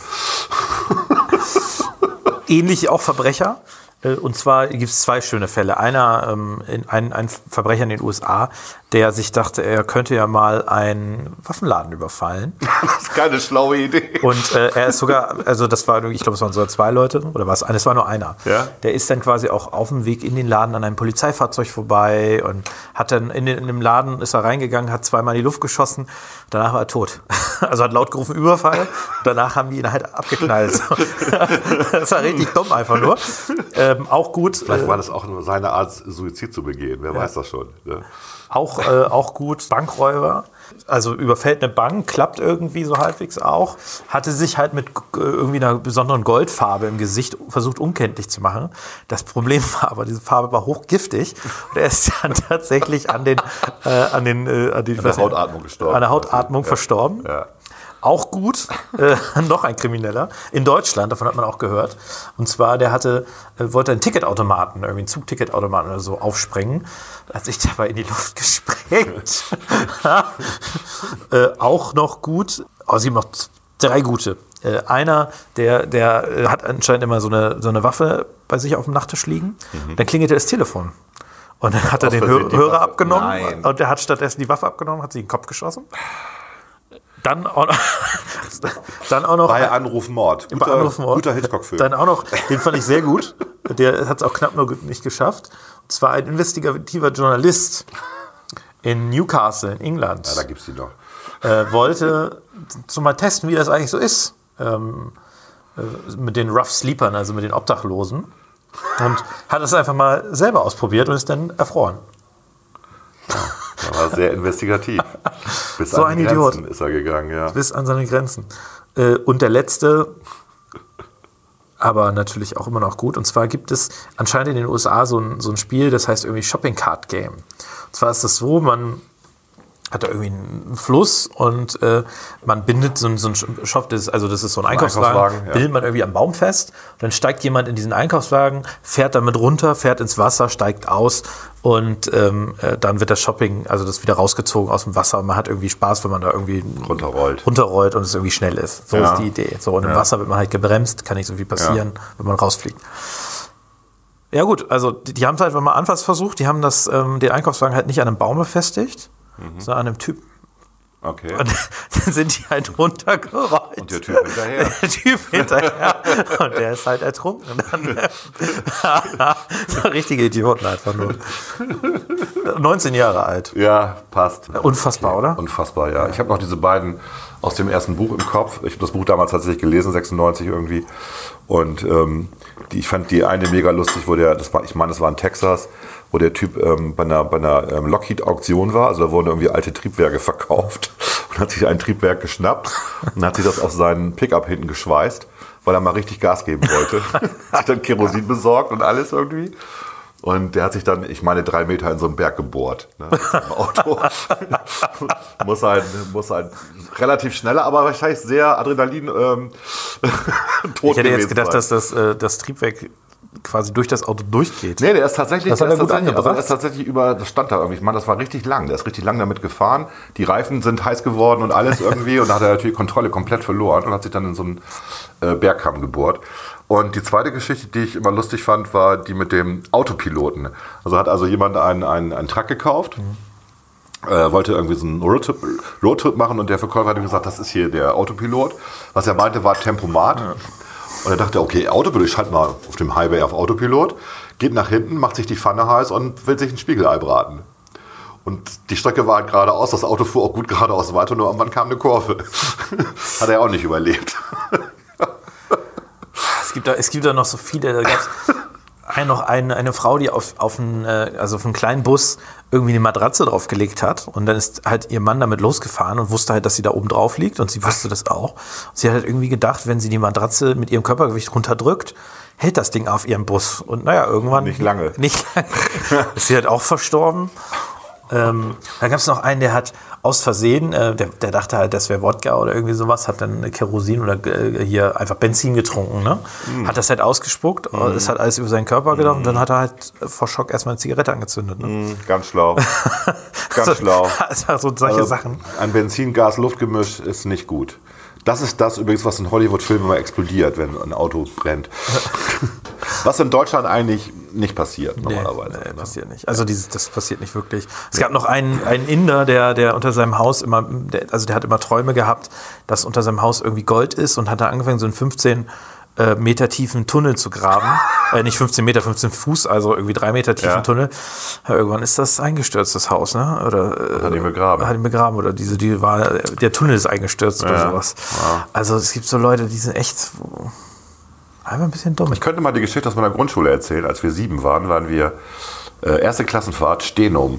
Speaker 2: Ähnlich auch Verbrecher. Und zwar gibt es zwei schöne Fälle. Einer, ähm, in, ein, ein Verbrecher in den U S A, der sich dachte, er könnte ja mal einen Waffenladen überfallen.
Speaker 1: Das ist keine schlaue Idee.
Speaker 2: Und äh, er ist sogar, also das war, ich glaube, es waren sogar zwei Leute, oder war es eine, es war nur einer.
Speaker 1: Ja?
Speaker 2: Der ist dann quasi auch auf dem Weg in den Laden an einem Polizeifahrzeug vorbei und hat dann in, den, in dem Laden, ist er reingegangen, hat zweimal in die Luft geschossen, danach war er tot. Also hat laut gerufen, Überfall, und danach haben die ihn halt abgeknallt. Das war richtig dumm einfach nur. Ähm, auch gut.
Speaker 1: Vielleicht war das auch nur seine Art, Suizid zu begehen, wer ja. weiß das schon. Ne?
Speaker 2: Auch, äh, auch gut, Bankräuber, also überfällt eine Bank, klappt irgendwie so halbwegs auch, hatte sich halt mit äh, irgendwie einer besonderen Goldfarbe im Gesicht versucht unkenntlich zu machen. Das Problem war aber, diese Farbe war hochgiftig und er ist dann tatsächlich an, den, äh, an, den, äh, an, die,
Speaker 1: an der Hautatmung gestorben.
Speaker 2: An der Hautatmung ja. verstorben.
Speaker 1: Ja.
Speaker 2: Auch gut, äh, noch ein Krimineller, in Deutschland, davon hat man auch gehört. Und zwar, der hatte, äh, wollte einen Ticketautomaten, irgendwie einen Zugticketautomaten oder so aufsprengen, hat sich dabei in die Luft gesprengt. äh, auch noch gut, oh, es gibt noch drei gute. Äh, einer, der, der äh, hat anscheinend immer so eine, so eine Waffe bei sich auf dem Nachttisch liegen. Mhm. Dann klingelte das Telefon. Und dann hat er den Hör- Hörer abgenommen. Nein. Und er hat stattdessen die Waffe abgenommen, hat sie in den Kopf geschossen. Dann auch noch, dann auch noch
Speaker 1: bei Anruf Mord.
Speaker 2: Guter, Anruf Mord.
Speaker 1: Guter Hitchcock-Film.
Speaker 2: Dann auch noch, den fand ich sehr gut. Der hat es auch knapp nur nicht geschafft. Und zwar ein investigativer Journalist in Newcastle in England.
Speaker 1: Ja, da gibt's die noch.
Speaker 2: Äh, wollte so mal testen, wie das eigentlich so ist. Ähm, äh, mit den Rough Sleepern, also mit den Obdachlosen. Und hat es einfach mal selber ausprobiert und ist dann erfroren.
Speaker 1: Ja. Er war sehr investigativ. Bis
Speaker 2: so
Speaker 1: an
Speaker 2: ein
Speaker 1: die Grenzen
Speaker 2: Idiot.
Speaker 1: ist er gegangen, ja.
Speaker 2: Bis an seine Grenzen. Äh, und der letzte, aber natürlich auch immer noch gut. Und zwar gibt es anscheinend in den U S A so ein, so ein Spiel, das heißt irgendwie Shopping Cart Game. Und zwar ist das so, man hat da irgendwie einen Fluss und äh, man bindet so, so einen Shop, das, also das ist so ein Einkaufswagen,
Speaker 1: Einkaufswagen ja.
Speaker 2: bindet man irgendwie am Baum fest. Und dann steigt jemand in diesen Einkaufswagen, fährt damit runter, fährt ins Wasser, steigt aus und ähm, äh, dann wird das Shopping, also das wieder rausgezogen aus dem Wasser und man hat irgendwie Spaß, wenn man da irgendwie
Speaker 1: runterrollt,
Speaker 2: runterrollt und es irgendwie schnell ist. So
Speaker 1: ja.
Speaker 2: ist die Idee. So, und im ja. Wasser wird man halt gebremst, kann nicht so viel passieren, ja. wenn man rausfliegt. Ja gut, also die, die haben es halt mal anfangs versucht, die haben das, ähm, den Einkaufswagen halt nicht an einem Baum befestigt, mhm. sondern an einem Typen.
Speaker 1: Okay.
Speaker 2: Und dann sind die halt runtergerollt.
Speaker 1: Und der Typ hinterher.
Speaker 2: Der Typ hinterher. Und der ist halt ertrunken. Und dann, so richtige Idioten einfach nur. neunzehn Jahre alt.
Speaker 1: Ja, passt.
Speaker 2: Unfassbar,
Speaker 1: okay.
Speaker 2: oder?
Speaker 1: Unfassbar, ja. Ich habe noch diese beiden aus dem ersten Buch im Kopf. Ich habe das Buch damals tatsächlich gelesen, sechsundneunzig irgendwie. Und ähm, die, ich fand die eine mega lustig, wo der, das war, ich meine, das war in Texas, wo der Typ ähm, bei einer, bei einer ähm, Lockheed-Auktion war. Also da wurden irgendwie alte Triebwerke verkauft und hat sich ein Triebwerk geschnappt und hat sich das auf seinen Pickup hinten geschweißt, weil er mal richtig Gas geben wollte. Hat sich dann Kerosin besorgt und alles irgendwie. Und der hat sich dann, ich meine, drei Meter in so einen Berg gebohrt. Ne, im Auto. muss, halt, muss halt relativ schneller, aber wahrscheinlich sehr Adrenalin ähm, tot
Speaker 2: Ich hätte jetzt gedacht,
Speaker 1: sein.
Speaker 2: dass das, äh, das Triebwerk quasi durch das Auto durchgeht.
Speaker 1: Nee, der ist tatsächlich,
Speaker 2: das hat
Speaker 1: der
Speaker 2: er
Speaker 1: ist
Speaker 2: gut
Speaker 1: tatsächlich, also
Speaker 2: angebracht.
Speaker 1: der ist tatsächlich über, das stand da irgendwie, ich meine, das war richtig lang, der ist richtig lang damit gefahren, die Reifen sind heiß geworden und alles irgendwie und da hat er natürlich Kontrolle komplett verloren und hat sich dann in so einen äh, Bergkamm gebohrt. Und die zweite Geschichte, die ich immer lustig fand, war die mit dem Autopiloten. Also hat also jemand einen, einen, einen Truck gekauft, mhm. äh, wollte irgendwie so einen Roadtrip, Roadtrip machen und der Verkäufer hat ihm gesagt, das ist hier der Autopilot. Was er meinte, war Tempomat. Ja. Und er dachte, okay, Autopilot, ich schalte mal auf dem Highway auf Autopilot, geht nach hinten, macht sich die Pfanne heiß und will sich ein Spiegelei braten. Und die Strecke war halt geradeaus, das Auto fuhr auch gut geradeaus weiter, nur irgendwann kam eine Kurve. Hat er auch nicht überlebt.
Speaker 2: Es gibt, da, es gibt da noch so viele, da gab's, ein, noch eine, eine Frau, die auf, auf, einen, also auf einen kleinen Bus irgendwie eine Matratze draufgelegt hat und dann ist halt ihr Mann damit losgefahren und wusste halt, dass sie da oben drauf liegt und sie wusste das auch. Und sie hat halt irgendwie gedacht, wenn sie die Matratze mit ihrem Körpergewicht runterdrückt, hält das Ding auf ihrem Bus. Und naja, irgendwann...
Speaker 1: Nicht lange.
Speaker 2: Nicht lange. Ist sie halt auch verstorben. Ähm, dann gab es noch einen, der hat aus Versehen, äh, der, der dachte halt, das wäre Wodka oder irgendwie sowas, hat dann Kerosin oder äh, hier einfach Benzin getrunken, ne? Mm. Hat das halt ausgespuckt, mm. es hat alles über seinen Körper gedacht mm. und dann hat er halt vor Schock erstmal eine Zigarette angezündet. Ne?
Speaker 1: Mm, ganz schlau. Ganz
Speaker 2: so,
Speaker 1: schlau.
Speaker 2: Also solche also, Sachen.
Speaker 1: Ein Benzin-Gas-Luftgemisch ist nicht gut. Das ist das übrigens, was in Hollywood-Filmen immer explodiert, wenn ein Auto brennt. Was in Deutschland eigentlich nicht passiert, normalerweise.
Speaker 2: Nee, nee, passiert nicht. Also dieses, das passiert nicht wirklich. Es gab noch einen, einen Inder, der, der unter seinem Haus immer, der, also der hat immer Träume gehabt, dass unter seinem Haus irgendwie Gold ist und hat da angefangen, so einen fünfzehn Meter tiefen Tunnel zu graben. äh, nicht fünfzehn Meter, fünfzehn Fuß, also irgendwie drei Meter tiefen ja. Tunnel. Ja, irgendwann ist das eingestürzt, das Haus, ne? Oder,
Speaker 1: hat ihn begraben.
Speaker 2: Hat ihn begraben. Oder diese, die war, der Tunnel ist eingestürzt ja. oder sowas. Ja. Also es gibt so Leute, die sind echt einfach ein bisschen dumm.
Speaker 1: Ich könnte mal die Geschichte aus meiner Grundschule erzählen. Als wir sieben waren, waren wir äh, erste Klassenfahrt Stenum.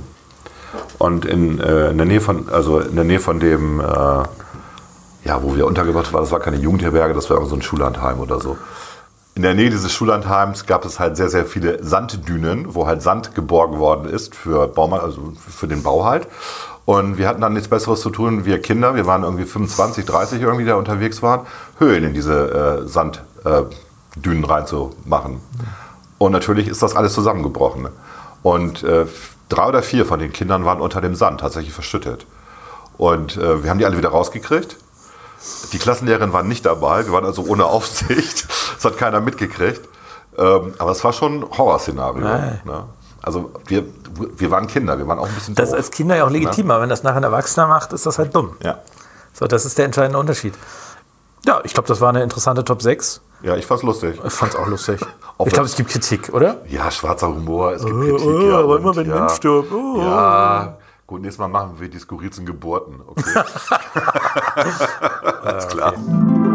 Speaker 1: Und in, äh, in der Nähe von, also in der Nähe von dem äh, ja, wo wir untergebracht waren, das war keine Jugendherberge, das war so ein Schullandheim oder so. In der Nähe dieses Schullandheims gab es halt sehr, sehr viele Sanddünen, wo halt Sand geborgen worden ist für, Baumann, also für den Bau halt. Und wir hatten dann nichts Besseres zu tun, wir Kinder, wir waren irgendwie fünfundzwanzig, dreißig irgendwie, die da unterwegs waren, Höhlen in diese äh, Sanddünen äh, reinzumachen. Und natürlich ist das alles zusammengebrochen. Und äh, drei oder vier von den Kindern waren unter dem Sand tatsächlich verschüttet. Und äh, wir haben die alle wieder rausgekriegt. Die Klassenlehrerin war nicht dabei, wir waren also ohne Aufsicht, das hat keiner mitgekriegt. Ähm, aber es war schon ein Horrorszenario. Ne? Also wir, wir waren Kinder, wir waren auch ein bisschen
Speaker 2: Das
Speaker 1: doof,
Speaker 2: ist als Kinder ja auch legitim, aber wenn das nachher ein Erwachsener macht, ist das halt dumm.
Speaker 1: Ja.
Speaker 2: So, das ist der entscheidende Unterschied. Ja, ich glaube, das war eine interessante Top sechs.
Speaker 1: Ja, ich fand's lustig.
Speaker 2: Ich fand's auch lustig. Ich glaube, es gibt Kritik, oder?
Speaker 1: Ja, schwarzer Humor, es gibt
Speaker 2: oh,
Speaker 1: Kritik.
Speaker 2: Oh,
Speaker 1: ja,
Speaker 2: aber immer wenn
Speaker 1: ja,
Speaker 2: Mensch stirbt. Oh,
Speaker 1: ja, gut, nächstes Mal machen wir die skurrilsten Geburten. Okay. Alles klar. Okay.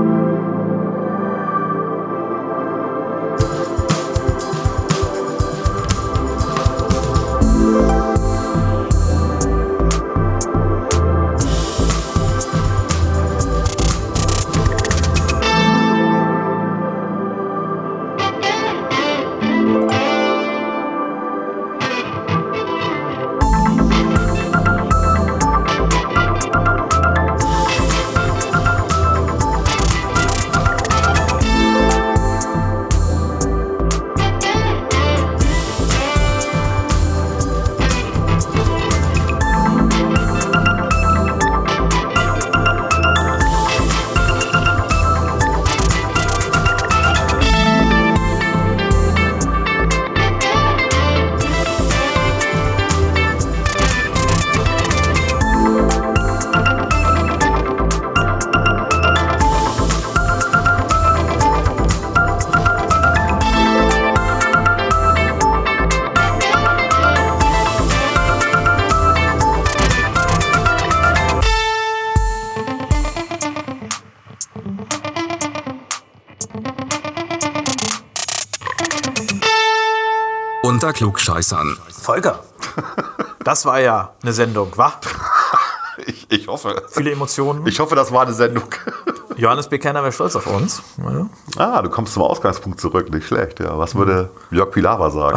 Speaker 3: Unter Klugscheißern.
Speaker 2: Volker, das war ja eine Sendung, wa?
Speaker 1: Ich, ich hoffe.
Speaker 2: Viele Emotionen.
Speaker 1: Ich hoffe, das war eine Sendung.
Speaker 2: Johannes Bekerner wäre stolz auf uns. Ja.
Speaker 1: Ah, du kommst zum Ausgangspunkt zurück, nicht schlecht. Ja, was würde Jörg Pilawa sagen?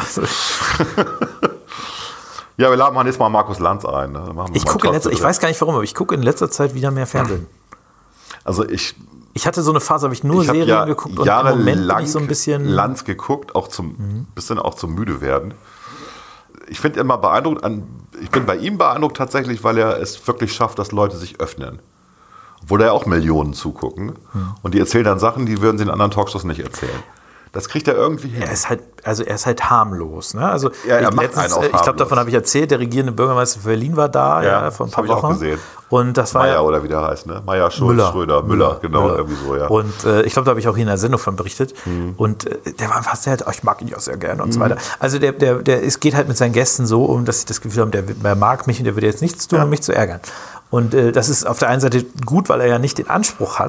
Speaker 1: Ja, wir laden mal nächstes Mal Markus Lanz ein. Ne? Machen wir
Speaker 2: ich, gucke in letzter, ich weiß gar nicht warum, aber ich gucke in letzter Zeit wieder mehr Fernsehen.
Speaker 1: Also ich...
Speaker 2: Ich hatte so eine Phase, habe ich nur
Speaker 1: ich
Speaker 2: Serien
Speaker 1: ja
Speaker 2: geguckt und im Moment bin ich so ein bisschen...
Speaker 1: Lanz geguckt, auch zum mhm. bisschen auch zum müde werden. Ich finde immer beeindruckt, an, ich bin bei ihm beeindruckt tatsächlich, weil er es wirklich schafft, dass Leute sich öffnen. Obwohl da ja auch Millionen zugucken. Mhm. Und die erzählen dann Sachen, die würden sie in anderen Talkshows nicht erzählen. Das kriegt er irgendwie hin.
Speaker 2: Er ist halt, also er ist halt harmlos. Ne? Also
Speaker 1: ja, er
Speaker 2: ich,
Speaker 1: macht letztens,
Speaker 2: ich glaube, davon habe ich erzählt, der regierende Bürgermeister von Berlin war da, ja, ja vor ein paar
Speaker 1: das
Speaker 2: Wochen.
Speaker 1: Ich auch gesehen.
Speaker 2: Und das war
Speaker 1: Meier
Speaker 2: ja,
Speaker 1: oder wie der heißt, ne? Meier, Schulz,
Speaker 2: Müller.
Speaker 1: Schröder, Müller, Müller genau, Müller. Irgendwie so, ja.
Speaker 2: Und äh, ich glaube, da habe ich auch hier in der Sendung von berichtet. Mhm. Und äh, der war fast halt, oh, ich mag ihn ja sehr gerne und mhm. so weiter. Also der, der, der es geht halt mit seinen Gästen so um, dass sie das Gefühl haben, der, der mag mich und der würde jetzt nichts tun, ja. um mich zu ärgern. Und äh, das ist auf der einen Seite gut, weil er ja nicht den Anspruch hat,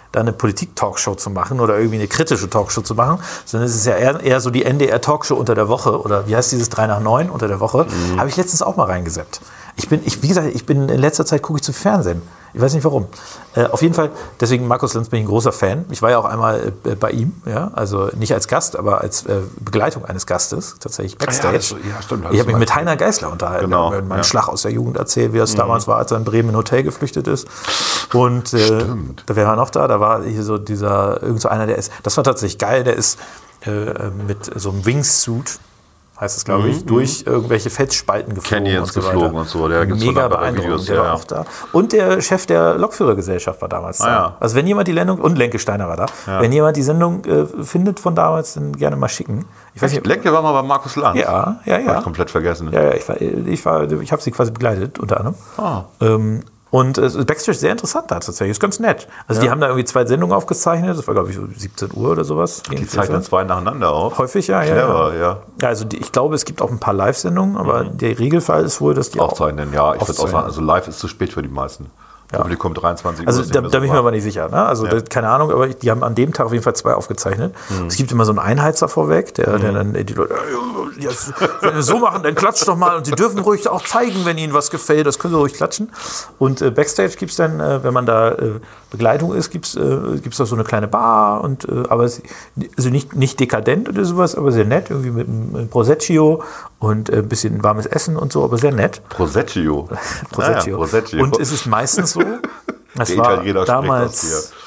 Speaker 2: da eine Politik-Talkshow zu machen oder irgendwie eine kritische Talkshow zu machen, sondern es ist ja eher, eher so die N D R-Talkshow unter der Woche oder wie heißt dieses drei nach neun unter der Woche, mhm. habe ich letztens auch mal reingesappt. Ich bin, ich, wie gesagt, ich bin in letzter Zeit gucke ich zu Fernsehen. Ich weiß nicht warum. Äh, auf jeden Fall, deswegen Markus Lanz bin ich ein großer Fan. Ich war ja auch einmal äh, bei ihm, ja, also nicht als Gast, aber als äh, Begleitung eines Gastes, tatsächlich Backstage.
Speaker 1: Ja, das, ja, stimmt,
Speaker 2: ich habe mich mit Heiner Geißler unterhalten.
Speaker 1: Genau,
Speaker 2: Ich habe meinen
Speaker 1: ja.
Speaker 2: Schlag aus der Jugend erzählt, wie das
Speaker 1: mhm.
Speaker 2: damals war, als er in Bremen in ein Hotel geflüchtet ist. Und äh, da wäre er noch da, da war hier so dieser, irgend so einer, der ist, das war tatsächlich geil, der ist äh, mit so einem Wingsuit, heißt es, glaube ich, mhm. durch irgendwelche Felsspalten geflogen
Speaker 1: Canyons
Speaker 2: und so weiter.
Speaker 1: geflogen und so. Der gibt's
Speaker 2: Mega
Speaker 1: so
Speaker 2: beeindruckend,
Speaker 1: Videos,
Speaker 2: der
Speaker 1: ja,
Speaker 2: war
Speaker 1: ja.
Speaker 2: auch da. Und der Chef der Lokführergesellschaft war damals
Speaker 1: ah,
Speaker 2: da.
Speaker 1: ja.
Speaker 2: Also wenn jemand die Sendung, und Lenke Steiner war da,
Speaker 1: ja.
Speaker 2: wenn jemand die Sendung äh, findet von damals, dann gerne mal schicken. Ich weiß nicht,
Speaker 1: Lenke war mal bei Markus Lanz.
Speaker 2: Ja, ja, ja.
Speaker 1: Hab ich komplett vergessen.
Speaker 2: Ja, ja, ich, war, ich, war, ich habe sie quasi begleitet, unter anderem.
Speaker 1: Ah.
Speaker 2: Ähm, Und äh, Backstage ist sehr interessant da tatsächlich, ist ganz nett. Also
Speaker 1: ja.
Speaker 2: die haben da irgendwie zwei Sendungen aufgezeichnet, das war glaube ich so siebzehn Uhr oder sowas.
Speaker 1: Die zeichnen zwei nacheinander auf.
Speaker 2: Häufig, ja.
Speaker 1: Clever,
Speaker 2: ja,
Speaker 1: ja.
Speaker 2: ja. Also die, ich glaube, es gibt auch ein paar Live-Sendungen, aber mhm. der Regelfall ist wohl, dass die
Speaker 1: aufzeichnen. Ja, ich würde auch
Speaker 2: aufzeichnen.
Speaker 1: sagen, also live ist zu spät für die meisten.
Speaker 2: Ja.
Speaker 1: Publikum dreiundzwanzig Uhr.
Speaker 2: Also da, da bin ich mir aber nicht sicher. Ne? Also
Speaker 1: ja.
Speaker 2: das, keine Ahnung, aber die haben an dem Tag auf jeden Fall zwei aufgezeichnet. Mhm. Es gibt immer so einen Einheizer vorweg, der, mhm. der dann die Leute, äh, jetzt, wenn wir so machen, dann klatscht doch mal. Und sie dürfen ruhig auch zeigen, wenn ihnen was gefällt. Das können sie ruhig klatschen. Und äh, Backstage gibt es dann, äh, wenn man da äh, Begleitung ist, gibt es äh, gibt's da so eine kleine Bar. Und, äh, aber es, also nicht, nicht dekadent oder sowas, aber sehr nett. Irgendwie mit einem Prosecco und ein bisschen warmes Essen und so, aber sehr nett.
Speaker 1: Prosecco.
Speaker 2: Prosecco.
Speaker 1: Ah ja, Prosecco.
Speaker 2: Und es ist meistens so, das
Speaker 1: Der
Speaker 2: war
Speaker 1: Italiener
Speaker 2: damals,
Speaker 1: spricht das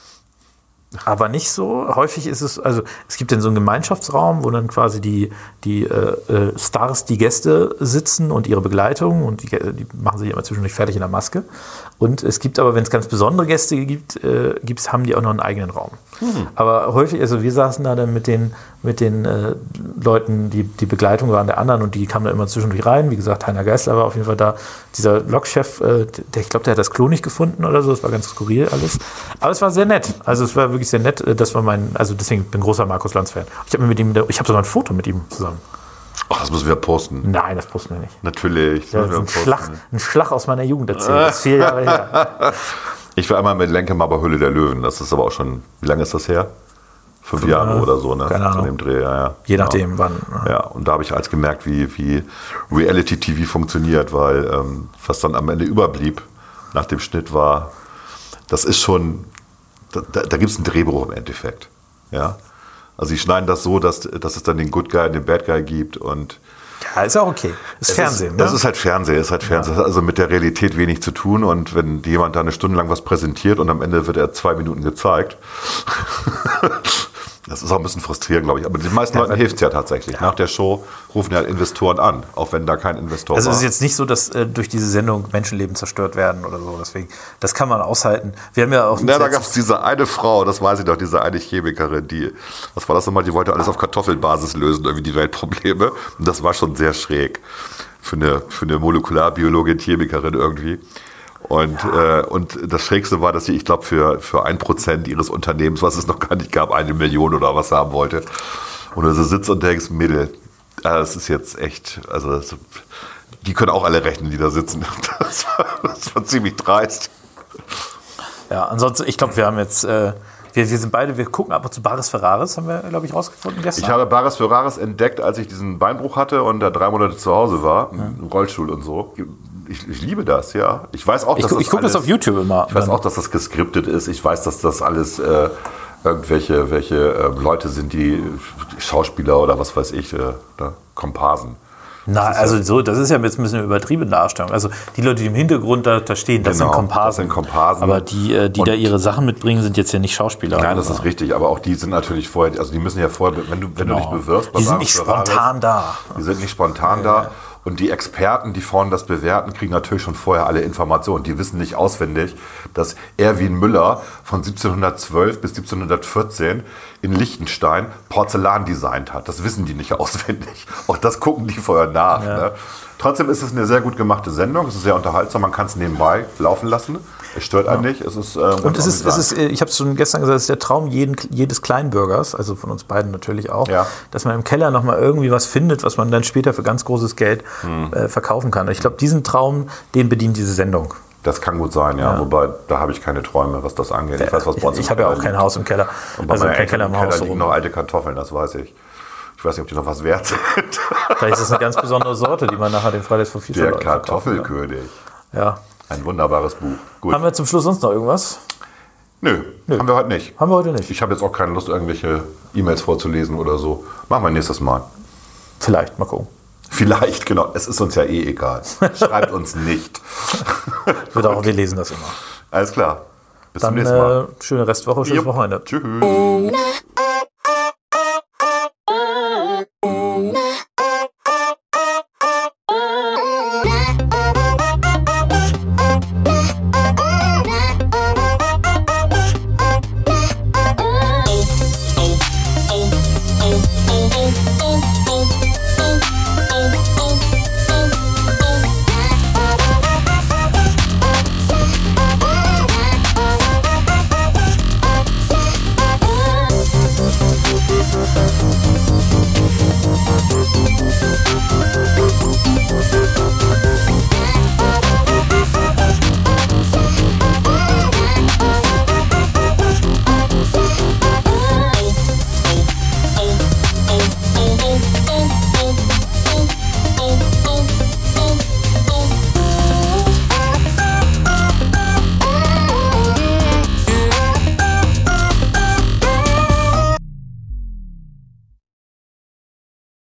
Speaker 2: aber nicht so. Häufig ist es, also es gibt dann so einen Gemeinschaftsraum, wo dann quasi die, die äh, Stars, die Gäste sitzen und ihre Begleitung und die, die machen sich immer zwischendurch fertig in der Maske. Und es gibt aber, wenn es ganz besondere Gäste gibt, äh, gibt's, haben die auch noch einen eigenen Raum. Hm. Aber häufig, also wir saßen da dann mit den, mit den äh, Leuten, die die Begleitung waren der anderen und die kamen da immer zwischendurch rein. Wie gesagt, Heiner Geißler war auf jeden Fall da. Dieser Lokchef, äh, der, ich glaube, der hat das Klo nicht gefunden oder so. Das war ganz skurril alles. Aber es war sehr nett. Also es war wirklich sehr nett. Das war mein, also deswegen bin ich ein großer Markus Lanz-Fan. Ich habe mir mit ihm, ich habe sogar ein Foto mit ihm zusammen.
Speaker 1: Ach, das müssen wir posten.
Speaker 2: Nein, das posten wir nicht.
Speaker 1: Natürlich.
Speaker 2: Ja, das ist ein Schlag, ein Schlag aus meiner Jugend erzählt. Das ist vier Jahre her.
Speaker 1: Ich war einmal mit Lenke mal bei Höhle der Löwen. Das ist aber auch schon, wie lange ist das her? Fünf, Fünf Jahre oder so, ne?
Speaker 2: Keine Ahnung.
Speaker 1: Von dem Dreh, ja, ja.
Speaker 2: Je nachdem, ja. wann.
Speaker 1: Ja. ja, und da habe ich als gemerkt, wie, wie Reality-T V funktioniert, weil ähm, was dann am Ende überblieb nach dem Schnitt war, das ist schon, da, da, da gibt es einen Drehbruch im Endeffekt. Ja. Also sie schneiden das so, dass, dass es dann den Good Guy und den Bad Guy gibt und
Speaker 2: ja, ist auch okay. Das ist Fernsehen.
Speaker 1: Ist,
Speaker 2: ne?
Speaker 1: Das ist halt Fernsehen. Ist halt Fernsehen. Ja. Das hat also mit der Realität wenig zu tun. Und wenn jemand da eine Stunde lang was präsentiert und am Ende wird er zwei Minuten gezeigt, das ist auch ein bisschen frustrierend, glaube ich. Aber den meisten ja, Leuten hilft es ja tatsächlich. Ja. Nach der Show rufen ja Investoren an, auch wenn da kein Investor
Speaker 2: also
Speaker 1: war.
Speaker 2: Also es ist jetzt nicht so, dass äh, durch diese Sendung Menschenleben zerstört werden oder so. Deswegen, das kann man aushalten. Wir haben ja auch.
Speaker 1: Ja, da gab es diese eine Frau, das weiß ich noch, diese eine Chemikerin, die, was war das nochmal, die wollte alles auf Kartoffelbasis lösen, irgendwie die Weltprobleme. Und das war schon sehr schräg für eine, für eine Molekularbiologin, Chemikerin irgendwie. Und, ja. äh, und das Schrägste war, dass sie, ich glaube, für, für ein Prozent ihres Unternehmens, was es noch gar nicht gab, eine Million oder was haben wollte. Und du so sitzt und denkst, Mädel, das ist jetzt echt, also das, die können auch alle rechnen, die da sitzen. Das war, das war ziemlich dreist.
Speaker 2: Ja, ansonsten, ich glaube, wir haben jetzt, äh, wir, wir sind beide, wir gucken ab und zu Bares Ferraris, haben wir, glaube ich, rausgefunden gestern.
Speaker 1: Ich habe Bares Ferraris entdeckt, als ich diesen Beinbruch hatte und da drei Monate zu Hause war, ja. im Rollstuhl und so. Ich, ich liebe das, ja. Ich weiß auch, dass
Speaker 2: ich,
Speaker 1: das
Speaker 2: ich gucke das auf YouTube immer.
Speaker 1: Ich weiß auch, dass das geskriptet ist. Ich weiß, dass das alles äh, irgendwelche welche, äh, Leute sind, die Schauspieler oder was weiß ich, äh, ne? Komparsen.
Speaker 2: Na, also ja so, das ist ja jetzt ein bisschen eine übertriebene Darstellung. Also die Leute, die im Hintergrund da, da stehen, das,
Speaker 1: genau,
Speaker 2: sind Komparsen.
Speaker 1: das sind Komparsen.
Speaker 2: Aber die, die da ihre Sachen mitbringen, sind jetzt ja nicht Schauspieler.
Speaker 1: Nein, das ist richtig. Aber auch die sind natürlich vorher, also die müssen ja vorher, wenn du, wenn genau. du dich bewirbst.
Speaker 2: Die sind nicht spontan da.
Speaker 1: Die sind nicht spontan ja, da. Ja. Und die Experten, die vorne das bewerten, kriegen natürlich schon vorher alle Informationen. Die wissen nicht auswendig, dass Erwin Müller von siebzehnhundertzwölf bis siebzehnhundertvierzehn in Liechtenstein Porzellan designt hat. Das wissen die nicht auswendig. Auch das gucken die vorher nach. Ja. Ne? Trotzdem ist es eine sehr gut gemachte Sendung. Es ist sehr unterhaltsam. Man kann es nebenbei laufen lassen. Es stört einen ja. nicht. Es ist, äh,
Speaker 2: und es ist, es ist, ich habe es schon gestern gesagt, es ist der Traum jeden, jedes Kleinbürgers, also von uns beiden natürlich auch, ja. dass man im Keller nochmal irgendwie was findet, was man dann später für ganz großes Geld hm. äh, verkaufen kann. Und ich glaube, diesen Traum, den bedient diese Sendung.
Speaker 1: Das kann gut sein, ja.
Speaker 2: Ja.
Speaker 1: Wobei, da habe ich keine Träume, was das angeht. Ich weiß, was bei uns
Speaker 2: Ich
Speaker 1: im
Speaker 2: habe ja
Speaker 1: Keller
Speaker 2: auch kein
Speaker 1: liegt.
Speaker 2: Haus im Keller.
Speaker 1: Und bei
Speaker 2: Also
Speaker 1: meinen
Speaker 2: kein
Speaker 1: Eltern
Speaker 2: Keller im
Speaker 1: im
Speaker 2: Haus.
Speaker 1: Keller
Speaker 2: So
Speaker 1: liegen
Speaker 2: rum.
Speaker 1: noch alte Kartoffeln, das weiß ich. Ich weiß nicht, ob die noch was wert sind.
Speaker 2: Vielleicht ist das eine ganz besondere Sorte, die man nachher den Fridays for Future
Speaker 1: Der
Speaker 2: Leuten verkaufen kann.
Speaker 1: Kartoffelkönig.
Speaker 2: Ja.
Speaker 1: Ein wunderbares Buch. Gut.
Speaker 2: Haben wir zum Schluss sonst noch irgendwas?
Speaker 1: Nö, haben wir heute nicht.
Speaker 2: Haben wir heute nicht.
Speaker 1: Ich habe jetzt auch keine Lust, irgendwelche E-Mails vorzulesen oder so. Machen wir nächstes Mal.
Speaker 2: Vielleicht, mal gucken.
Speaker 1: Vielleicht, genau. Es ist uns ja eh egal. Schreibt uns nicht.
Speaker 2: Wird auch, wir lesen das immer.
Speaker 1: Alles klar. Bis
Speaker 2: Dann
Speaker 1: zum nächsten Mal.
Speaker 2: äh, schöne Restwoche, schönes
Speaker 1: Jupp.
Speaker 2: Wochenende.
Speaker 1: Tschüss.